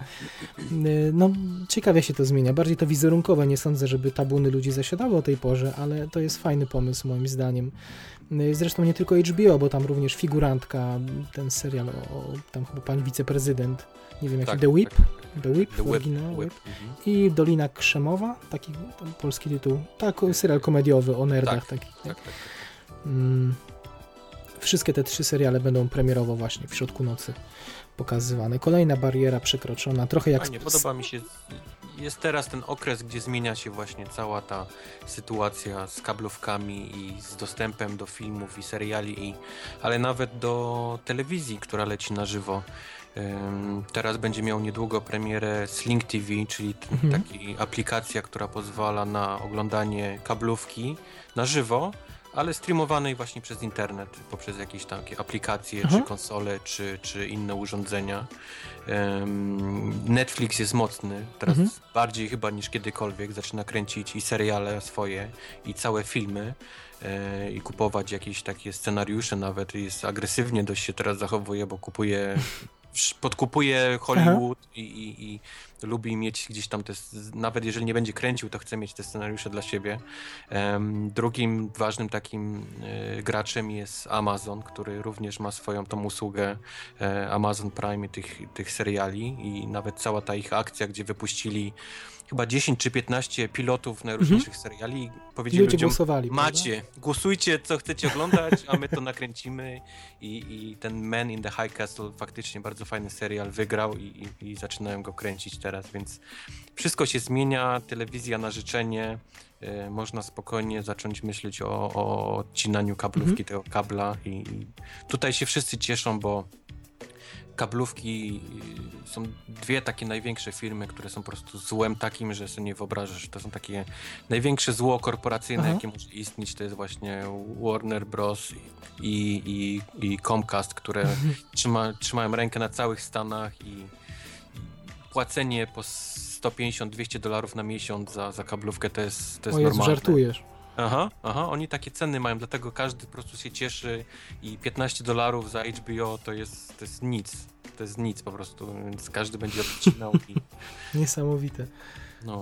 Y, No, ciekawie się to zmienia. Bardziej to wizerunkowe. Nie sądzę, żeby tabuny ludzi zasiadały o tej porze, ale to jest fajny pomysł moim zdaniem. Y, Zresztą nie tylko H B O, bo tam również Figurantka, ten serial o tam chyba pani wiceprezydent, nie wiem jaki, Tak, The Whip, tak. The Whip, The Whip, oryginał, Whip. Whip. Mhm. I Dolina Krzemowa, taki tam polski tytuł. Tak, serial komediowy o nerdach. Tak, taki. Tak, tak. Mm. Wszystkie te trzy seriale będą premierowo właśnie w środku nocy pokazywane. Kolejna bariera przekroczona, trochę jak... Fajnie, podoba mi się. Jest teraz ten okres, gdzie zmienia się właśnie cała ta sytuacja z kablówkami i z dostępem do filmów i seriali, i, ale nawet do telewizji, która leci na żywo. Ym, teraz będzie miał niedługo premierę Sling T V, czyli t- Mhm. taki aplikacja, która pozwala na oglądanie kablówki na żywo, ale streamowanej właśnie przez internet, poprzez jakieś takie aplikacje, Aha. czy konsole, czy, czy inne urządzenia. Ym, Netflix jest mocny, teraz Mhm. bardziej chyba niż kiedykolwiek, zaczyna kręcić i seriale swoje, i całe filmy, e, i kupować jakieś takie scenariusze nawet, i jest agresywnie dość się teraz zachowuje, bo kupuje, wsz- podkupuje Hollywood i, i, i lubi mieć gdzieś tam te, s- nawet jeżeli nie będzie kręcił, to chce mieć te scenariusze dla siebie. Em, drugim ważnym takim e, graczem jest Amazon, który również ma swoją tą usługę e, Amazon Prime i tych, tych seriali, i nawet cała ta ich akcja, gdzie wypuścili chyba dziesięć czy piętnaście pilotów najróżniejszych seriali i powiedzieli Ludzie ludziom, głosowali, macie, głosujcie co chcecie oglądać, a my to nakręcimy, i, i ten Man in the High Castle, faktycznie bardzo fajny serial, wygrał i, i, i zaczynają go kręcić teraz, więc wszystko się zmienia, telewizja na życzenie, e, można spokojnie zacząć myśleć o, o odcinaniu kablówki, tego kabla, i, i tutaj się wszyscy cieszą, bo kablówki y, są dwie takie największe firmy, które są po prostu złem takim, że sobie nie wyobrażasz. To są takie największe zło korporacyjne, Aha. jakie może istnieć. To jest właśnie Warner Bros. i, i, i Comcast, które trzyma, trzymają rękę na całych Stanach, i, i płacenie po sto pięćdziesiąt dwieście dolarów na miesiąc za, za kablówkę to jest, to jest O Jezu, normalne. żartujesz. Aha, aha, oni takie ceny mają, dlatego każdy po prostu się cieszy, i piętnaście dolarów za H B O to jest, to jest nic, to jest nic po prostu, więc każdy będzie odcinał i Niesamowite. no.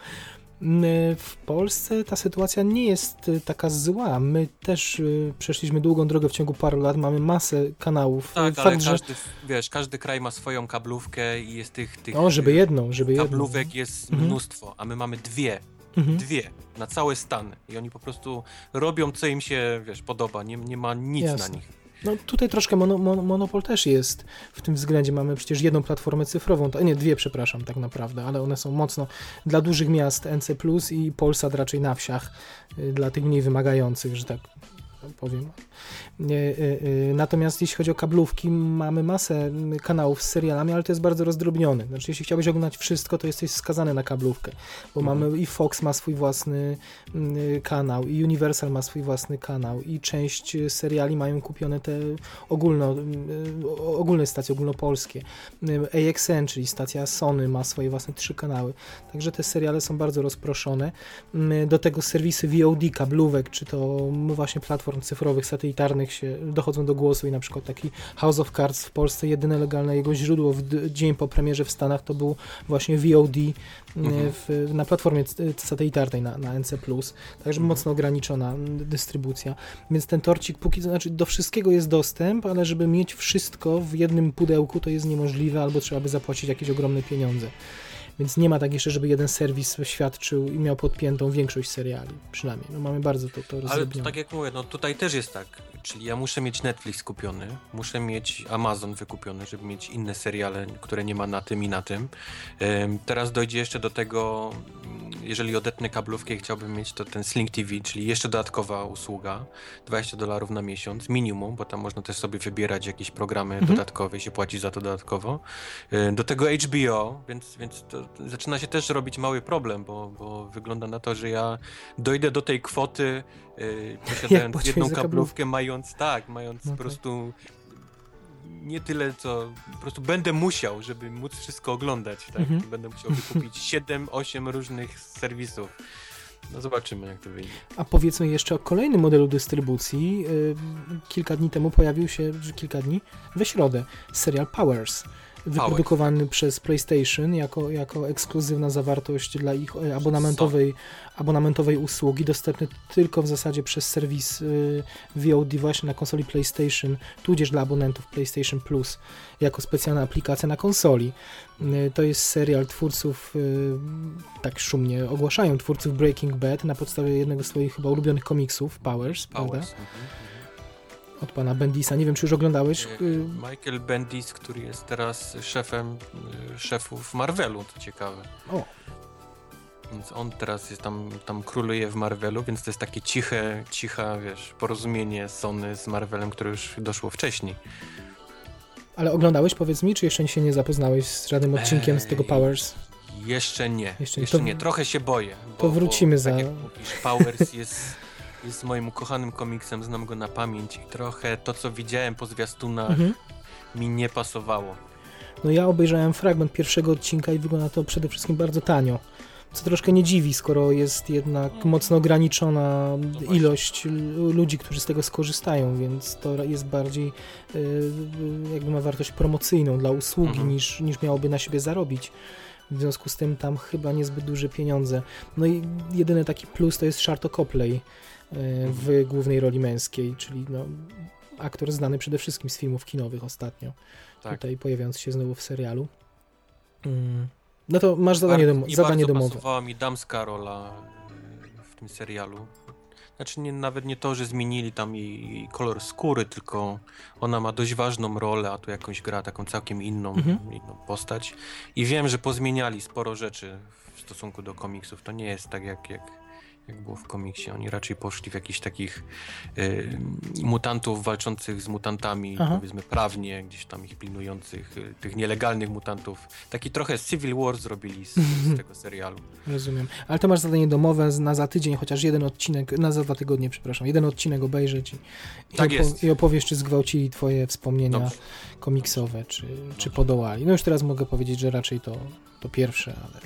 My w Polsce ta sytuacja nie jest y, taka zła. My też y, przeszliśmy długą drogę w ciągu paru lat, mamy masę kanałów. Tak, Fakt, ale że... każdy, wiesz, każdy kraj ma swoją kablówkę i jest tych, tych O, żeby jedną, żeby jedną. kablówek jest Mhm. mnóstwo, a my mamy dwie, Mhm. dwie na całe Stany, i oni po prostu robią co im się, wiesz, podoba, nie, nie ma nic Jasne. na nich. No tutaj troszkę mono, mon, monopol też jest w tym względzie. Mamy przecież jedną platformę cyfrową, to, nie, dwie, przepraszam, tak naprawdę, ale one są mocno dla dużych miast N C plus, i Polsat raczej na wsiach, y, dla tych mniej wymagających, że tak powiem. Y, y, y, Natomiast jeśli chodzi o kablówki, mamy masę y, kanałów z serialami, ale to jest bardzo rozdrobnione. Znaczy, jeśli chciałbyś oglądać wszystko, to jesteś skazany na kablówkę, bo Mhm. mamy i Fox ma swój własny y, kanał, i Universal ma swój własny kanał, i część y, seriali mają kupione te ogólno, y, o- ogólne stacje, ogólnopolskie. Y, A X N, czyli stacja Sony, ma swoje własne trzy kanały. Także te seriale są bardzo rozproszone. Y, Do tego serwisy V O D, kablówek, czy to m, właśnie platform cyfrowych, satelitarnych się dochodzą do głosu, i na przykład taki House of Cards w Polsce, jedyne legalne jego źródło w d- dzień po premierze w Stanach to był właśnie V O D y, Mhm. w, na platformie c- satelitarnej na, na N C plus, także Mhm. mocno ograniczona mm, dystrybucja, więc ten torcik póki to znaczy do wszystkiego jest dostęp, ale żeby mieć wszystko w jednym pudełku to jest niemożliwe, albo trzeba by zapłacić jakieś ogromne pieniądze. Więc nie ma tak jeszcze, żeby jeden serwis świadczył i miał podpiętą większość seriali, przynajmniej. No mamy bardzo to, to Ale to rozdrobnione. tak jak mówię, no tutaj też jest tak, czyli ja muszę mieć Netflix kupiony, muszę mieć Amazon wykupiony, żeby mieć inne seriale, które nie ma na tym i na tym. Ym, teraz dojdzie jeszcze do tego, mm, jeżeli odetnę kablówkę i chciałbym mieć to ten Sling T V, czyli jeszcze dodatkowa usługa, dwadzieścia dolarów na miesiąc, minimum, bo tam można też sobie wybierać jakieś programy Mhm. dodatkowe i się płaci za to dodatkowo. Ym, do tego H B O, więc, więc to zaczyna się też robić mały problem, bo, bo wygląda na to, że ja dojdę do tej kwoty, yy, posiadając płaciłeś jedną za kablówkę, mając tak, mając No po tak. prostu nie tyle, co po prostu będę musiał, żeby móc wszystko oglądać, tak? Mhm. Będę musiał wykupić siedem osiem różnych serwisów. No zobaczymy, jak to wyjdzie. A powiedzmy jeszcze o kolejnym modelu dystrybucji. Yy, Kilka dni temu pojawił się, że kilka dni, we środę, serial Powers, wyprodukowany przez PlayStation jako, jako ekskluzywna zawartość dla ich e, abonamentowej, abonamentowej usługi, dostępny tylko w zasadzie przez serwis y, V O D właśnie na konsoli PlayStation, tudzież dla abonentów PlayStation Plus, jako specjalna aplikacja na konsoli. Y, to jest serial twórców, y, tak szumnie ogłaszają, twórców Breaking Bad na podstawie jednego z swoich chyba ulubionych komiksów, Powers, prawda? Powers. Mhm. Od pana Bendisa. Nie wiem, czy już oglądałeś? E, Y, Michael Bendis, który jest teraz szefem e, szefów Marvelu, to ciekawe. O. Więc on teraz jest tam, tam króluje w Marvelu, więc to jest takie ciche, cicha, wiesz, porozumienie Sony z Marvelem, które już doszło wcześniej. Ale oglądałeś, powiedz mi, czy jeszcze się nie zapoznałeś z żadnym odcinkiem z tego Powers? Jeszcze nie, Jeszcze, jeszcze to, nie, trochę się boję. Bo, to wrócimy bo, za... Tak jak mówisz, Powers jest, jest moim ukochanym komiksem, znam go na pamięć i trochę to, co widziałem po zwiastunach, mhm. mi nie pasowało. No ja obejrzałem fragment pierwszego odcinka i wygląda to przede wszystkim bardzo tanio. Co troszkę nie dziwi, skoro jest jednak mocno ograniczona no ilość ludzi, którzy z tego skorzystają, więc to jest bardziej yy, jakby ma wartość promocyjną dla usługi, mhm. niż, niż miałoby na siebie zarobić. W związku z tym tam chyba niezbyt duże pieniądze. No i jedyny taki plus to jest Sharlto Copley yy, w głównej roli męskiej, czyli no, aktor znany przede wszystkim z filmów kinowych ostatnio. Tak. Tutaj pojawiając się znowu w serialu. Yy. No to masz zadanie, Bar- dom- zadanie domowe. domowe. Pasowała mi damska rola w tym serialu. Znaczy nie, nawet nie to, że zmienili tam jej, jej kolor skóry, tylko ona ma dość ważną rolę, a tu jakąś gra taką całkiem inną, mhm. inną postać. I wiem, że pozmieniali sporo rzeczy w stosunku do komiksów. To nie jest tak jak, jak, jak było w komiksie. Oni raczej poszli w jakichś takich y, mutantów walczących z mutantami, Aha. powiedzmy prawnie, gdzieś tam ich pilnujących, y, tych nielegalnych mutantów. Taki trochę Civil War zrobili z, z tego serialu. Rozumiem. Ale to masz zadanie domowe na za tydzień, chociaż jeden odcinek, na za dwa tygodnie, przepraszam, jeden odcinek obejrzeć i, tak i, opow- i opowiesz, czy zgwałcili twoje wspomnienia Dobrze. komiksowe, czy, czy podołali. No już teraz mogę powiedzieć, że raczej to to pierwsze, ale,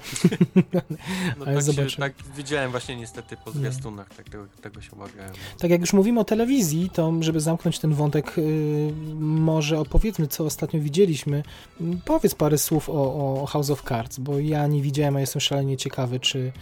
no ale tak zobaczymy. Się, tak widziałem właśnie niestety po zwiastunach, tak, tego, tego się obawiałem. Tak jak już mówimy o telewizji, to żeby zamknąć ten wątek, yy, może opowiedzmy, co ostatnio widzieliśmy. Powiedz parę słów o, o House of Cards, bo ja nie widziałem, a jestem szalenie ciekawy, czy,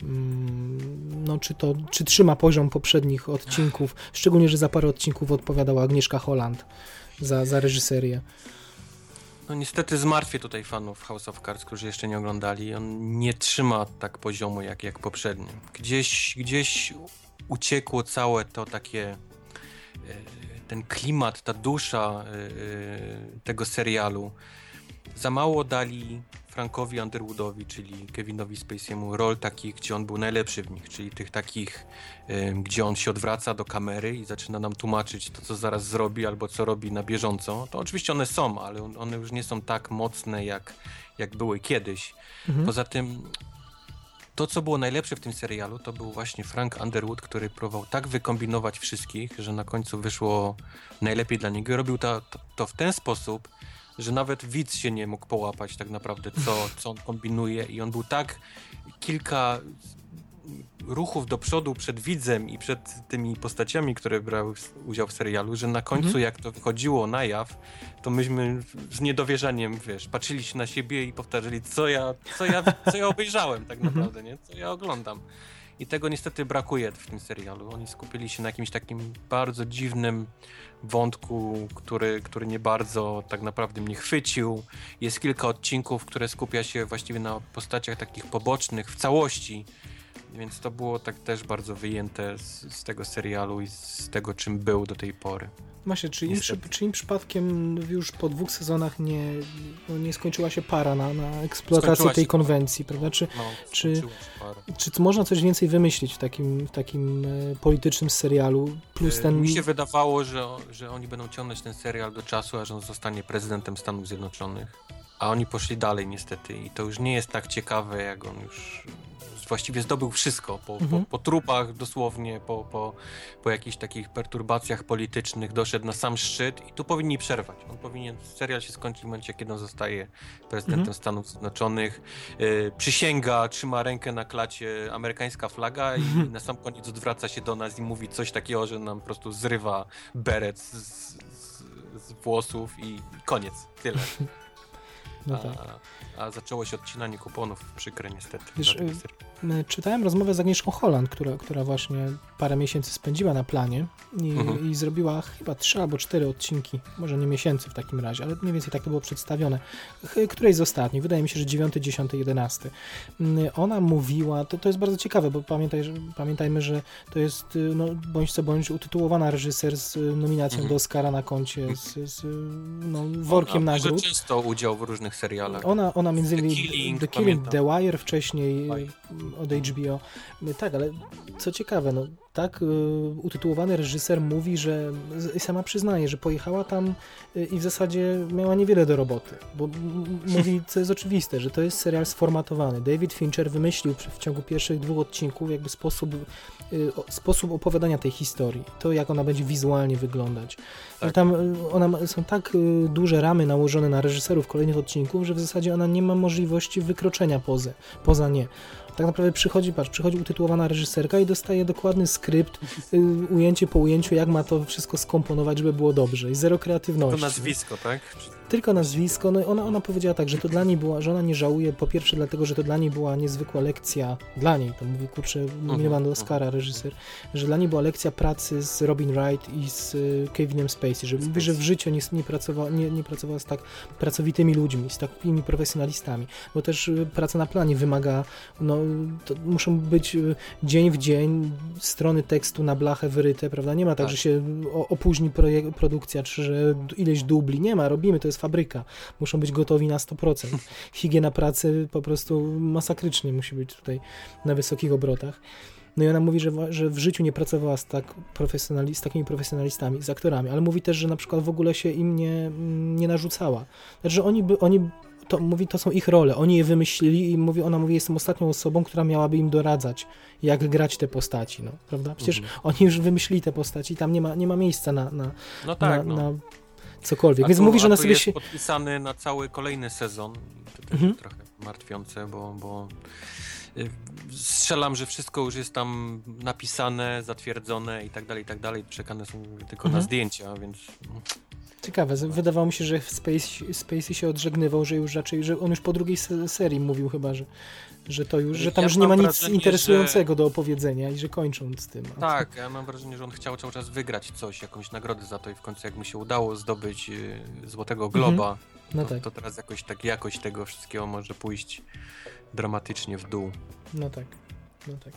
mm, no, czy to czy trzyma poziom poprzednich odcinków, szczególnie, że za parę odcinków odpowiadała Agnieszka Holland za, za reżyserię. No niestety zmartwię tutaj fanów House of Cards, którzy jeszcze nie oglądali. On nie trzyma tak poziomu jak, jak poprzedni. Gdzieś, gdzieś uciekło całe to takie, ten klimat, ta dusza tego serialu. Za mało dali Frankowi Underwoodowi, czyli Kevinowi Spacey'emu, rol takich, gdzie on był najlepszy w nich, czyli tych takich, y, gdzie on się odwraca do kamery i zaczyna nam tłumaczyć to, co zaraz zrobi, albo co robi na bieżąco. To oczywiście one są, ale one już nie są tak mocne, jak, jak były kiedyś. Mhm. Poza tym to, co było najlepsze w tym serialu, to był właśnie Frank Underwood, który próbował tak wykombinować wszystkich, że na końcu wyszło najlepiej dla niego i robił to, to, to w ten sposób, że nawet widz się nie mógł połapać tak naprawdę, co, co on kombinuje i on był tak kilka ruchów do przodu przed widzem i przed tymi postaciami, które brały udział w serialu, że na końcu mhm. jak to wychodziło na jaw, to myśmy z niedowierzaniem, wiesz, patrzyli się na siebie i powtarzali, co ja, co ja, co ja obejrzałem tak naprawdę, nie? Co ja oglądam. I tego niestety brakuje w tym serialu. Oni skupili się na jakimś takim bardzo dziwnym wątku, który, który nie bardzo tak naprawdę mnie chwycił. Jest kilka odcinków, które skupia się właściwie na postaciach takich pobocznych w całości, więc to było tak też bardzo wyjęte z, z tego serialu i z tego, czym był do tej pory. Właśnie, czy im, przy, czy im przypadkiem już po dwóch sezonach nie, no nie skończyła się para na, na eksploatację tej konwencji, prawda? Czy, no, czy, czy można coś więcej wymyślić w takim, w takim e, politycznym serialu? Plus ten... Mi się wydawało, że, że oni będą ciągnąć ten serial do czasu, aż on zostanie prezydentem Stanów Zjednoczonych, a oni poszli dalej niestety i to już nie jest tak ciekawe, jak on już właściwie zdobył wszystko, po, mhm. po, po trupach dosłownie, po, po, po jakichś takich perturbacjach politycznych doszedł na sam szczyt i tu powinni przerwać. On powinien, serial się skończyć w momencie, kiedy on zostaje prezydentem mhm. Stanów Zjednoczonych, yy, przysięga, trzyma rękę na klacie amerykańska flaga i mhm. na sam koniec odwraca się do nas i mówi coś takiego, że nam po prostu zrywa beret z, z, z włosów i koniec, tyle. No tak. a, a zaczęło się odcinanie kuponów, przykre niestety. Wiesz, czytałem rozmowę z Agnieszką Holland, która, która właśnie parę miesięcy spędziła na planie i, mhm. i zrobiła chyba trzy albo cztery odcinki, może nie miesięcy w takim razie, ale mniej więcej tak to było przedstawione. Którejś z ostatnich, wydaje mi się, że dziewiąty, dziesiąty, jedenasty. Ona mówiła, to, to jest bardzo ciekawe, bo pamiętaj, że, pamiętajmy, że to jest no, bądź co bądź utytułowana reżyser z nominacją mhm. do Oscara na koncie, z, z no, workiem ona nagród. Ona często udział w różnych serialach. Ona, ona między innymi The Killing, The, Killing, The Wire wcześniej Why? Od H B O. Tak, ale co ciekawe, no tak, utytułowany reżyser mówi, że i sama przyznaje, że pojechała tam i w zasadzie miała niewiele do roboty, bo m- mówi, co jest oczywiste, że to jest serial sformatowany. David Fincher wymyślił w ciągu pierwszych dwóch odcinków jakby sposób, sposób opowiadania tej historii, to jak ona będzie wizualnie wyglądać. Tak. Że tam ona, są tak duże ramy nałożone na reżyserów kolejnych odcinków, że w zasadzie ona nie ma możliwości wykroczenia poza, poza nie. Tak naprawdę przychodzi, patrz, przychodzi utytułowana reżyserka i dostaje dokładny skrypt, y, ujęcie po ujęciu, jak ma to wszystko skomponować, żeby było dobrze i zero kreatywności. Tylko nazwisko, tak? Tylko nazwisko, no i ona, ona powiedziała tak, że to dla niej była, że ona nie żałuje, po pierwsze dlatego, że to dla niej była niezwykła lekcja, dla niej, to mówi, kurczę, nominowany do Oscara reżyser, że dla niej była lekcja pracy z Robin Wright i z y, Kevinem Spacey, że mówi, że w życiu nie, nie, pracowała, nie, nie pracowała z tak pracowitymi ludźmi, z takimi profesjonalistami, bo też y, praca na planie wymaga, no, to muszą być y, dzień w dzień strony tekstu na blachę wyryte, prawda, nie ma tak, tak. że się o, opóźni projek- produkcja, czy że ileś dubli, nie ma, robimy, to jest fabryka. Muszą być gotowi na sto procent. Higiena pracy po prostu masakrycznie musi być tutaj na wysokich obrotach. No i ona mówi, że, że w życiu nie pracowała z, tak profesjonali- z takimi profesjonalistami, z aktorami, ale mówi też, że na przykład w ogóle się im nie, nie narzucała. Znaczy, że oni, by, oni to, mówi, to są ich role, oni je wymyślili i mówi, ona mówi, jestem ostatnią osobą, która miałaby im doradzać, jak grać te postaci, no, prawda? Przecież mhm. oni już wymyślili te postaci, tam nie ma, nie ma miejsca na, na, no tak, na, no. na cokolwiek. A Więc tu, mówi, że a ona tu sobie jest się... podpisany na cały kolejny sezon. To też Mhm. jest trochę martwiące, bo, bo y, strzelam, że wszystko już jest tam napisane, zatwierdzone i tak dalej, i tak dalej. Czekane są tylko Mhm. na zdjęcia, więc... Ciekawe, z- wydawało mi się, że Spacey, Spacey się odżegnywał, że już raczej, że on już po drugiej se- serii mówił chyba, że, że to już, że tam Ja już nie mam ma nic wrażenie, interesującego do opowiedzenia i że kończą z tym. A Tak, ja mam wrażenie, że on chciał cały czas wygrać coś, jakąś nagrodę za to i w końcu jak mu się udało zdobyć y, Złotego Globa, No to, tak. to teraz jakoś tak jakość tego wszystkiego może pójść dramatycznie w dół. No tak, no tak.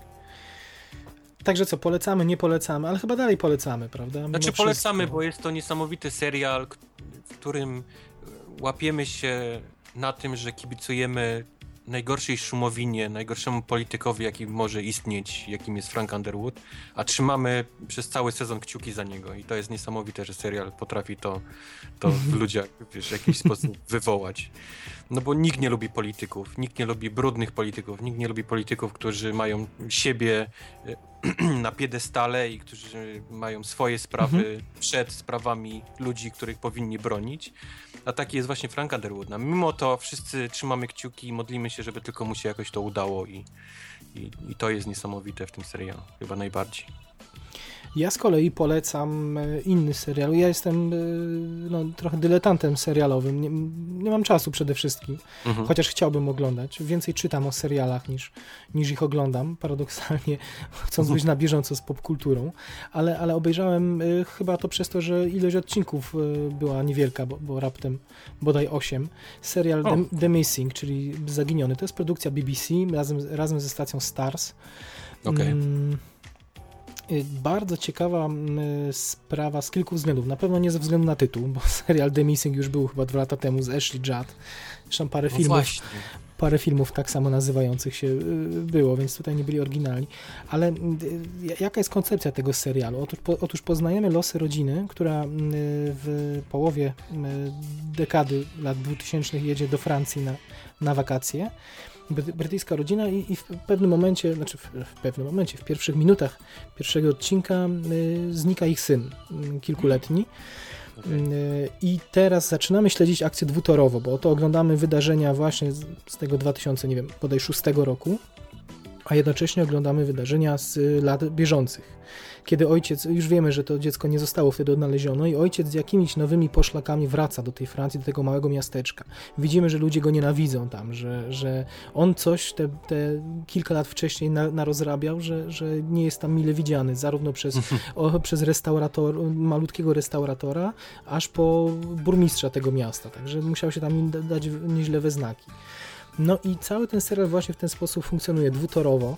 Także co, polecamy, nie polecamy, ale chyba dalej polecamy, prawda? Mimo Znaczy polecamy, wszystko. bo jest to niesamowity serial, k- w którym łapiemy się na tym, że kibicujemy najgorszej szumowinie, najgorszemu politykowi, jaki może istnieć, jakim jest Frank Underwood, a trzymamy przez cały sezon kciuki za niego i to jest niesamowite, że serial potrafi to, to w ludziach wiesz, w jakiś sposób wywołać. No bo nikt nie lubi polityków, nikt nie lubi brudnych polityków, nikt nie lubi polityków, którzy mają siebie na piedestale i którzy mają swoje sprawy mhm. przed sprawami ludzi, których powinni bronić. A taki jest właśnie Frank Underwood. No, mimo to wszyscy trzymamy kciuki i modlimy się, żeby tylko mu się jakoś to udało i, i, i to jest niesamowite w tym serialu, chyba najbardziej. Ja z kolei polecam inny serial. Ja jestem no, trochę dyletantem serialowym. Nie, nie mam czasu przede wszystkim, mhm. chociaż chciałbym oglądać. Więcej czytam o serialach niż, niż ich oglądam, paradoksalnie, chcąc być na bieżąco z popkulturą. Ale, ale obejrzałem y, chyba to przez to, że ilość odcinków y, była niewielka, bo, bo raptem bodaj osiem. Serial The, The Missing, czyli Zaginiony. To jest produkcja B B C razem, razem ze stacją Stars. Okej. Okay. Mm, Bardzo ciekawa sprawa z kilku względów. Na pewno nie ze względu na tytuł, bo serial The Missing już był chyba dwa lata temu z Ashley Judd. Zresztą parę no filmów, właśnie. parę filmów tak samo nazywających się było, więc tutaj nie byli oryginalni. Ale jaka jest koncepcja tego serialu? Otóż, po, otóż poznajemy losy rodziny, która w połowie dekady lat dwutysięcznych jedzie do Francji na, na wakacje. Brytyjska rodzina i, i w pewnym momencie, znaczy w, w pewnym momencie, w pierwszych minutach pierwszego odcinka y, znika ich syn y, kilkuletni. Okay. Y, I teraz zaczynamy śledzić akcję dwutorowo, bo oto oglądamy wydarzenia właśnie z, z tego dwa tysiące, nie wiem, bodaj szóstego roku, a jednocześnie oglądamy wydarzenia z lat bieżących. Kiedy ojciec, już wiemy, że to dziecko nie zostało wtedy odnalezione i ojciec z jakimiś nowymi poszlakami wraca do tej Francji, do tego małego miasteczka. Widzimy, że ludzie go nienawidzą tam, że, że on coś te, te kilka lat wcześniej na, narozrabiał, że, że nie jest tam mile widziany, zarówno przez, o, przez restaurator, malutkiego restauratora, aż po burmistrza tego miasta. Także musiał się tam im dać nieźle we znaki. No i cały ten serial właśnie w ten sposób funkcjonuje dwutorowo.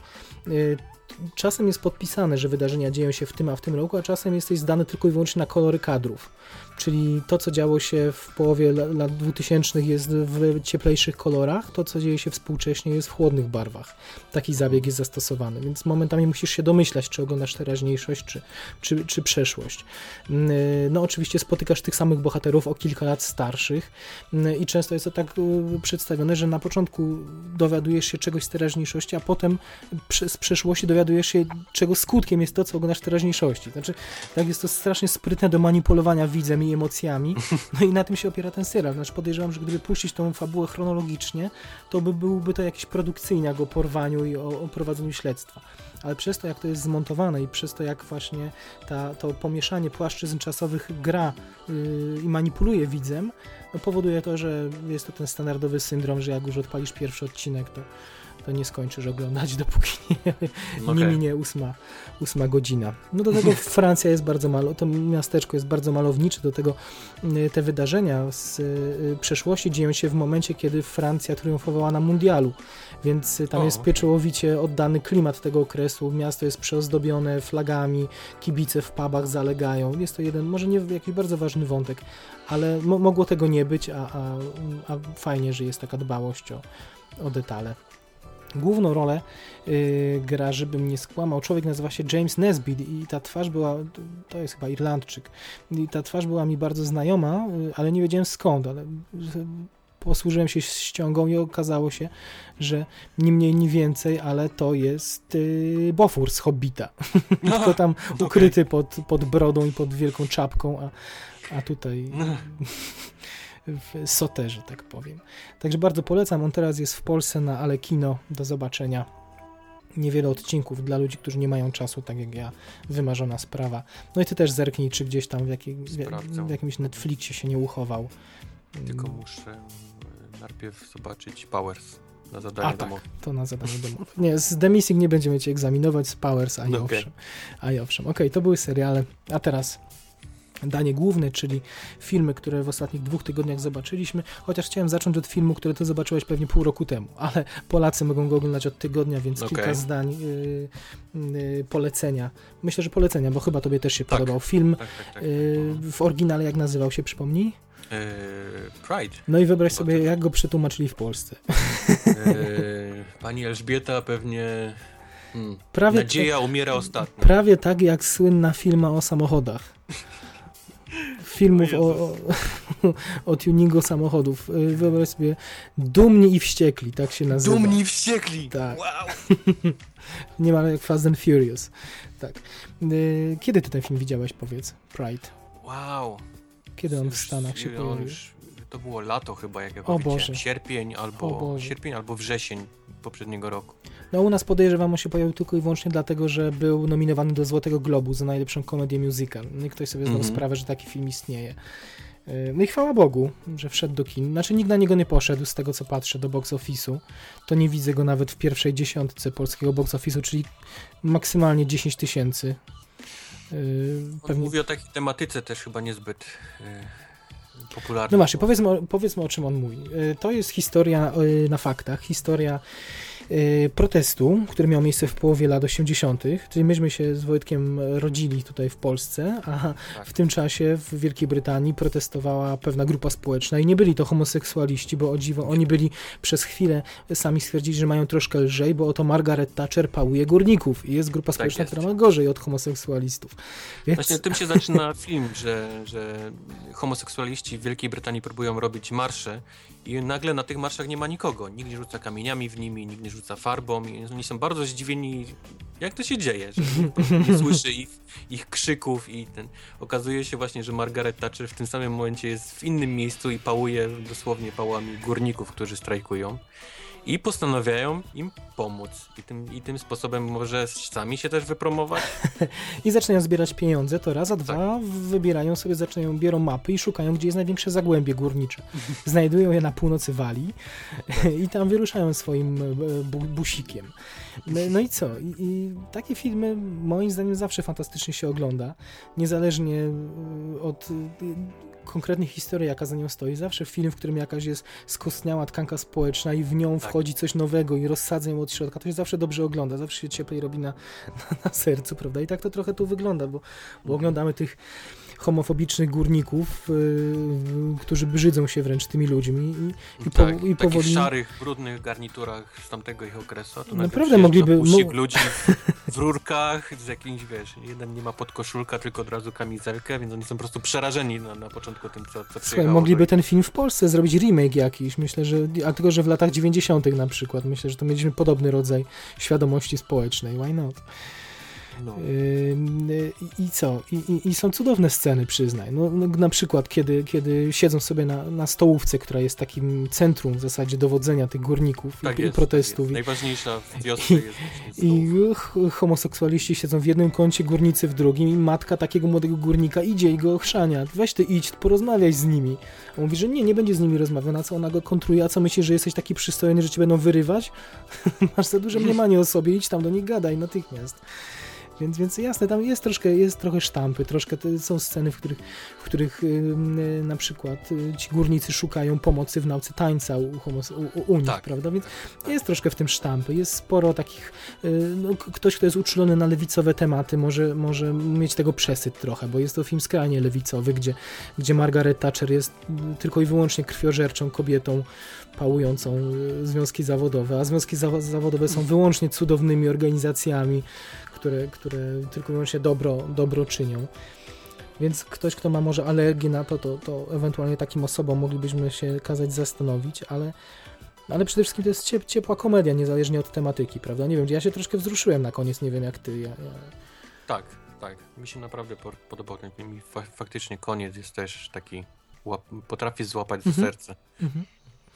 Czasem jest podpisane, że wydarzenia dzieją się w tym, a w tym roku, a czasem jesteś zdany tylko i wyłącznie na kolory kadrów. czyli to, co działo się w połowie lat dwutysięcznych jest w cieplejszych kolorach, to, co dzieje się współcześnie jest w chłodnych barwach. Taki zabieg jest zastosowany, więc momentami musisz się domyślać, czy oglądasz teraźniejszość, czy, czy, czy przeszłość. No oczywiście spotykasz tych samych bohaterów o kilka lat starszych i często jest to tak przedstawione, że na początku dowiadujesz się czegoś z teraźniejszości, a potem z przeszłości dowiadujesz się, czego skutkiem jest to, co oglądasz w teraźniejszości. Znaczy, tak jest to strasznie sprytne do manipulowania widzem i emocjami, no i na tym się opiera ten serial. Znaczy podejrzewam, że gdyby puścić tą fabułę chronologicznie, to by byłby to jakiś produkcyjniak o porwaniu i o, o prowadzeniu śledztwa. Ale przez to, jak to jest zmontowane i przez to, jak właśnie ta, to pomieszanie płaszczyzn czasowych gra yy, i manipuluje widzem, no powoduje to, że jest to ten standardowy syndrom, że jak już odpalisz pierwszy odcinek, to to nie skończysz oglądać, dopóki nie, okay. nie minie ósma, ósma godzina. No do tego Francja jest bardzo malo, to miasteczko jest bardzo malownicze, do tego te wydarzenia z przeszłości dzieją się w momencie, kiedy Francja triumfowała na mundialu, więc tam o, jest okay. pieczołowicie oddany klimat tego okresu, miasto jest przeozdobione flagami, kibice w pubach zalegają, jest to jeden, może nie jakiś bardzo ważny wątek, ale mo- mogło tego nie być, a, a, a fajnie, że jest taka dbałość o, o detale. Główną rolę yy, gra, żebym nie skłamał, człowiek nazywa się James Nesbitt i ta twarz była, to jest chyba Irlandczyk, i ta twarz była mi bardzo znajoma, yy, ale nie wiedziałem skąd, ale yy, posłużyłem się ściągą i okazało się, że ni mniej, ni więcej, ale to jest yy, Bofur z Hobbita, tylko tam okay. ukryty pod, pod brodą i pod wielką czapką, a, a tutaj... w soterze, tak powiem. Także bardzo polecam. On teraz jest w Polsce na Ale Kino do zobaczenia. Niewiele odcinków dla ludzi, którzy nie mają czasu, tak jak ja. Wymarzona sprawa. No i ty też zerknij, czy gdzieś tam w, jakiej, w jakimś Netflixie się nie uchował. Tylko muszę najpierw zobaczyć Powers na zadanie a, domowe. Tak, to na zadanie domowe. Nie, z The Missing nie będziemy cię egzaminować, z Powers, a i okay. owszem. A i owszem. Okej, okay, to były seriale. A teraz danie główne, czyli filmy, które w ostatnich dwóch tygodniach zobaczyliśmy, chociaż chciałem zacząć od filmu, który ty zobaczyłeś pewnie pół roku temu, ale Polacy mogą go oglądać od tygodnia, więc okay. kilka zdań yy, yy, polecenia. Myślę, że polecenia, bo chyba tobie też się tak. podobał film. Tak, tak, tak. Yy, w oryginale jak nazywał się, przypomnij? Yy, Pride. No i wyobraź sobie, jak go przetłumaczyli w Polsce. Yy, pani Elżbieta pewnie... Hmm. Prawie Nadzieja tak, umiera ostatnio. Prawie tak jak słynna filma o samochodach. Filmów o, o, o tuningu samochodów. Wyobraź sobie, Dumni i Wściekli, tak się nazywa. Dumni i Wściekli! Tak. Wow! Nie ma jak Fast and Furious. Tak. Kiedy ty ten film widziałeś, powiedz? Pride. Wow! Kiedy on w Stanach się pojawił? To było lato chyba, jak ja o Boże. Sierpień albo, sierpień albo wrzesień poprzedniego roku. No u nas podejrzewam, on się pojawił tylko i wyłącznie dlatego, że był nominowany do Złotego Globu za najlepszą komedię musical. No i ktoś sobie zdał mm-hmm. sprawę, że taki film istnieje. No i chwała Bogu, że wszedł do kin. Znaczy nikt na niego nie poszedł, z tego co patrzę, do box office'u. To nie widzę go nawet w pierwszej dziesiątce polskiego box office'u, czyli maksymalnie dziesięć tysięcy. Pewnie... Mówi o takiej tematyce też chyba niezbyt... Yy... popularny. No właśnie, powiedzmy o, powiedzmy o czym on mówi. To jest historia na faktach, historia protestu, który miał miejsce w połowie lat osiemdziesiątych. Czyli myśmy się z Wojtkiem rodzili tutaj w Polsce, a tak. w tym czasie w Wielkiej Brytanii protestowała pewna grupa społeczna i nie byli to homoseksualiści, bo o dziwo oni byli przez chwilę, sami stwierdzili, że mają troszkę lżej, bo oto Margaret Thatcher pałuje górników i jest grupa społeczna, tak jest. która ma gorzej od homoseksualistów. Więc... Właśnie tym się zaczyna film, że, że homoseksualiści w Wielkiej Brytanii próbują robić marsze i nagle na tych marszach nie ma nikogo. Nikt nie rzuca kamieniami w nimi, nikt nie rzuca farbą i oni są bardzo zdziwieni, jak to się dzieje, że nie słyszy ich, ich krzyków i ten... okazuje się właśnie, że Margaret Thatcher w tym samym momencie jest w innym miejscu i pałuje dosłownie pałami górników, którzy strajkują i postanawiają im pomóc i tym, i tym sposobem może sami się też wypromować. I zaczynają zbierać pieniądze, to raz, a dwa tak. wybierają sobie, zaczynają, biorą mapy i szukają, gdzie jest największe zagłębie górnicze. Znajdują je na północy Walii tak. i tam wyruszają swoim bu- busikiem. No i co? I, I takie filmy moim zdaniem zawsze fantastycznie się ogląda, niezależnie od konkretnej historii, jaka za nią stoi. Zawsze film, w którym jakaś jest skostniała tkanka społeczna i w nią tak. wchodzi coś nowego i rozsadza ją od środka, to się zawsze dobrze ogląda, zawsze się cieplej robi na, na, na sercu, prawda? I tak to trochę tu wygląda, bo, bo oglądamy tych homofobicznych górników, y, którzy brzydzą się wręcz tymi ludźmi i, i, tak, po, i w powoli... takich szarych, brudnych garniturach z tamtego ich okresu. A tu Naprawdę mogliby... Puścik ludzi w rurkach z jakimś, wiesz, jeden nie ma podkoszulka, tylko od razu kamizelkę, więc oni są po prostu przerażeni na, na początku tym, co, co Słuchaj, mogliby ten film w Polsce zrobić remake jakiś, myślę, że, a tylko, że w latach dziewięćdziesiątych na przykład, myślę, że to mieliśmy podobny rodzaj świadomości społecznej, why not? No. Yy, I co? I, i, I są cudowne sceny, przyznaj. No, no, na przykład, kiedy, kiedy siedzą sobie na, na stołówce, która jest takim centrum w zasadzie dowodzenia tych górników tak i, jest, i protestów. Tak jest. Najważniejsza w wiosce I, jest właśnie I ch- homoseksualiści siedzą w jednym kącie, górnicy w drugim i matka takiego młodego górnika idzie i go ochrzania. Weź ty idź, porozmawiaj z nimi. A on mówi, że nie, nie będzie z nimi rozmawiał. Na co ona go kontruje? A co myślisz, że jesteś taki przystojny, że cię będą wyrywać? Masz za duże mniemanie o sobie, idź tam do nich, gadaj natychmiast. Więc, więc jasne, tam jest troszkę, jest trochę sztampy, troszkę to są sceny, w których, w których yy, na przykład yy, ci górnicy szukają pomocy w nauce tańca u, homose- u, u nich, tak. prawda? Więc jest troszkę w tym sztampy, jest sporo takich, yy, no, ktoś, kto jest uczulony na lewicowe tematy, może, może mieć tego przesyt trochę, bo jest to film skrajnie lewicowy, gdzie, gdzie Margaret Thatcher jest tylko i wyłącznie krwiożerczą kobietą, pałującą yy, związki zawodowe, a związki za- zawodowe są wyłącznie cudownymi organizacjami, Które, które tylko i wyłącznie dobro, dobro czynią. Więc ktoś, kto ma może alergię na to, to, to ewentualnie takim osobom moglibyśmy się kazać zastanowić, ale, ale przede wszystkim to jest ciep, ciepła komedia, niezależnie od tematyki, prawda? Nie wiem, ja się troszkę wzruszyłem na koniec, nie wiem jak ty. Ja, ja... Tak, tak. Mi się naprawdę po- podobał ten film i fa- faktycznie koniec jest też taki, łap- potrafi złapać za Mhm. serce. Mhm.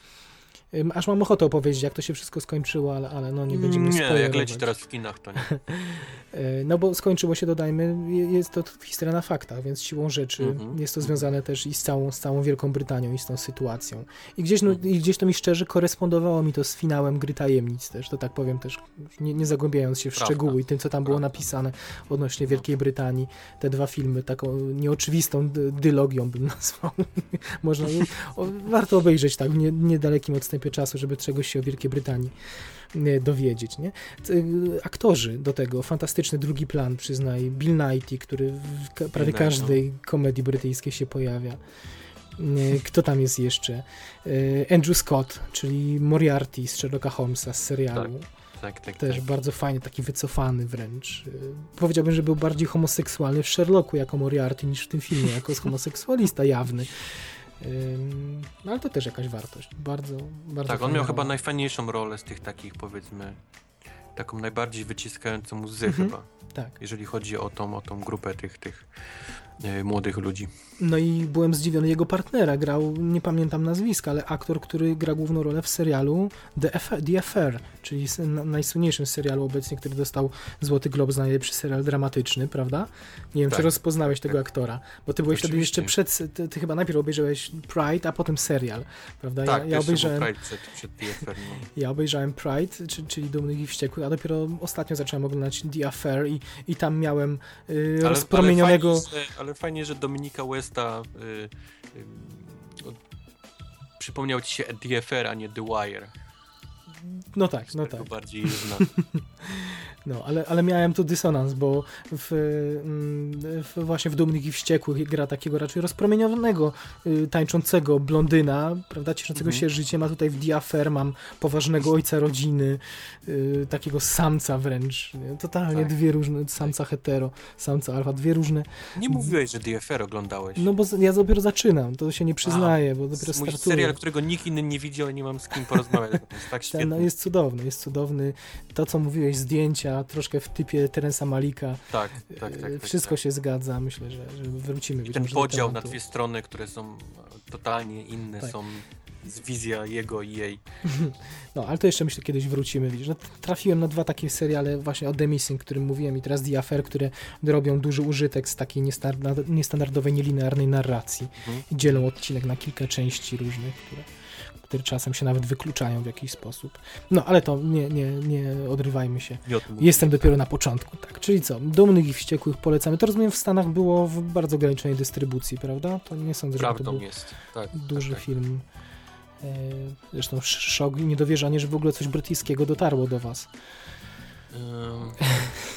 Ym, Aż mam ochotę opowiedzieć, jak to się wszystko skończyło, ale, ale no nie będziemy Nie, spoilerować. jak leci teraz w kinach, to nie. E, No bo skończyło się, dodajmy, je- jest to historia na faktach, więc siłą rzeczy Mhm. jest to związane też i z całą, z całą Wielką Brytanią i z tą sytuacją. I gdzieś, no, Mhm. i gdzieś to mi szczerze korespondowało mi to z finałem Gry Tajemnic też, to tak powiem też, nie, nie zagłębiając się w Prawda. szczegóły i tym, co tam było Prawda. napisane odnośnie Wielkiej Brytanii. Te dwa filmy, taką nieoczywistą dy- dylogią bym nazwał. Można, o, warto obejrzeć tak w nie, niedalekim odstępie czasu, żeby czegoś się o Wielkiej Brytanii nie, dowiedzieć, nie? T- y, Aktorzy do tego, fantastyczny drugi plan, przyznaj, Bill Nighy, który w ka- prawie Nighy, każdej komedii brytyjskiej się pojawia. Y, Kto tam jest jeszcze? Y, Andrew Scott, czyli Moriarty z Sherlocka Holmesa z serialu. Tak, tak, Też tak. bardzo fajnie, taki wycofany wręcz. Y, Powiedziałbym, że był bardziej homoseksualny w Sherlocku jako Moriarty niż w tym filmie, jako homoseksualista jawny. Ym, No ale to też jakaś wartość. Bardzo, bardzo Tak, on fajna miał chyba rola. najfajniejszą rolę z tych takich, powiedzmy, taką najbardziej wyciskającą łzy Mhm. chyba, Tak. jeżeli chodzi o tą, o tą grupę tych, tych e, młodych ludzi. No i byłem zdziwiony, jego partnera grał, nie pamiętam nazwiska, ale aktor, który gra główną rolę w serialu The Affair, The Affair czyli s- na- najsłynniejszym serialu obecnie, który dostał Złoty Glob za najlepszy serial dramatyczny, prawda? Nie wiem, Tak. czy rozpoznałeś tego Tak. aktora, bo ty byłeś wtedy jeszcze Oczywiście. przed, ty, ty chyba najpierw obejrzałeś Pride, a potem serial, prawda? Tak, ja, ja, pierwszy obejrzałem, był Pride przed, przed T F R. No. ja obejrzałem Pride, czy, czyli Dumnych i Wściekłych, a dopiero ostatnio zacząłem oglądać The Affair i, i tam miałem y, Ale, rozpromienionego... ale, fajnie, że, ale fajnie, że Dominika Westa y, y, y, przypomniał ci się The Affair, a nie The Wire. No tak, no Tego tak. bardziej zna. No, ale, ale miałem tu dysonans, bo w, mm, w, właśnie w Dumnych i Wściekłych gra takiego raczej rozpromieniowanego, y, tańczącego blondyna, prawda, cieszącego Mhm. się życiem, a tutaj w The Affair mam poważnego ojca rodziny, y, takiego samca wręcz, nie? Totalnie Tak. dwie różne, samca hetero, samca alfa, dwie różne, Nie mówiłeś, że The Affair oglądałeś. no bo z- ja dopiero zaczynam, to się nie przyznaję, bo dopiero Mój startuję. serial, którego nikt inny nie widział i nie mam z kim porozmawiać. To jest tak Ten, świetny. no, jest cudowny, jest cudowny. To, co mówiłeś, zdjęcia, troszkę w typie Terensa Malika. Tak, tak, tak. tak, Wszystko tak. się zgadza, myślę, że, że wrócimy. I być ten może do podział na tematu. dwie strony, które są e, totalnie inne, Tak. są z wizja jego i jej. No, ale to jeszcze myślę, kiedyś wrócimy. Widzisz, no, trafiłem na dwa takie seriale właśnie o The Missing, o którym mówiłem i teraz The Affair, które robią duży użytek z takiej niestandard- niestandardowej, nielinearnej narracji Mhm. i dzielą odcinek na kilka części różnych, które, które czasem się nawet wykluczają w jakiś sposób. No, ale to nie, nie, nie odrywajmy się. Nie o tym Jestem dopiero na początku, tak. Czyli co? Dumnych i Wściekłych polecamy. To rozumiem w Stanach było w bardzo ograniczonej dystrybucji, prawda? To nie sądzę, że to Prawdą był jest. Tak, duży tak, tak. film. E, Zresztą sz- szok i niedowierzanie, że w ogóle coś brytyjskiego dotarło do was. Ym,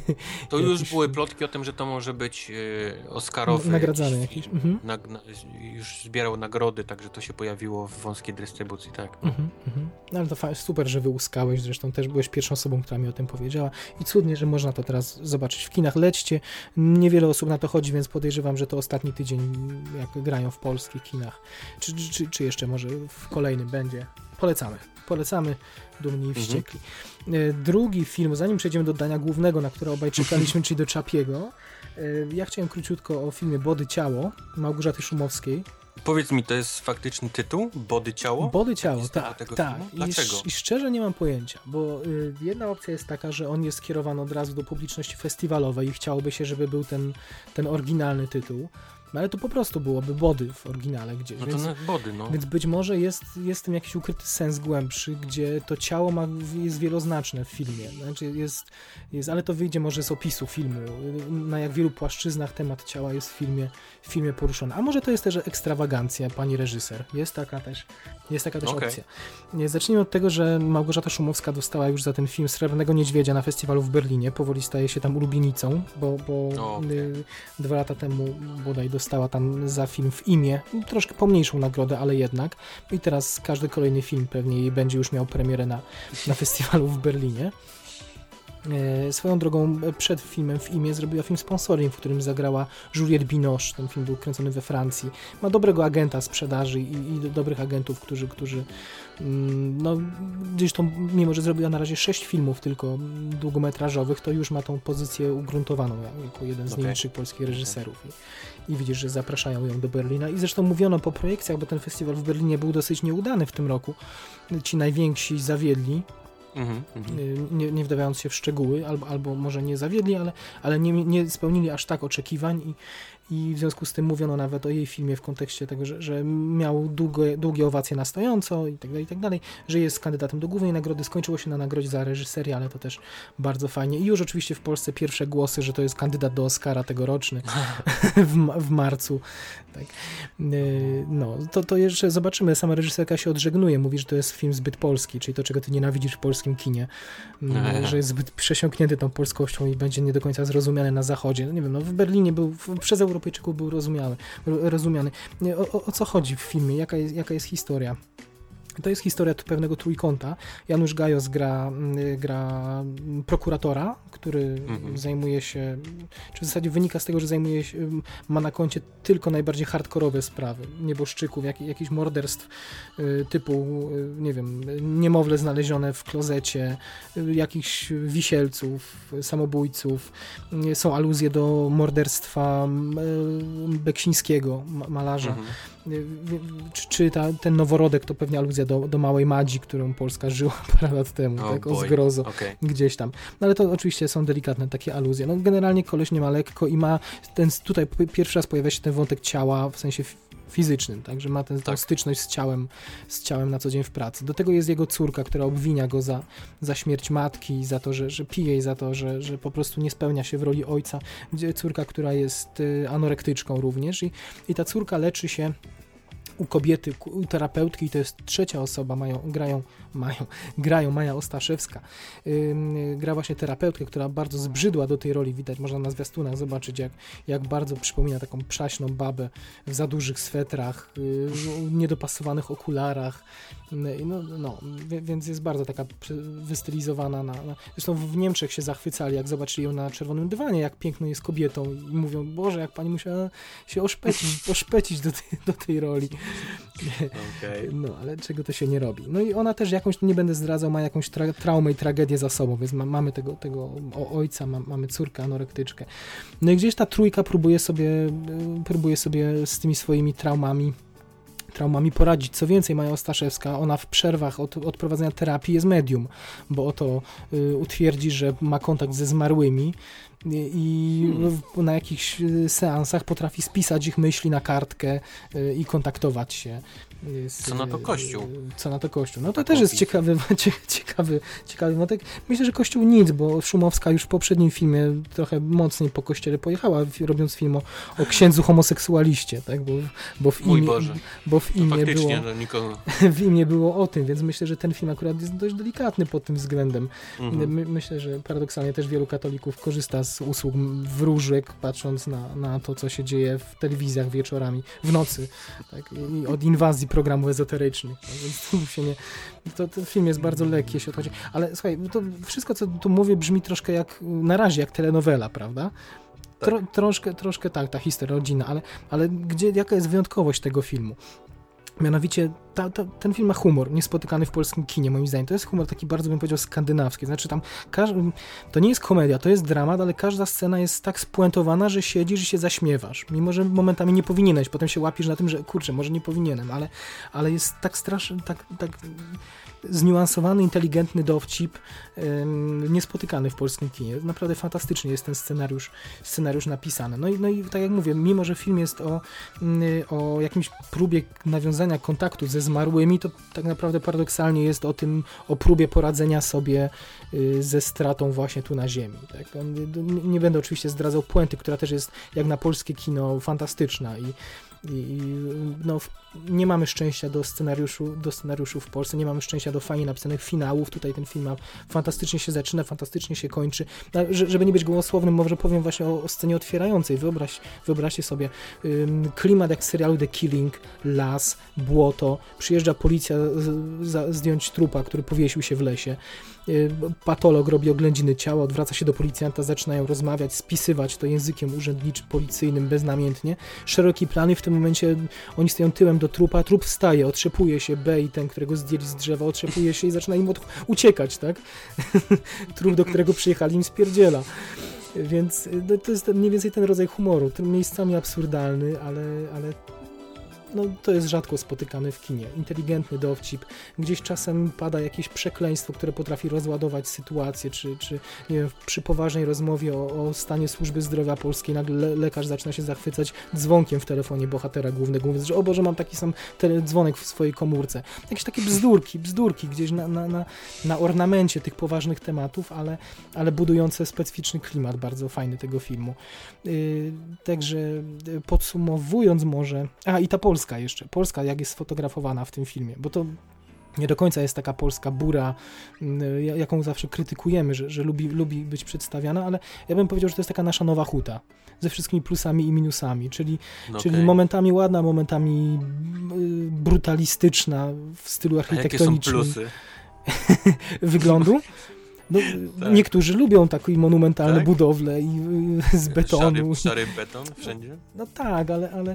To już jakiś były film. plotki o tym, że to może być e, Oscarowy. Nagradzany jakiś jakiś. film. Mhm. Na, na, już zbierał nagrody, także to się pojawiło w wąskiej dystrybucji, tak. No. Mhm, mhm. No ale to fa- super, że wyłuskałeś, zresztą też byłeś pierwszą osobą, która mi o tym powiedziała i cudnie, że można to teraz zobaczyć w kinach. Lećcie, niewiele osób na to chodzi, więc podejrzewam, że to ostatni tydzień, jak grają w polskich kinach, czy, czy, czy jeszcze może w kolejnym będzie. Polecamy, polecamy, dumni i wściekli. Mhm. Drugi film, zanim przejdziemy do dania głównego, na które obaj czekaliśmy, czyli do Czapiego, ja chciałem króciutko o filmie Body Ciało Małgorzaty Szumowskiej. Powiedz mi, to jest faktyczny tytuł? Body Ciało? Body Ciało, Jest tak, tego tak. filmu? I, Dlaczego? I szczerze nie mam pojęcia, bo y, jedna opcja jest taka, że on jest skierowany od razu do publiczności festiwalowej i chciałoby się, żeby był ten, ten oryginalny tytuł, no ale to po prostu byłoby Body w oryginale gdzieś, No to więc, na Body, no. więc być może jest, jest w tym jakiś ukryty sens głębszy, gdzie to ciało ma, jest wieloznaczne w filmie, znaczy jest, jest, ale to wyjdzie może z opisu filmu, na jak wielu płaszczyznach temat ciała jest w filmie, w filmie poruszony, a może to jest też ekstrawagancja pani reżyser, jest taka też, jest taka też Okay. opcja. Zacznijmy od tego, że Małgorzata Szumowska dostała już za ten film Srebrnego Niedźwiedzia na festiwalu w Berlinie, powoli staje się tam ulubienicą, bo, bo O, okay. y, dwa lata temu bodaj dostała tam za film W imię, troszkę pomniejszą nagrodę, ale jednak. I teraz każdy kolejny film pewnie jej będzie już miał premierę na, na festiwalu w Berlinie. E, swoją drogą przed filmem W imię zrobiła film Sponsoring, w którym zagrała Juliette Binoche. Ten film był kręcony we Francji. Ma dobrego agenta sprzedaży i, i dobrych agentów, którzy, którzy mm, no, gdzieś to, mimo że zrobiła na razie sześć filmów tylko długometrażowych, to już ma tą pozycję ugruntowaną jako jeden z Okay. najlepszych polskich reżyserów. I, I widzisz, że zapraszają ją do Berlina. I zresztą mówiono po projekcjach, bo ten festiwal w Berlinie był dosyć nieudany w tym roku. Ci najwięksi zawiedli. Mhm, mhm. Nie, nie wdawając się w szczegóły, albo, albo może nie zawiedli, ale, ale nie, nie spełnili aż tak oczekiwań i, i w związku z tym mówiono nawet o jej filmie w kontekście tego, że, że miał długie, długie owacje na stojąco i tak dalej, i tak dalej, że jest kandydatem do głównej nagrody, skończyło się na nagrodzie za reżyserię, ale to też bardzo fajnie i już oczywiście w Polsce pierwsze głosy, że to jest kandydat do Oscara tegoroczny w, w marcu. Tak. No, to, to jeszcze zobaczymy, sama reżyserka się odżegnuje, mówi, że to jest film zbyt polski, czyli to, czego ty nienawidzisz w polskim kinie, że jest zbyt przesiąknięty tą polskością i będzie nie do końca zrozumiany na zachodzie. No nie wiem, no w Berlinie był, przez Europejczyków był rozumiały, rozumiany. O, o, o co chodzi w filmie? Jaka jest, jaka jest historia? To jest historia pewnego trójkąta. Janusz Gajos gra, gra prokuratora, który mhm. zajmuje się, czy w zasadzie wynika z tego, że zajmuje się, ma na koncie tylko najbardziej hardkorowe sprawy, nieboszczyków, jak, jakichś morderstw typu, nie wiem, niemowlę znalezione w klozecie, jakichś wisielców, samobójców. Są aluzje do morderstwa Beksińskiego, malarza. Mhm. Czy, czy ta, ten noworodek to pewnie aluzja do, do Małej Madzi, którą Polska żyła parę lat temu, oh tak, boy. O zgrozo, okay. Gdzieś tam. No ale to oczywiście są delikatne takie aluzje. No generalnie koleś nie ma lekko i ma ten, tutaj pierwszy raz pojawia się ten wątek ciała, w sensie fizycznym, także ma tę tak. styczność z ciałem, z ciałem na co dzień w pracy. Do tego jest jego córka, która obwinia go za, za śmierć matki, za to, że, że pije i za to, że, że po prostu nie spełnia się w roli ojca. Córka, która jest anorektyczką również i, i ta córka leczy się u kobiety, u terapeutki i to jest trzecia osoba, mają, grają, mają, grają Maja Ostaszewska. Yy, gra właśnie terapeutkę, która bardzo zbrzydła do tej roli, widać, można na zwiastunach zobaczyć, jak, jak bardzo przypomina taką przaśną babę w za dużych swetrach, yy, niedopasowanych okularach, yy, no, no, więc jest bardzo taka wystylizowana. Na, na... Zresztą w Niemczech się zachwycali, jak zobaczyli ją na czerwonym dywanie, jak piękną jest kobietą i mówią, Boże, jak pani musiała się oszpecić, oszpecić do tej, do tej roli. Okay. No, ale czego to się nie robi. No i ona też jakąś, nie będę zdradzał, ma jakąś tra- traumę i tragedię za sobą, więc ma, mamy tego, tego ojca, ma, mamy córkę anorektyczkę. No i gdzieś ta trójka próbuje sobie, próbuje sobie z tymi swoimi traumami traumami poradzić. Co więcej, Maja Ostaszewska, ona w przerwach od, od prowadzenia terapii jest medium, bo oto y, utwierdzi, że ma kontakt ze zmarłymi i, i hmm. na jakichś seansach potrafi spisać ich myśli na kartkę y, i kontaktować się. Z, co na to Kościół? Co na to Kościół. No to też jest ciekawy, ciekawy, ciekawy wątek. Myślę, że Kościół nic, bo Szumowska już w poprzednim filmie trochę mocniej po kościele pojechała, robiąc film o, o księdzu homoseksualiście, tak? Bo, bo w Mój imię, Boże. Bo bo w imię, było, no, nikogo... w imię było o tym, więc myślę, że ten film akurat jest dość delikatny pod tym względem. Mhm. My, myślę, że paradoksalnie też wielu katolików korzysta z usług wróżek, patrząc na, na to, co się dzieje w telewizjach wieczorami, w nocy, tak? I od inwazji programów ezoterycznych. Tak? Więc tu się nie... To, ten film jest bardzo lekki, jeśli chodzi. Ale słuchaj, to wszystko, co tu mówię, brzmi troszkę jak, na razie jak telenowela, prawda? Tro, troszkę, troszkę tak, ta historia rodzinna, ale, ale gdzie, jaka jest wyjątkowość tego filmu? Mianowicie ta, ta, ten film ma humor niespotykany w polskim kinie, moim zdaniem. To jest humor taki bardzo, bym powiedział, skandynawski. Znaczy tam, każ, to nie jest komedia, to jest dramat, ale każda scena jest tak spuentowana, że siedzisz i się zaśmiewasz. Mimo, że momentami nie powinieneś. Potem się łapisz na tym, że kurczę, może nie powinienem, ale, ale jest tak straszny, tak, tak zniuansowany, inteligentny dowcip, ym, niespotykany w polskim kinie. Naprawdę fantastycznie jest ten scenariusz, scenariusz napisany. No i, no i tak jak mówię, mimo, że film jest o, y, o jakimś próbie nawiązania kontaktu ze zmarłymi, to tak naprawdę paradoksalnie jest o tym, o próbie poradzenia sobie y, ze stratą właśnie tu na ziemi. Tak? Nie, nie będę oczywiście zdradzał puenty, która też jest jak na polskie kino fantastyczna i I no, nie mamy szczęścia do scenariuszu, do scenariuszu w Polsce, nie mamy szczęścia do fajnie napisanych finałów. Tutaj ten film fantastycznie się zaczyna, fantastycznie się kończy. No, żeby nie być gołosłownym, może powiem właśnie o, o scenie otwierającej. Wyobraź, wyobraźcie sobie um, klimat jak w serialu The Killing, las, błoto, przyjeżdża policja z, za, zdjąć trupa, który powiesił się w lesie. Patolog robi oględziny ciała, odwraca się do policjanta, zaczynają rozmawiać, spisywać to językiem urzędniczym, policyjnym, beznamiętnie. Szeroki plan i w tym momencie oni stoją tyłem do trupa, trup wstaje, otrzepuje się B i ten, którego zdjęli z drzewa, otrzepuje się i zaczyna im od... uciekać, tak? Trup, do którego przyjechali, im spierdziela. Więc no, to jest mniej więcej ten rodzaj humoru, miejscami absurdalny, ale, ale no, to jest rzadko spotykane w kinie. Inteligentny dowcip, gdzieś czasem pada jakieś przekleństwo, które potrafi rozładować sytuację, czy, czy nie wiem, przy poważnej rozmowie o, o stanie służby zdrowia polskiej nagle le, lekarz zaczyna się zachwycać dzwonkiem w telefonie bohatera głównego, mówiąc, że o Boże, mam taki sam tele, dzwonek w swojej komórce. Jakieś takie bzdurki, bzdurki gdzieś na, na, na, na ornamencie tych poważnych tematów, ale, ale budujące specyficzny klimat bardzo fajny tego filmu. Yy, także podsumowując może... A, i ta Polska jeszcze. Polska, jak jest sfotografowana w tym filmie, bo to nie do końca jest taka polska bura, jaką zawsze krytykujemy, że, że lubi, lubi być przedstawiana, ale ja bym powiedział, że to jest taka nasza nowa huta, ze wszystkimi plusami i minusami, czyli, okay. czyli momentami ładna, momentami brutalistyczna w stylu architektonicznym. A jakie są plusy? Wyglądu? No, tak. Niektórzy lubią takie monumentalne tak? budowle i z betonu. Szary, szary beton wszędzie? No tak, ale ale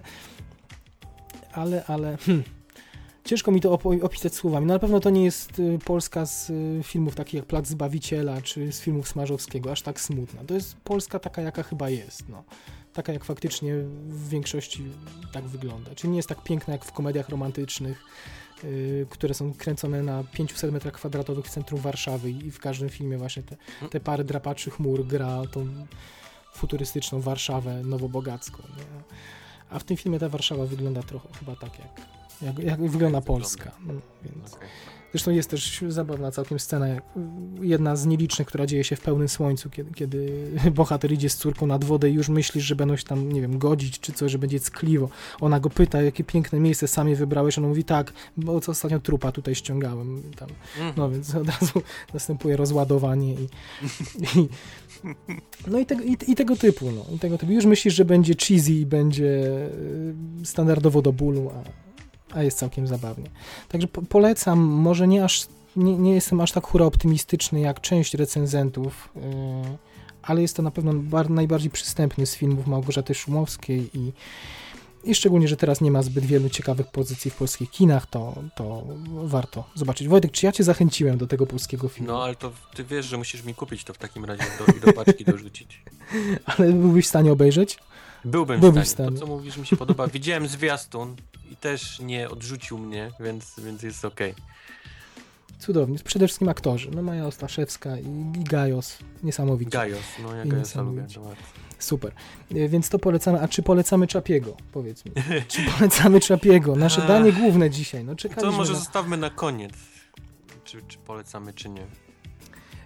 ale, ale hmm, ciężko mi to op- opisać słowami. No na pewno to nie jest y, Polska z y, filmów takich jak Plac Zbawiciela, czy z filmów Smarzowskiego, aż tak smutna. To jest Polska taka, jaka chyba jest, no. Taka, jak faktycznie w większości tak wygląda. Czyli nie jest tak piękna, jak w komediach romantycznych, y, które są kręcone na pięćset metrach kwadratowych w centrum Warszawy i w każdym filmie właśnie te, te pary drapaczy chmur gra tą futurystyczną Warszawę nowobogacką, nie? A w tym filmie ta Warszawa wygląda trochę chyba tak, jak, jak, jak wygląda jak Polska. No, więc. Okay. Zresztą jest też zabawna całkiem scena, jak jedna z nielicznych, która dzieje się w pełnym słońcu, kiedy, kiedy bohater idzie z córką nad wodę i już myślisz, że będą się tam, nie wiem, godzić czy coś, że będzie ckliwo. Ona go pyta, jakie piękne miejsce sam je wybrałeś, on mówi tak, bo co ostatnio trupa tutaj ściągałem. Tam. No więc od razu następuje rozładowanie i, i no i, te, i, i tego typu, no. I tego typu. Już myślisz, że będzie cheesy i będzie standardowo do bólu, a, a jest całkiem zabawnie. Także po, polecam, może nie aż, nie, nie jestem aż tak hura optymistyczny jak część recenzentów, yy, ale jest to na pewno bar, najbardziej przystępny z filmów Małgorzaty Szumowskiej i I szczególnie, że teraz nie ma zbyt wielu ciekawych pozycji w polskich kinach, to, to warto zobaczyć. Wojtek, czy ja cię zachęciłem do tego polskiego filmu? No, ale to ty wiesz, że musisz mi kupić to w takim razie do, i do paczki dorzucić. Ale byłbyś w stanie obejrzeć? Byłbym Byłbyś w stanie. To, co mówisz, mi się podoba. Widziałem zwiastun i też nie odrzucił mnie, więc, więc jest okej. Okay. Cudownie. Przede wszystkim aktorzy. No Maja Ostaszewska i, i Gajos. Niesamowicie. Gajos, no ja Gajosa lubię. Super. Więc to polecamy. A czy polecamy Czapiego? Powiedz mi. Czy polecamy Czapiego? Nasze A, danie główne dzisiaj. No, to może na... zostawmy na koniec. Czy, czy polecamy, czy nie.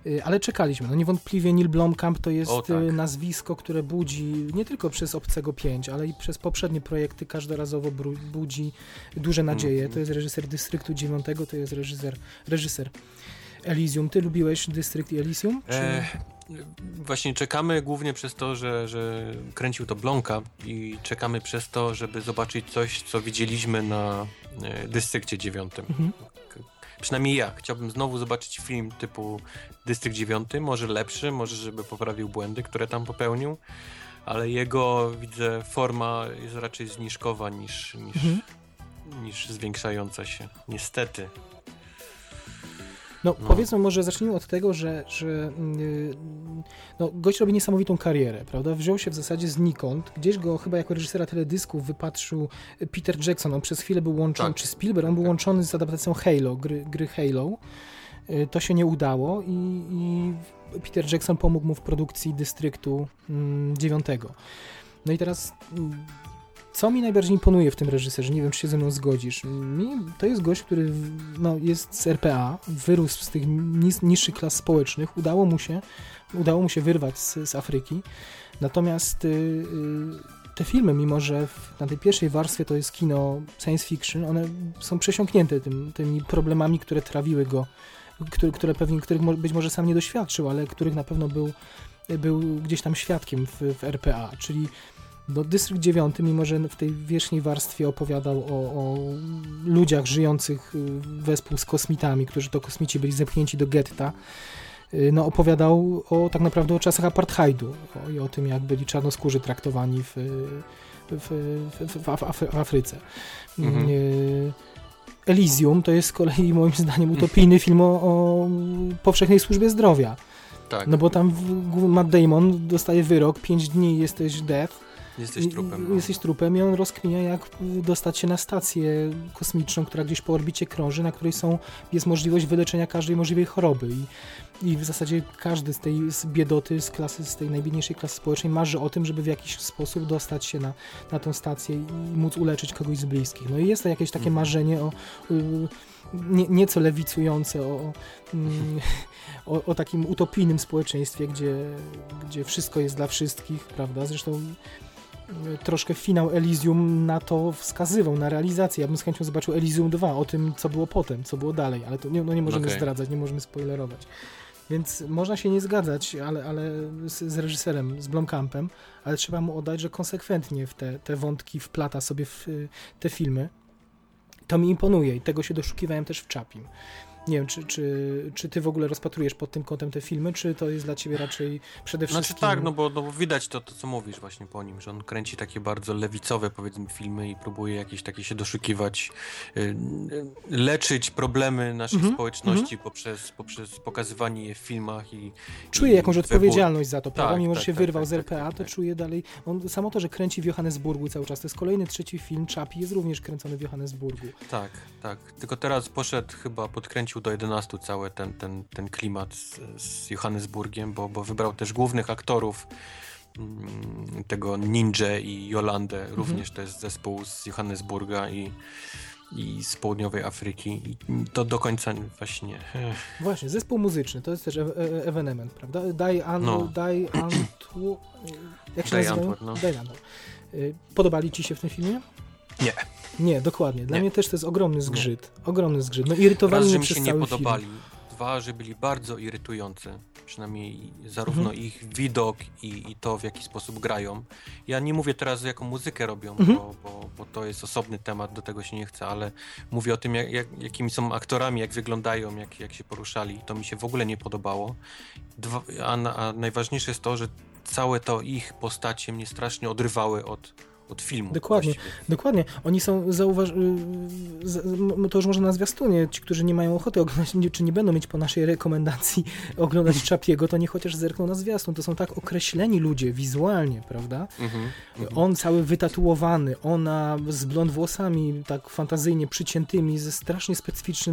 Ale czekaliśmy. No niewątpliwie Neil Blomkamp to jest o, tak. nazwisko, które budzi nie tylko przez Obcego pięć, ale i przez poprzednie projekty każdorazowo budzi duże nadzieje. Mm. To jest reżyser Dystryktu dziewiątego, to jest reżyser, reżyser Elysium. Ty lubiłeś Dystrykt i Elysium? Czy... E, właśnie czekamy głównie przez to, że, że kręcił to Blomkamp i czekamy przez to, żeby zobaczyć coś, co widzieliśmy na e, Dystrykcie dziewiątym. Mhm. Przynajmniej ja. Chciałbym znowu zobaczyć film typu Dystrykt dziewiąty, może lepszy, może żeby poprawił błędy, które tam popełnił, ale jego, widzę, forma jest raczej zniżkowa niż, niż, mhm. niż zwiększająca się. Niestety. No, no powiedzmy może zacznijmy od tego, że, że yy, no, gość robi niesamowitą karierę, prawda? Wziął się w zasadzie znikąd. Gdzieś go chyba jako reżysera teledysków wypatrzył Peter Jackson. On przez chwilę był łączony, tak. czy Spielberg, on był łączony z adaptacją Halo, gry, gry Halo. Yy, to się nie udało i, i Peter Jackson pomógł mu w produkcji Dystryktu dziewiątego. No i teraz... Yy, Co mi najbardziej imponuje w tym reżyserze, nie wiem, czy się ze mną zgodzisz, mi to jest gość, który no, jest z R P A, wyrósł z tych nis, niższych klas społecznych, udało mu się, udało mu się wyrwać z, z Afryki, natomiast y, y, te filmy, mimo że w, na tej pierwszej warstwie to jest kino science fiction, one są przesiąknięte tym, tymi problemami, które trawiły go, które, które pewnie, których być może sam nie doświadczył, ale których na pewno był, był gdzieś tam świadkiem w, w R P A, czyli no, Dystrykt dziewiąty, mimo że w tej wierzchniej warstwie opowiadał o, o ludziach żyjących wespół z kosmitami, którzy to kosmici byli zepchnięci do getta, no, opowiadał o, tak naprawdę o czasach apartheidu o, i o tym, jak byli czarnoskórzy traktowani w, w, w, w, Af- w Afryce. Mhm. Elysium to jest z kolei moim zdaniem utopijny film o, o powszechnej służbie zdrowia. Tak. No bo tam w, Matt Damon dostaje wyrok, pięć dni jesteś death, Jesteś trupem. No. Jesteś trupem i on rozkminia, jak dostać się na stację kosmiczną, która gdzieś po orbicie krąży, na której są, jest możliwość wyleczenia każdej możliwej choroby. I, i w zasadzie każdy z tej z biedoty, z klasy, z tej najbiedniejszej klasy społecznej marzy o tym, żeby w jakiś sposób dostać się na, na tą stację i móc uleczyć kogoś z bliskich. No i jest to jakieś takie mm. marzenie o... Y, Nie, nieco lewicujące o, o, o takim utopijnym społeczeństwie, gdzie, gdzie wszystko jest dla wszystkich, prawda? Zresztą troszkę finał Elysium na to wskazywał, na realizację. Ja bym z chęcią zobaczył Elysium dwa, o tym, co było potem, co było dalej, ale to nie, no nie możemy okay. zdradzać, nie możemy spoilerować. Więc można się nie zgadzać, ale, ale z, z reżyserem, z Blomkampem, ale trzeba mu oddać, że konsekwentnie w te, te wątki wplata sobie w te filmy. To mi imponuje i tego się doszukiwałem też w Chapim. Nie wiem, czy, czy, czy ty w ogóle rozpatrujesz pod tym kątem te filmy, czy to jest dla ciebie raczej przede wszystkim... Znaczy tak, no bo, no bo widać to, to, co mówisz właśnie po nim, że on kręci takie bardzo lewicowe, powiedzmy, filmy i próbuje jakieś takie się doszukiwać, yy, leczyć problemy naszej mm-hmm, społeczności mm-hmm. poprzez, poprzez pokazywanie je w filmach i... Czuje i jakąś wybór. odpowiedzialność za to, prawda? Tak, Mimo, tak, że się tak, wyrwał tak, z R P A, tak, to tak, czuje dalej... On, samo to, że kręci w Johannesburgu cały czas, to jest kolejny, trzeci film, Chapi jest również kręcony w Johannesburgu. Tak, tak. Tylko teraz poszedł, chyba podkręcił do jedenastu cały ten, ten, ten klimat z, z Johannesburgiem, bo, bo wybrał też głównych aktorów mm, tego Ninja i Jolandę, mhm. również to jest zespół z Johannesburga i, i z południowej Afryki i to do końca właśnie... Ech. Właśnie, zespół muzyczny, to jest też e- e- ewenement, prawda? Daj An... No. Daj Antwo... Jak się Daj nazywają? Antwoord, no. Daj Antwoord. Podobali ci się w tym filmie? Nie. Nie, dokładnie. Dla nie. mnie też to jest ogromny zgrzyt. Nie. Ogromny zgrzyt. No irytowali Raz, mnie że mi przez się cały nie podobali. film. Dwa, że byli bardzo irytujący. Przynajmniej zarówno mhm. ich widok i, i to, w jaki sposób grają. Ja nie mówię teraz, jaką muzykę robią, mhm. bo, bo, bo to jest osobny temat, do tego się nie chcę, ale mówię o tym, jak, jak, jakimi są aktorami, jak wyglądają, jak, jak się poruszali. To mi się w ogóle nie podobało. Dwa, a, a najważniejsze jest to, że całe to ich postacie mnie strasznie odrywały od od filmu. Dokładnie, właściwie. dokładnie. Oni są, zauważ... to już może na zwiastunie, ci, którzy nie mają ochoty oglądać, czy nie będą mieć po naszej rekomendacji oglądać Chapiego, to nie chociaż zerkną na zwiastun. To są tak określeni ludzie wizualnie, prawda? Mm-hmm. On cały wytatuowany, ona z blond włosami, tak fantazyjnie przyciętymi, ze strasznie specyficznym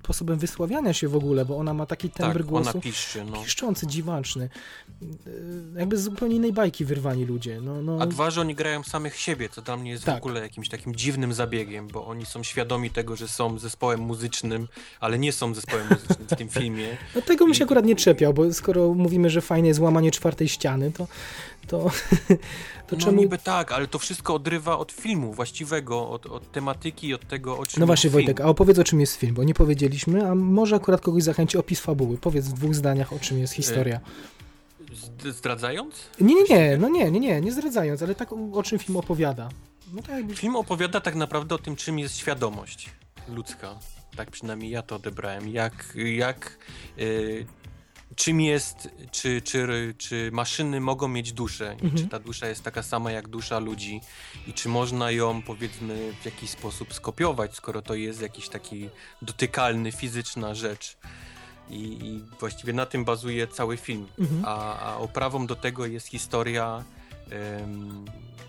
sposobem wysławiania się w ogóle, bo ona ma taki tembr tak, głosu. ona piszczy, no. Piszczący, dziwaczny. Jakby z zupełnie innej bajki wyrwani ludzie. No, no. A dwa, że oni grają samych siebie, co dla mnie jest Tak. w ogóle jakimś takim dziwnym zabiegiem, bo oni są świadomi tego, że są zespołem muzycznym, ale nie są zespołem muzycznym w tym filmie. No tego bym I- się akurat nie czepiał, bo skoro mówimy, że fajne jest łamanie czwartej ściany, to, to, to No czemu... niby tak, ale to wszystko odrywa od filmu właściwego, od, od tematyki, od tego, o czym No właśnie, jest film. Wojtek, a opowiedz, o czym jest film, bo nie powiedzieliśmy, a może akurat kogoś zachęci opis fabuły. Powiedz w dwóch zdaniach, o czym jest historia. Z- Zdradzając? Nie, nie, nie, no nie, nie, nie, nie zdradzając, ale tak o, o czym film opowiada. No tak jakby... Film opowiada tak naprawdę o tym, czym jest świadomość ludzka. Tak przynajmniej ja to odebrałem. Jak, jak y, czym jest, czy, czy, czy maszyny mogą mieć duszę i Mhm. czy ta dusza jest taka sama jak dusza ludzi i czy można ją, powiedzmy, w jakiś sposób skopiować, skoro to jest jakiś taki dotykalny, fizyczna rzecz. I, i właściwie na tym bazuje cały film. Mhm. A, a oprawą do tego jest historia em,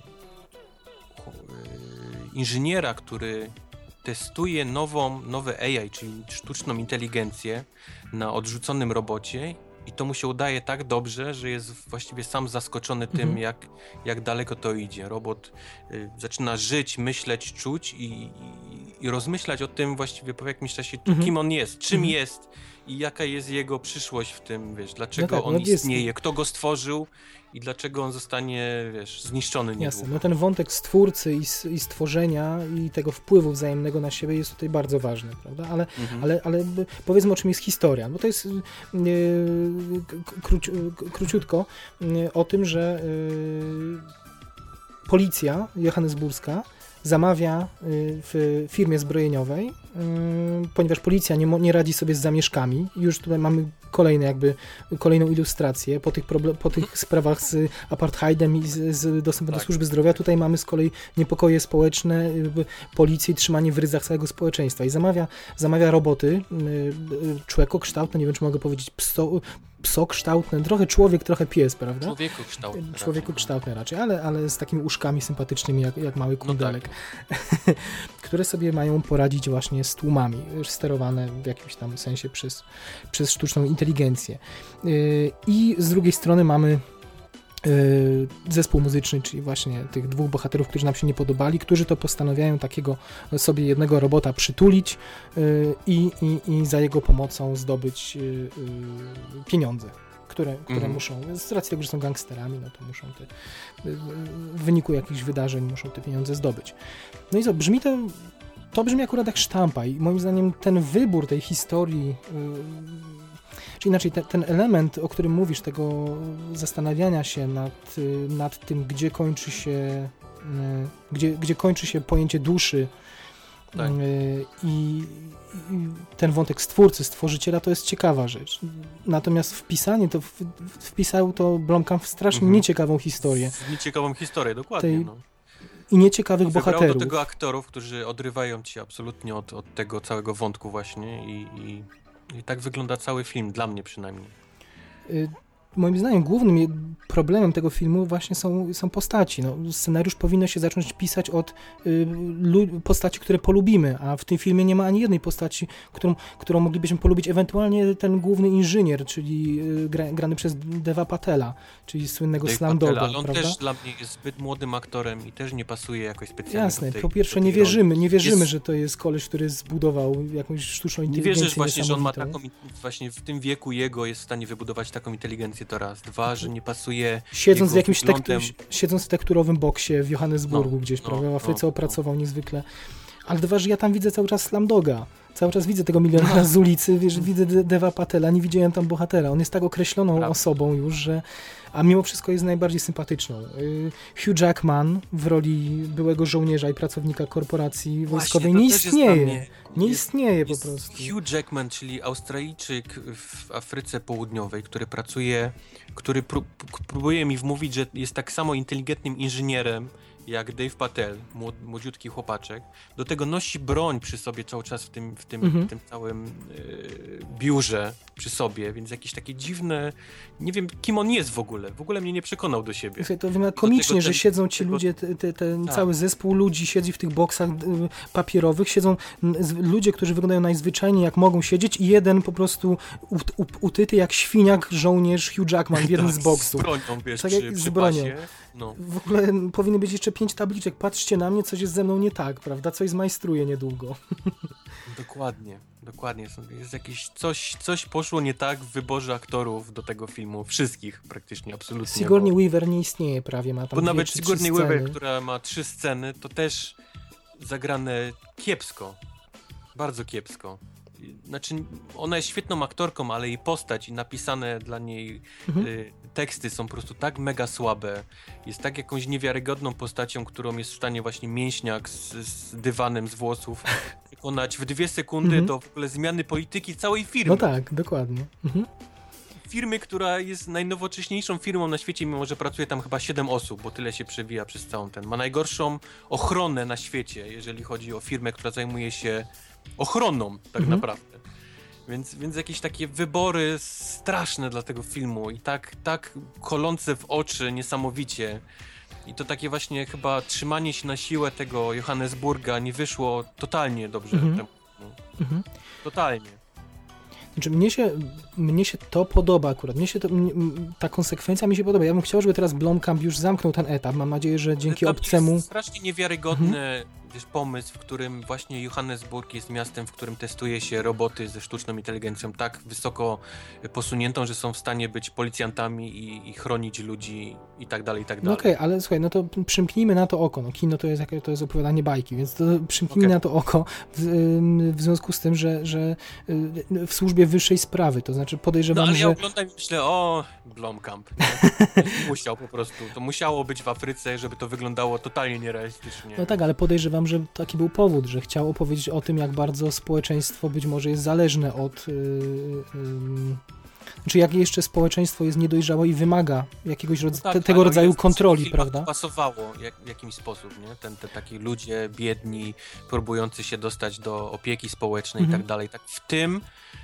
ch- e, inżyniera, który testuje nową, nowe A I, czyli sztuczną inteligencję na odrzuconym robocie i to mu się udaje tak dobrze, że jest właściwie sam zaskoczony tym, Mhm. jak, jak daleko to idzie. Robot y, zaczyna żyć, myśleć, czuć i, i, i rozmyślać o tym właściwie po jakimś czasie, Mhm. kim on jest, czym Mhm. jest i jaka jest jego przyszłość w tym, wiesz, dlaczego No tak, on no jest- istnieje, kto go stworzył i dlaczego on zostanie, wiesz, zniszczony niedługo. Jasne, no ten wątek stwórcy i, s- i stworzenia i tego wpływu wzajemnego na siebie jest tutaj bardzo ważny, prawda? Ale, Mhm. ale, ale b- powiedzmy, o czym jest historia, bo to jest yy, k- króci, k- króciutko yy, o tym, że yy, policja johannesburska zamawia yy, w firmie zbrojeniowej, yy, ponieważ policja nie, mo- nie radzi sobie z zamieszkami. Już tutaj mamy kolejne jakby, kolejną ilustrację po tych, proble- po tych sprawach z apartheidem i z, z dostępem Tak. do służby zdrowia. Tutaj mamy z kolei niepokoje społeczne, yy, policję i trzymanie w ryzach całego społeczeństwa. I zamawia, zamawia roboty yy, yy, człowiekokształtne, nie wiem, czy mogę powiedzieć pso, psokształtne, trochę człowiek, trochę pies, prawda? Człowieku kształt. Człowieku kształtne raczej, ale, ale z takimi uszkami sympatycznymi, jak, jak mały kundelek, tak. które sobie mają poradzić właśnie z tłumami, już sterowane w jakimś tam sensie przez, przez sztuczną inteligencję. Yy, I z drugiej strony mamy yy, zespół muzyczny, czyli właśnie tych dwóch bohaterów, którzy nam się nie podobali, którzy to postanawiają takiego sobie jednego robota przytulić yy, i, i, i za jego pomocą zdobyć yy, yy, pieniądze. Które, które Mhm. muszą, z racji tego, że są gangsterami, no to muszą te, w wyniku jakichś wydarzeń muszą te pieniądze zdobyć. No i co, brzmi to, to brzmi akurat jak sztampa i moim zdaniem ten wybór tej historii, yy, czy inaczej te, ten element, o którym mówisz, tego zastanawiania się nad, yy, nad tym, gdzie kończy się, yy, gdzie, gdzie kończy się pojęcie duszy, Tak. yy, i, i ten wątek stwórcy, stworzyciela to jest ciekawa rzecz. Natomiast wpisanie to, w, w- wpisał to Blomkamp w strasznie Mhm. nieciekawą historię Z nieciekawą historię, dokładnie. Tej No. i nieciekawych Wybrał bohaterów. do tego aktorów, którzy odrywają cię absolutnie od, od tego całego wątku właśnie i, i, i tak wygląda cały film, dla mnie przynajmniej. Y, Moim zdaniem głównym je- problemem tego filmu właśnie są, są postaci. No, scenariusz powinno się zacząć pisać od y, lu- postaci, które polubimy, a w tym filmie nie ma ani jednej postaci, którą, którą moglibyśmy polubić. Ewentualnie ten główny inżynier, czyli y, gra, grany przez Deva Patela, czyli słynnego Dave Slumdoga, Patel, ale on prawda? też dla mnie jest zbyt młodym aktorem i też nie pasuje jakoś specjalnie Jasne, do tej, po pierwsze do tej nie wierzymy, roli. nie wierzymy, Jest- że to jest koleś, który zbudował jakąś sztuczną Nie inteligencję wierzysz właśnie, że on ma niesamowitą. taką, właśnie w tym wieku jego jest w stanie wybudować taką inteligencję, to raz. Dwa, że nie pasuje Siedząc w jego jakimś wyglądem. tektu, siedząc w tekturowym boksie w Johannesburgu No, gdzieś, no, prawda, w Afryce no, opracował niezwykle. Ale dwa, że ja tam widzę cały czas Slumdoga. Cały czas widzę tego milionera z ulicy, wiesz, widzę De- Deva Patela, nie widziałem tam bohatera. On jest tak określoną Prawda. osobą już, że a mimo wszystko jest najbardziej sympatyczną. Y, Hugh Jackman w roli byłego żołnierza i pracownika korporacji wojskowej Właśnie, nie to też jest dla istnieje. mnie- Nie jest- istnieje po jest prostu. Hugh Jackman, czyli Australijczyk w Afryce Południowej, który pracuje, który pró- p- próbuje mi wmówić, że jest tak samo inteligentnym inżynierem jak Dave Patel, młod, młodziutki chłopaczek. Do tego nosi broń przy sobie cały czas w tym, w tym, Mhm. w tym całym e, biurze, przy sobie, więc jakieś takie dziwne, nie wiem kim on jest w ogóle, w ogóle mnie nie przekonał do siebie. To wygląda komicznie, że ten, siedzą ci tego, ludzie, te, te, ten tak. cały zespół ludzi siedzi w tych boksach y, papierowych, siedzą z, ludzie, którzy wyglądają najzwyczajniej jak mogą siedzieć i jeden po prostu u, u, utyty jak świniak żołnierz Hugh Jackman w jednym tak, z boksów. z bronią, wiesz, tak przy, jak przy z bronią. pasie. No. W ogóle powinny być jeszcze pięć tabliczek. Patrzcie na mnie, coś jest ze mną nie tak, prawda? Coś zmajstruję niedługo. Dokładnie, dokładnie. Jest jakieś coś, coś poszło nie tak w wyborze aktorów do tego filmu. Wszystkich praktycznie, absolutnie. Sigourney bo, Weaver nie istnieje prawie, ma tam bo dwie, nawet czy trzy Sigourney sceny. Weaver, która ma trzy sceny, to też zagrane kiepsko. Bardzo kiepsko. Znaczy, ona jest świetną aktorką, ale jej postać i napisane dla niej Mhm. y, teksty są po prostu tak mega słabe. Jest tak jakąś niewiarygodną postacią, którą jest w stanie właśnie mięśniak z, z dywanem z włosów wykonać w dwie sekundy Mhm. do w ogóle zmiany polityki całej firmy. No tak, dokładnie. Mhm. Firmy, która jest najnowocześniejszą firmą na świecie, mimo że pracuje tam chyba siedem osób, bo tyle się przewija przez całą ten. Ma najgorszą ochronę na świecie, jeżeli chodzi o firmę, która zajmuje się ochroną tak Mhm. naprawdę. Więc, więc jakieś takie wybory straszne dla tego filmu i tak, tak kolące w oczy niesamowicie. I to takie właśnie chyba trzymanie się na siłę tego Johannesburga nie wyszło totalnie dobrze Mhm. temu filmu. Mhm. Totalnie. Znaczy, mnie się, mnie się to podoba akurat. Mnie się to, mnie, m, ta konsekwencja mi się podoba. Ja bym chciał, żeby teraz Blomkamp już zamknął ten etap. Mam nadzieję, że dzięki Ale to obcemu... jest strasznie niewiarygodny wiesz, pomysł, w którym właśnie Johannesburg jest miastem, w którym testuje się roboty ze sztuczną inteligencją tak wysoko posuniętą, że są w stanie być policjantami i, i chronić ludzi i tak dalej, i tak No dalej. okej, okay, ale słuchaj, no to przymknijmy na to oko. No kino to jest, jak, to jest opowiadanie bajki, więc to przymknijmy Okay. na to oko w, w związku z tym, że, że w służbie wyższej sprawy, to znaczy podejrzewam, No ale że... ja oglądam i myślę, o, Blomkamp. Nie? Musiał po prostu. To musiało być w Afryce, żeby to wyglądało totalnie nierealistycznie. No tak, ale podejrzewam, że taki był powód, że chciał opowiedzieć o tym, jak bardzo społeczeństwo być może jest zależne od... Yy, yy, czy jak jeszcze społeczeństwo jest niedojrzałe i wymaga jakiegoś rodz- No tak, te, tego ale rodzaju jest- kontroli, w filmach prawda? to pasowało jak, w jakimś sposób, nie? Ten, te taki ludzie biedni, próbujący się dostać do opieki społecznej Mhm. i tak dalej. Tak w tym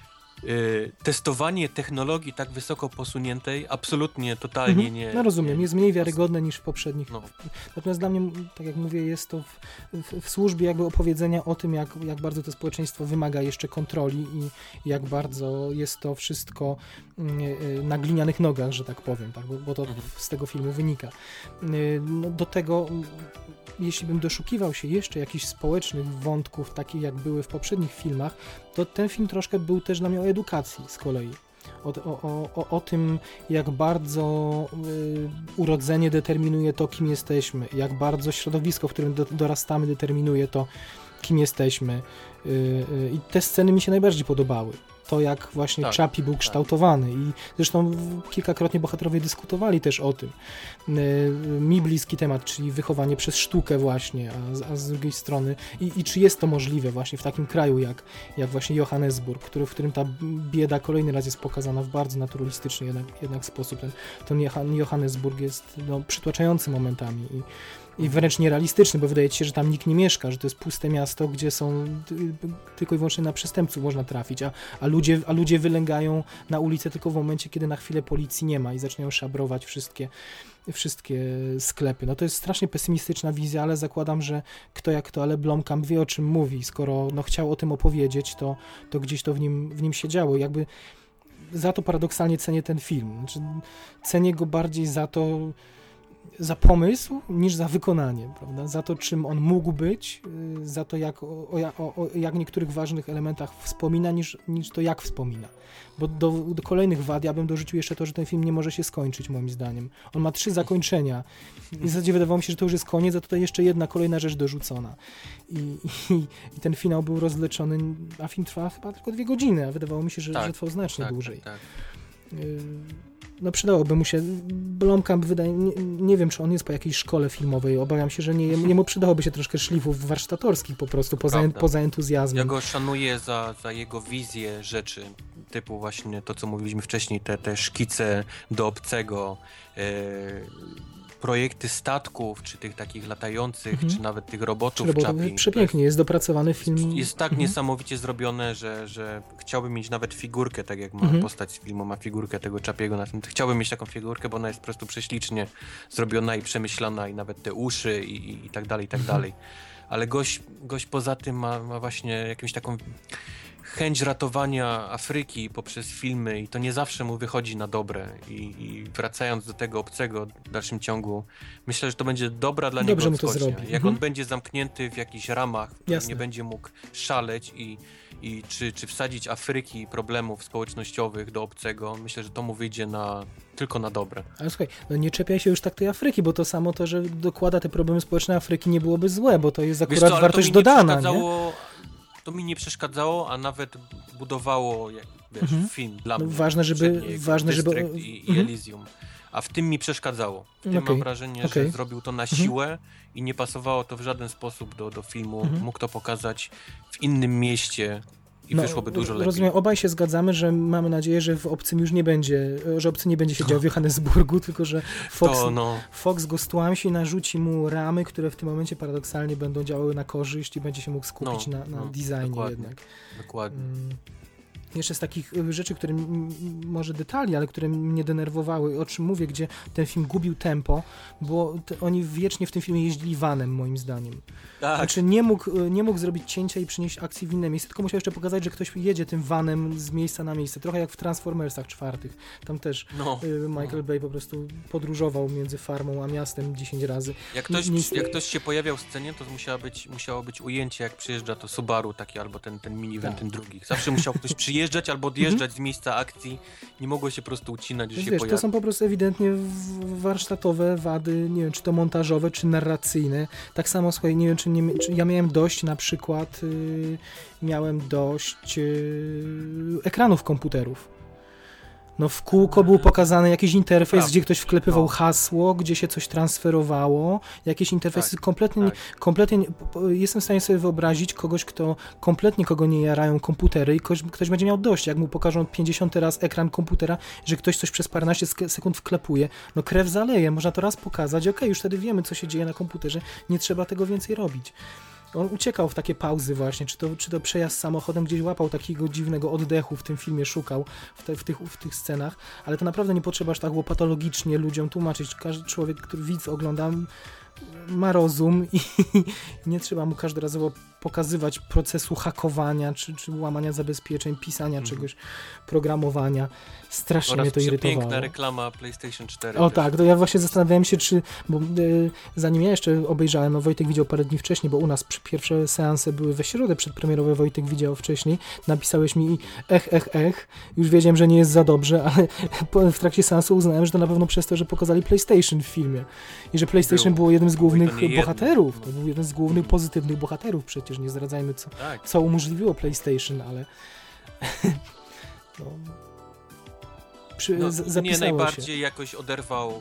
y, testowanie technologii tak wysoko posuniętej absolutnie, totalnie Mhm. nie... No rozumiem, nie, jest mniej wiarygodne niż w poprzednich. No. Natomiast dla mnie, tak jak mówię, jest to w, w, w służbie jakby opowiedzenia o tym, jak, jak bardzo to społeczeństwo wymaga jeszcze kontroli i jak bardzo jest to wszystko mm, y, na glinianych nogach, że tak powiem, tak? Bo, bo to Mhm. z tego filmu wynika. Y, no, do tego, mm, jeśli bym doszukiwał się jeszcze jakichś społecznych wątków, takich jak były w poprzednich filmach, to ten film troszkę był też dla mnie o edukacji z kolei. O, o, o, o tym, jak bardzo y, urodzenie determinuje to, kim jesteśmy, jak bardzo środowisko, w którym do, dorastamy, determinuje to, kim jesteśmy. Y, y, I te sceny mi się najbardziej podobały. To, jak właśnie Tak, Chappie był tak. kształtowany i zresztą w- kilkakrotnie bohaterowie dyskutowali też o tym. Y, mi bliski temat, czyli wychowanie przez sztukę właśnie, a, z- a z drugiej strony i, i czy jest to możliwe właśnie w takim kraju jak, jak właśnie Johannesburg, który, w którym ta bieda kolejny raz jest pokazana w bardzo naturalistyczny jednak, jednak sposób. Ten, ten Johan- Johannesburg jest no, przytłaczający momentami i i wręcz nierealistyczny, bo wydaje ci się, że tam nikt nie mieszka, że to jest puste miasto, gdzie są ty, tylko i wyłącznie na przestępców można trafić, a, a, ludzie, a ludzie wylęgają na ulicę tylko w momencie, kiedy na chwilę policji nie ma i zaczynają szabrować wszystkie, wszystkie sklepy. No to jest strasznie pesymistyczna wizja, ale zakładam, że kto jak kto, ale Blomkamp wie, o czym mówi. Skoro no, chciał o tym opowiedzieć, to, to gdzieś to w nim, w nim się działo. Jakby za to paradoksalnie cenię ten film. Znaczy, cenię go bardziej za to, za pomysł niż za wykonanie, prawda? Za to, czym on mógł być, yy, za to, jak, o, o, o jak niektórych ważnych elementach wspomina, niż, niż to, jak wspomina. Bo do, do kolejnych wad ja bym dorzucił jeszcze to, że ten film nie może się skończyć, moim zdaniem. On ma trzy zakończenia i w zasadzie wydawało mi się, że to już jest koniec, a tutaj jeszcze jedna kolejna rzecz dorzucona. I, i, i ten finał był rozleczony, a film trwa chyba tylko dwie godziny, a wydawało mi się, że, Tak, że trwał znacznie tak, dłużej. tak, tak. Yy, No przydałoby mu się, Blomkamp wydaje, nie, nie wiem, czy on jest po jakiejś szkole filmowej, obawiam się, że nie, jemu przydałoby się troszkę szlifów warsztatorskich po prostu, poza, Prawda. poza entuzjazmem. Ja go szanuję za, za jego wizję rzeczy, typu właśnie to, co mówiliśmy wcześniej, te, te szkice do obcego, e, projekty statków, czy tych takich latających, Mhm. czy nawet tych robotów Czy Chappie. robot, przepięknie, jest dopracowany film. Jest tak Mhm. niesamowicie zrobione, że, że chciałbym mieć nawet figurkę, tak jak ma Mhm. postać z filmu, ma figurkę tego Chappiego na tym. Chciałbym mieć taką figurkę, bo ona jest po prostu prześlicznie zrobiona i przemyślana i nawet te uszy i, i, i tak dalej, i tak Mhm. dalej. Ale gość, gość poza tym ma, ma właśnie jakąś taką chęć ratowania Afryki poprzez filmy i to nie zawsze mu wychodzi na dobre. I, i wracając do tego obcego w dalszym ciągu, myślę, że to będzie dobra dla Dobrze niego mu to odskocznia. zrobi. Jak Mhm. on będzie zamknięty w jakichś ramach, w których Jasne. nie będzie mógł szaleć i, i czy, czy wsadzić Afryki problemów społecznościowych do obcego, myślę, że to mu wyjdzie na, tylko na dobre. Ale słuchaj, no nie czepiaj się już tak tej Afryki, bo to samo to, że dokłada te problemy społeczne Afryki nie byłoby złe, bo to jest Wiesz akurat co, ale wartość to mi nie dodana, nie? przeszkadzało, to mi nie przeszkadzało, a nawet budowało jak, wiesz, Mhm. film dla No mnie. ważne, żeby- poprzedni jego ważne, żeby- District I, i Mhm. Elysium. A w tym mi przeszkadzało. W tym Okej, mam wrażenie, okej. że zrobił to na Mhm. siłę i nie pasowało to w żaden sposób do, do filmu. Mhm. Mógł to pokazać w innym mieście i No, wyszłoby dużo lepiej. Rozumiem, obaj się zgadzamy, że mamy nadzieję, że w Obcym już nie będzie, że Obcy nie będzie siedział w Johannesburgu, tylko że Fox, To no, Fox go stłamsi i narzuci mu ramy, które w tym momencie paradoksalnie będą działały na korzyść i będzie się mógł skupić No, na, na no, designie dokładnie. jednak. dokładnie. Mm. Jeszcze z takich y, rzeczy, które m- m- może detali, ale które mnie denerwowały, o czym mówię, gdzie ten film gubił tempo, bo te, oni wiecznie w tym filmie jeździli vanem, moim zdaniem. Tak, Znaczy nie mógł, y, nie mógł zrobić cięcia i przynieść akcji w inne miejsce, tylko musiał jeszcze pokazać, że ktoś jedzie tym vanem z miejsca na miejsce. Trochę jak w Transformersach czwartych. Tam też no. y, Michael no. Bay po prostu podróżował między farmą a miastem dziesięć razy. Jak ktoś, nie- jak ktoś się pojawiał w scenie, to musiało być, musiało być ujęcie, jak przyjeżdża to Subaru taki, albo ten, ten minivan, Tak. ten drugi. Zawsze musiał ktoś przyjeżdżać albo odjeżdżać z miejsca akcji. Nie mogło się po prostu ucinać, że Więc się wiesz, pojawi. to są po prostu ewidentnie w- warsztatowe wady, nie wiem, czy to montażowe, czy narracyjne. Tak samo, słuchaj, nie wiem, czy, nie, czy ja miałem dość na przykład, yy, miałem dość yy, ekranów komputerów. No w kółko był pokazany jakiś interfejs, Prawda. gdzie ktoś wklepywał No. hasło, gdzie się coś transferowało, jakieś interfejsy Tak, kompletnie, nie- tak. kompletnie, nie- po- po- jestem w stanie sobie wyobrazić kogoś, kto kompletnie kogo nie jarają komputery i ktoś, ktoś będzie miał dość, jak mu pokażą pięćdziesiąty raz ekran komputera, że ktoś coś przez paręnaście sk- sekund wklepuje, no krew zaleje, można to raz pokazać, okej, już wtedy wiemy, co się dzieje na komputerze, nie trzeba tego więcej robić. On uciekał w takie pauzy właśnie, czy to, czy to przejazd samochodem, gdzieś łapał takiego dziwnego oddechu w tym filmie, szukał w, te, w, tych, w tych scenach, ale to naprawdę nie potrzeba aż tak łopatologicznie ludziom tłumaczyć. Każdy człowiek, który widz ogląda, ma rozum i nie trzeba mu każdorazowo pokazywać procesu hakowania, czy, czy łamania zabezpieczeń, pisania Mhm. czegoś, programowania. Strasznie Oraz mnie to irytowało. piękna reklama PlayStation cztery. O też. tak, to ja właśnie zastanawiałem się, czy, bo e, zanim ja jeszcze obejrzałem, no Wojtek widział parę dni wcześniej, bo u nas przy- pierwsze seanse były we środę przedpremierowe, Wojtek widział wcześniej, napisałeś mi ech, ech, ech, już wiedziałem, że nie jest za dobrze, ale po, w trakcie seansu uznałem, że to na pewno przez to, że pokazali PlayStation w filmie i że PlayStation Było. było jednym z głównych nie jedno. bohaterów, to No. był jeden z głównych pozytywnych bohaterów, przecież nie zdradzajmy, co, Tak. co umożliwiło PlayStation, ale no, przy, No, z, mnie zapisało się. najbardziej jakoś oderwał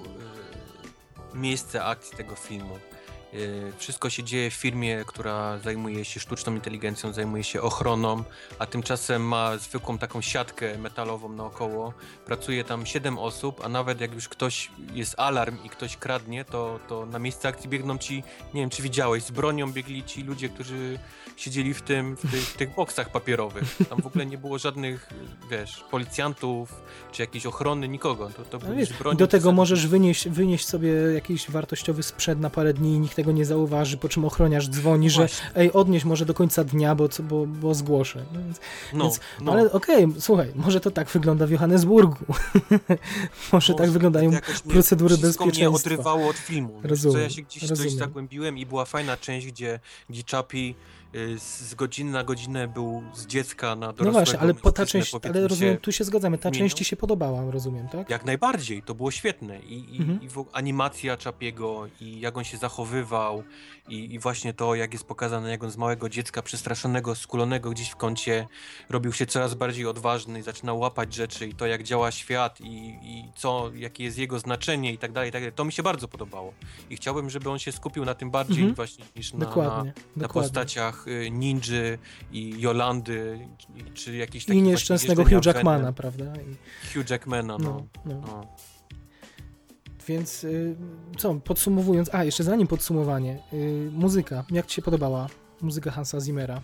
y, miejsce akcji tego filmu. Y, wszystko się dzieje w firmie, która zajmuje się sztuczną inteligencją, zajmuje się ochroną, a tymczasem ma zwykłą taką siatkę metalową naokoło. Pracuje tam siedem osób, a nawet jak już ktoś jest alarm i ktoś kradnie, to, to na miejsce akcji biegną ci, nie wiem czy widziałeś, z bronią biegli ci ludzie, którzy siedzieli w tym, w tych, tych boksach papierowych. Tam w ogóle nie było żadnych, wiesz, policjantów, czy jakiejś ochrony, nikogo. To, to Ale byli wiesz, z bronią do tego przy- możesz wynieść, wynieść sobie jakiś wartościowy sprzęt na parę dni i nikt tego nie zauważy, po czym ochroniarz dzwoni, że Właśnie. ej, odnieś może do końca dnia, bo, co- bo, bo zgłoszę. No, więc, No, więc, no. Ale okej, słuchaj, może to tak wygląda w Johannesburgu. może tak wyglądają jakoś mnie- procedury wszystko bezpieczeństwa. mnie odrywało od filmu. Wiesz, Rozumiem, co ja się gdzieś coś rozumiem. zagłębiłem i była fajna część, gdzie, gdzie Chappie y, z z godziny na godzinę był z dziecka na dorosłego. No właśnie, ale po ta mężczyznę, część, powiedzmy, ale rozumiem, się- tu się zgadzamy, ta zmienią. część ci się podobała, rozumiem, tak? Jak najbardziej, to było świetne i, i, Mhm. i w, animacja Chappiego i jak on się zachowywał i, i właśnie to, jak jest pokazane, jak on z małego dziecka przestraszonego, skulonego gdzieś w kącie robił się coraz bardziej odważny i zaczynał łapać rzeczy i to, jak działa świat i, i co, jakie jest jego znaczenie i tak dalej, i tak dalej. To mi się bardzo podobało i chciałbym, żeby on się skupił na tym bardziej Mhm. właśnie niż na, na, Dokładnie, na dokładnie. postaciach y, Ninży i Jolandy i- czy jakichś I takich nieszczęsnego właśnie Hugh jeżdżenia Jackmana, Venem. prawda? I, Hugh Jackmana, no. no, no. no. Więc y, co, podsumowując, a jeszcze zanim podsumowanie, y, muzyka, jak ci się podobała muzyka Hansa Zimmera?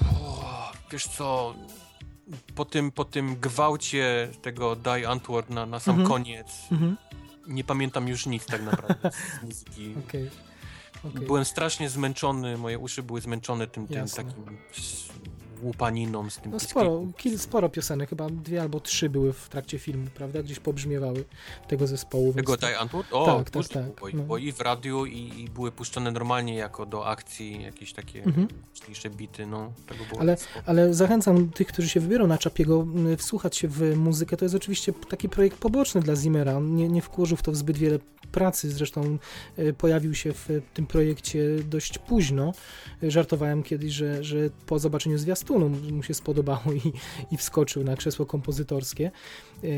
O, wiesz co, po tym, po tym gwałcie tego Die Antwoord na, na sam Mhm. koniec, Mhm. nie pamiętam już nic tak naprawdę z muzyki. Okej. okej. Byłem strasznie zmęczony, moje uszy były zmęczone tym, tym Jasne. takim s- łupaniną z tym No sporo, piskliku. kil, sporo piosenek, chyba dwie albo trzy były w trakcie filmu, prawda? Gdzieś pobrzmiewały tego zespołu. Tego więc to- Die Antwoord? O, Tak, tak, dużo tak, było, no. bo i w radiu, i, i były puszczone normalnie jako do akcji, jakieś takie Mhm. mocniejsze bity, no, tego było Ale- sporo. Ale zachęcam tych, którzy się wybiorą na Chapiego, m, wsłuchać się w muzykę. To jest oczywiście taki projekt poboczny dla Zimmera. On nie, nie włożył w to zbyt wiele pracy. Zresztą e, pojawił się w tym projekcie dość późno. E, Żartowałem kiedyś, że, że po zobaczeniu zwiastunu mu się spodobało i, i wskoczył na krzesło kompozytorskie. E,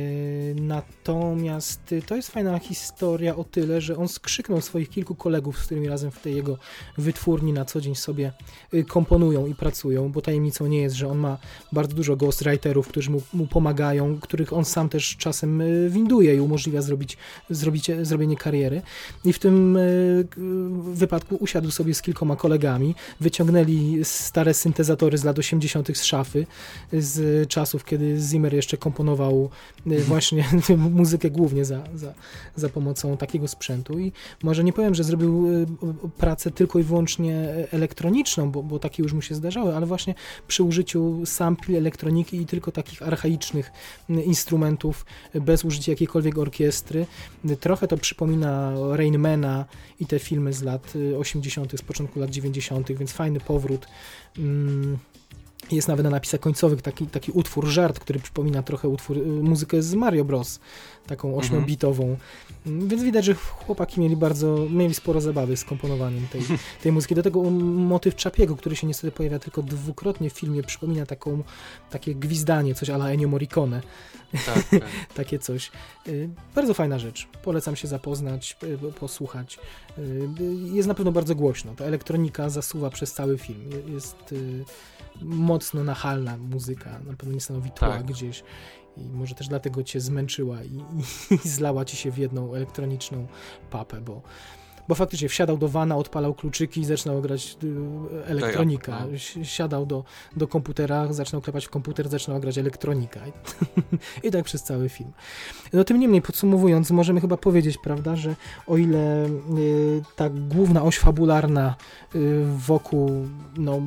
Natomiast e, to jest fajna historia o tyle, że on skrzyknął swoich kilku kolegów, z którymi razem w tej jego wytwórni na co dzień sobie y, komponują i pracują, bo tajemnicą nie jest, że on ma bardzo dużo ghostwriterów, którzy mu, mu pomagają, których on sam też czasem y, winduje i umożliwia zrobić, zrobić, zrobienie kariery. I w tym y, k- wypadku usiadł sobie z kilkoma kolegami, wyciągnęli stare syntezatory z lat osiemdziesiątych z szafy, z czasów, kiedy Zimmer jeszcze komponował y, właśnie muzykę głównie za, za, za pomocą takiego sprzętu. I może nie powiem, że zrobił y, y, pracę tylko i wyłącznie elektroniczną, bo, bo takie już mu się zdarzały, ale właśnie przy użyciu sampli, elektroniki i tylko takich archaicznych y, instrumentów, y, bez użycia jakiejkolwiek orkiestry. Y, Trochę to przypomina Rainmana i te filmy z lat y, osiemdziesiątych, z początku lat dziewięćdziesiątych, więc fajny powrót. Ym, Jest nawet na napisach końcowych taki, taki utwór, żart, który przypomina trochę utwór, y, muzykę z Mario Bros, taką ośmiobitową. Mm, Więc widać, że chłopaki mieli bardzo, mieli sporo zabawy z komponowaniem tej, tej muzyki. Do tego um, motyw Chapiego, który się niestety pojawia tylko dwukrotnie w filmie, przypomina taką, takie gwizdanie, coś a la Ennio Morricone, Tak, tak. takie coś. Y, Bardzo fajna rzecz. Polecam się zapoznać, y, posłuchać. Y, y, Jest na pewno bardzo głośno. Ta elektronika zasuwa przez cały film. Je- Jest y, mocno nachalna muzyka, na pewno nie stanowi tła Tak. gdzieś. I może też dlatego cię zmęczyła i, i, i zlała ci się w jedną elektroniczną papę, bo, bo faktycznie wsiadał do wana, odpalał kluczyki i zaczynał grać y, elektronika. Tak, no. Si- Siadał do, do komputera, zaczynał klepać w komputer, zaczynał grać elektronika. I, I tak przez cały film. No tym niemniej, podsumowując, możemy chyba powiedzieć, prawda, że o ile y, ta główna oś fabularna y, wokół no,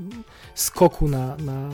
skoku na, na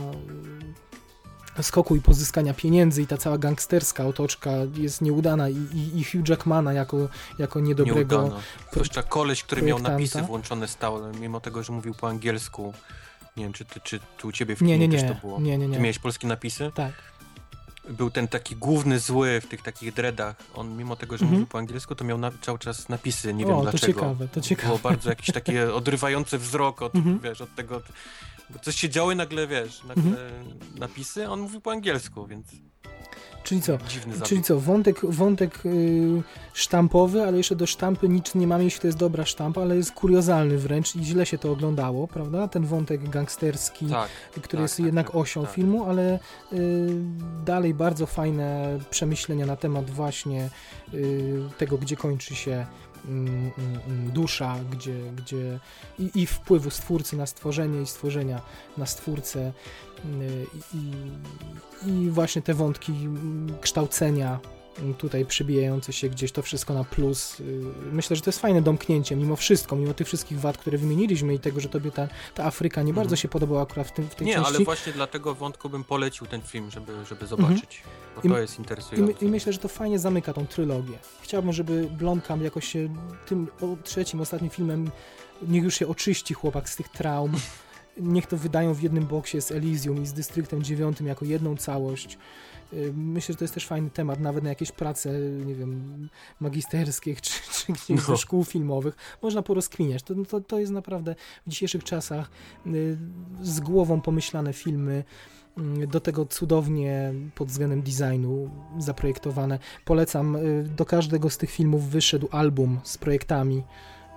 skoku i pozyskania pieniędzy i ta cała gangsterska otoczka jest nieudana i, i, i Hugh Jackmana jako, jako niedobrego... Nieudano. Zwłaszcza koleś, który miał projektanta. napisy włączone stałe, mimo tego, że mówił po angielsku. Nie wiem, czy, ty, czy tu u ciebie w Nie, kinie nie, też nie, to było. nie, nie, Ty nie. miałeś polskie napisy? Tak. Był ten taki główny zły w tych takich dreadach. On mimo tego, że Mhm. mówił po angielsku, to miał na, cały czas napisy. Nie O, wiem to dlaczego. ciekawe, to ciekawe. Było bardzo jakieś takie odrywające wzrok od, Mhm. wiesz, od tego... Bo coś się działo i nagle, wiesz, nagle napisy, a on mówił po angielsku, więc Czyli co? dziwny zabieg. Czyli co, wątek, wątek y, sztampowy, ale jeszcze do sztampy nic nie mamy, jeśli to jest dobra sztampa, ale jest kuriozalny wręcz i źle się to oglądało, prawda? Ten wątek gangsterski, Tak, który tak, jest tak, jednak tak, osią tak. filmu, ale y, dalej bardzo fajne przemyślenia na temat właśnie y, tego, gdzie kończy się mm, mm, mm, dusza, gdzie, gdzie i, i wpływu stwórcy na stworzenie i stworzenia na stwórcę y, i, i właśnie te wątki mm, kształcenia mm, tutaj przybijające się gdzieś, to wszystko na plus. Y, Myślę, że to jest fajne domknięcie, mimo wszystko, mimo tych wszystkich wad, które wymieniliśmy i tego, że tobie ta, ta Afryka nie Mhm. bardzo się podobała akurat w, tym, w tej Nie, części. ale właśnie dlatego wątku bym polecił ten film, żeby, żeby zobaczyć. Bo I to my- jest I, my, interesujące. I myślę, że to fajnie zamyka tą trylogię. Chciałbym, żeby Blomkamp jakoś się tym o, trzecim, ostatnim filmem niech już się oczyści chłopak z tych traum. Niech to wydają w jednym boksie z Elysium i z Dystryktem dziewiątym jako jedną całość. Y, Myślę, że to jest też fajny temat, nawet na jakieś prace, nie wiem, magisterskie czy, czy gdzieś No. ze szkół filmowych. Można porozkminiać. To, to, to jest naprawdę w dzisiejszych czasach y, z głową pomyślane filmy, y, do tego cudownie pod względem designu zaprojektowane. Polecam, y, do każdego z tych filmów wyszedł album z projektami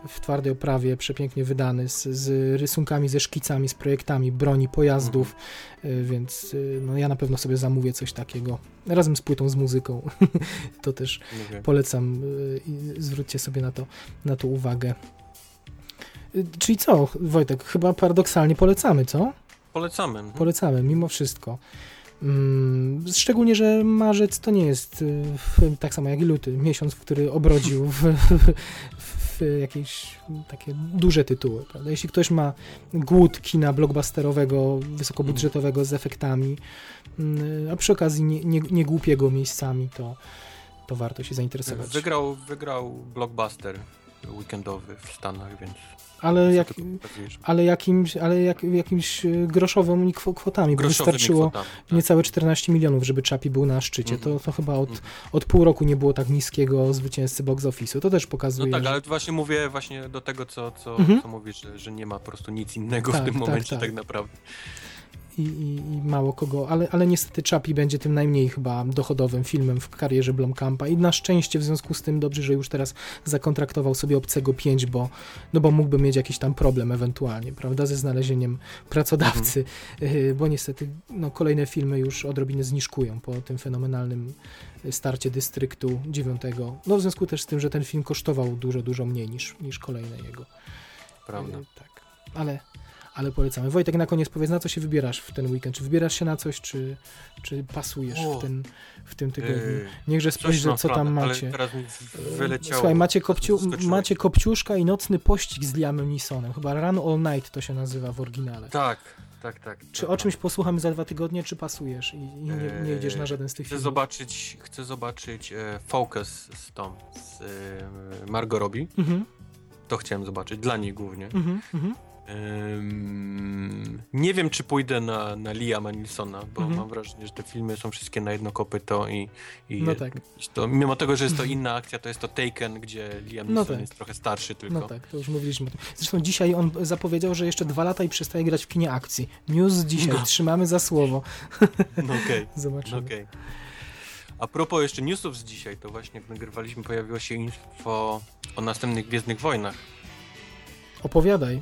w twardej oprawie, przepięknie wydany, z, z rysunkami, ze szkicami, z projektami broni, pojazdów, mm. więc no, ja na pewno sobie zamówię coś takiego, razem z płytą, z muzyką. To też okay. polecam i zwróćcie sobie na to, na to uwagę. Czyli co, Wojtek, chyba paradoksalnie polecamy, co? Polecamy. Polecamy, mimo wszystko. Mm, szczególnie, że marzec to nie jest tak samo jak i luty, miesiąc, w który obrodził w, w, w jakieś takie duże tytuły, prawda? Jeśli ktoś ma głód kina blockbusterowego, wysokobudżetowego z efektami, a przy okazji nie, nie, nie głupiego miejscami, to, to warto się zainteresować. Wygrał, wygrał blockbuster weekendowy w Stanach, więc... Ale, jak, ale, jakimś, ale jak, jakimś groszowymi kwotami, bo wystarczyło kwotami, tak. niecałe czternaście milionów, żeby Chappie był na szczycie. Mm-hmm. To, to chyba od, mm-hmm. od pół roku nie było tak niskiego zwycięzcy box office'u. To też pokazuje, No tak, że... ale właśnie mówię właśnie do tego, co, co, mm-hmm. co mówisz, że, że nie ma po prostu nic innego tak, w tym tak, momencie tak, tak. tak naprawdę. I, i, i mało kogo, ale, ale niestety Chappie będzie tym najmniej chyba dochodowym filmem w karierze Blomkampa i na szczęście w związku z tym dobrze, że już teraz zakontraktował sobie Obcego pięć, bo, no bo mógłby mieć jakiś tam problem ewentualnie, prawda, ze znalezieniem pracodawcy, mhm. bo niestety no, kolejne filmy już odrobinę zniżkują po tym fenomenalnym starcie Dystryktu dziewiątego, no w związku też z tym, że ten film kosztował dużo, dużo mniej niż, niż kolejne jego. Prawda. Tak, ale Ale polecamy. Wojtek, na koniec powiedz, na co się wybierasz w ten weekend? Czy wybierasz się na coś, czy, czy pasujesz w, ten, w tym tygodniu? Niechże spojrzę, co tam macie. Teraz mi wyleciało. Słuchaj, macie, kopciu, macie Kopciuszka i Nocny pościg z Liamem Neesonem. Chyba Run All Night to się nazywa w oryginale. Tak, tak, tak. Czy tak, o czymś posłuchamy za dwa tygodnie, czy pasujesz i, i nie, nie idziesz na żaden z tych chcę filmów? Zobaczyć, chcę zobaczyć e, Focus z Tom, z e, Margot Robbie. Mhm. To chciałem zobaczyć, dla niej głównie. Mhm, mhm. Um, nie wiem, czy pójdę na, na Liama Neesona, bo mhm. mam wrażenie, że te filmy są wszystkie na jedno kopyto i, i no tak. to, mimo tego, że jest to inna akcja, to jest to Taken, gdzie Liam Neeson no tak. jest trochę starszy tylko. No tak, to już mówiliśmy o tym. Zresztą dzisiaj on zapowiedział, że jeszcze dwa lata i przestaje grać w kinie akcji. News dzisiaj, no. Trzymamy za słowo. No okej, okay. Zobaczymy. No okay. A propos jeszcze newsów z dzisiaj, to właśnie jak nagrywaliśmy, pojawiło się info o następnych Gwiezdnych Wojnach. Opowiadaj.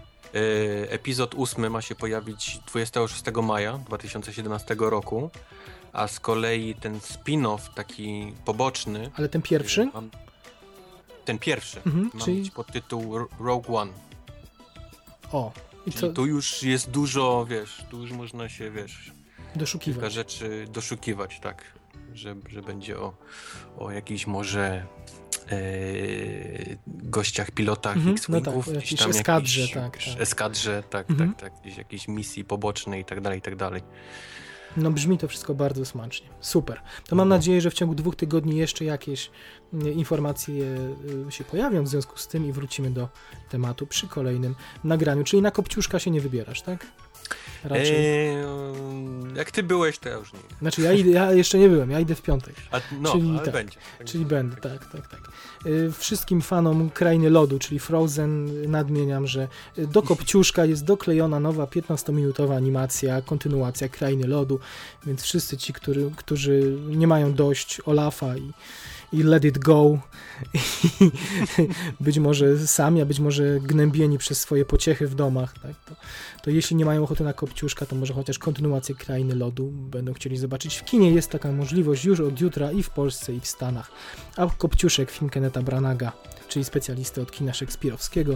Epizod ósmy ma się pojawić dwudziestego szóstego maja dwa tysiące siedemnastego roku, a z kolei ten spin-off taki poboczny... Ale ten pierwszy? Mam, ten pierwszy mhm, ma czyli... mieć pod tytuł Rogue One. O. I czyli co? tu już jest dużo, wiesz, tu już można się, wiesz... Doszukiwać. Kilka rzeczy doszukiwać, tak. Że, że będzie o, o jakiejś może... Yy, gościach, pilotach mm-hmm, X-Wingów, no tak, gdzieś tam eskadrze, jakiś, tak, tak. eskadrze, tak, mm-hmm. tak, tak, gdzieś jakieś misji poboczne i tak dalej, i tak dalej. No brzmi to wszystko bardzo smacznie. Super. To mam nadzieję, że w ciągu dwóch tygodni jeszcze jakieś informacje się pojawią w związku z tym i wrócimy do tematu przy kolejnym nagraniu. Czyli na Kopciuszka się nie wybierasz, tak? Raczej. Eee, jak ty byłeś, to ja już nie. Znaczy ja, idę, ja jeszcze nie byłem, ja idę w piątek. A, no, czyli ale tak, będzie. Czyli będę, tak, tak, tak. Yy, wszystkim fanom Krainy Lodu, czyli Frozen, nadmieniam, że do Kopciuszka jest doklejona nowa piętnastominutowa animacja, kontynuacja Krainy Lodu, więc wszyscy ci, który, którzy nie mają dość Olafa i i let it go i być może sami, a być może gnębieni przez swoje pociechy w domach, tak? to, to jeśli nie mają ochoty na Kopciuszka, to może chociaż kontynuację Krainy Lodu będą chcieli zobaczyć. W kinie jest taka możliwość już od jutra i w Polsce, i w Stanach. A Kopciuszek, film Kennetha Branaga, czyli specjalisty od kina szekspirowskiego,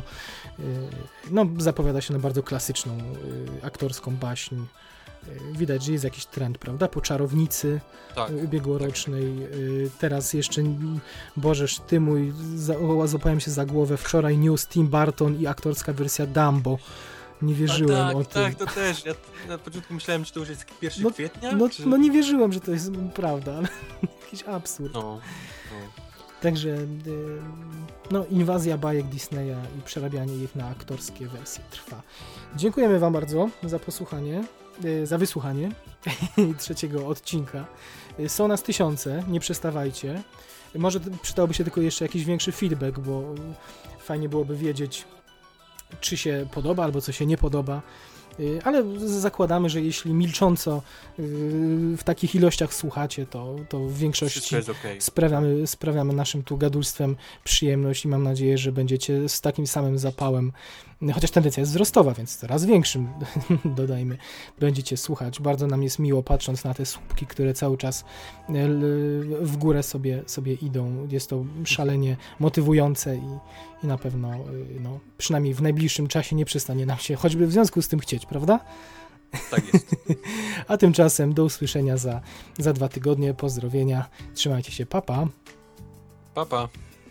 no zapowiada się na bardzo klasyczną aktorską baśń. Widać, że jest jakiś trend, prawda? Po Czarownicy tak, ubiegłorocznej. Tak. Teraz jeszcze, Bożeż ty mój, złapałem się za głowę. Wczoraj news Tim Burton i aktorska wersja Dumbo. Nie wierzyłem tak, o tym. Tak, to też. Ja na początku myślałem, że to już jest pierwszy no, kwietnia. No, czy... no nie wierzyłem, że to jest prawda, ale jakiś absurd. No, no. Także no, inwazja bajek Disneya i przerabianie ich na aktorskie wersje trwa. Dziękujemy wam bardzo za posłuchanie. Za wysłuchanie trzeciego odcinka. Są nas tysiące, nie przestawajcie. Może przydałoby się tylko jeszcze jakiś większy feedback, bo fajnie byłoby wiedzieć, czy się podoba, albo co się nie podoba. y, ale zakładamy, że jeśli milcząco y, w takich ilościach słuchacie, to, to w większości Wszystko jest okej. sprawiamy, sprawiamy naszym tu gadulstwem przyjemność i mam nadzieję, że będziecie z takim samym zapałem, chociaż tendencja jest wzrostowa, więc coraz większym, dodajmy, będziecie słuchać. Bardzo nam jest miło, patrząc na te słupki, które cały czas w górę sobie, sobie idą. Jest to szalenie motywujące i, i na pewno no, przynajmniej w najbliższym czasie nie przestanie nam się choćby w związku z tym chcieć, prawda? Tak jest. A tymczasem do usłyszenia za, za dwa tygodnie. Pozdrowienia. Trzymajcie się. Pa, pa. Pa, pa.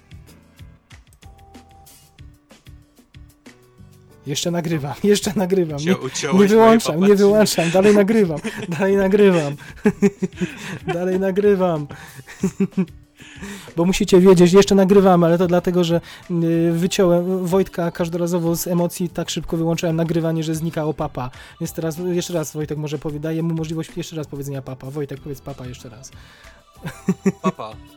Jeszcze nagrywam, jeszcze nagrywam. Nie, Uciąłeś nie wyłączam, moje nie wyłączam. Dalej nagrywam, dalej nagrywam. Dalej nagrywam. Bo musicie wiedzieć, jeszcze nagrywamy, ale to dlatego, że wyciąłem Wojtka każdorazowo z emocji, tak szybko wyłączałem nagrywanie, że znikało papa. Więc teraz jeszcze raz Wojtek może powie, daję mu możliwość jeszcze raz powiedzenia papa. Wojtek, powiedz papa jeszcze raz. Papa.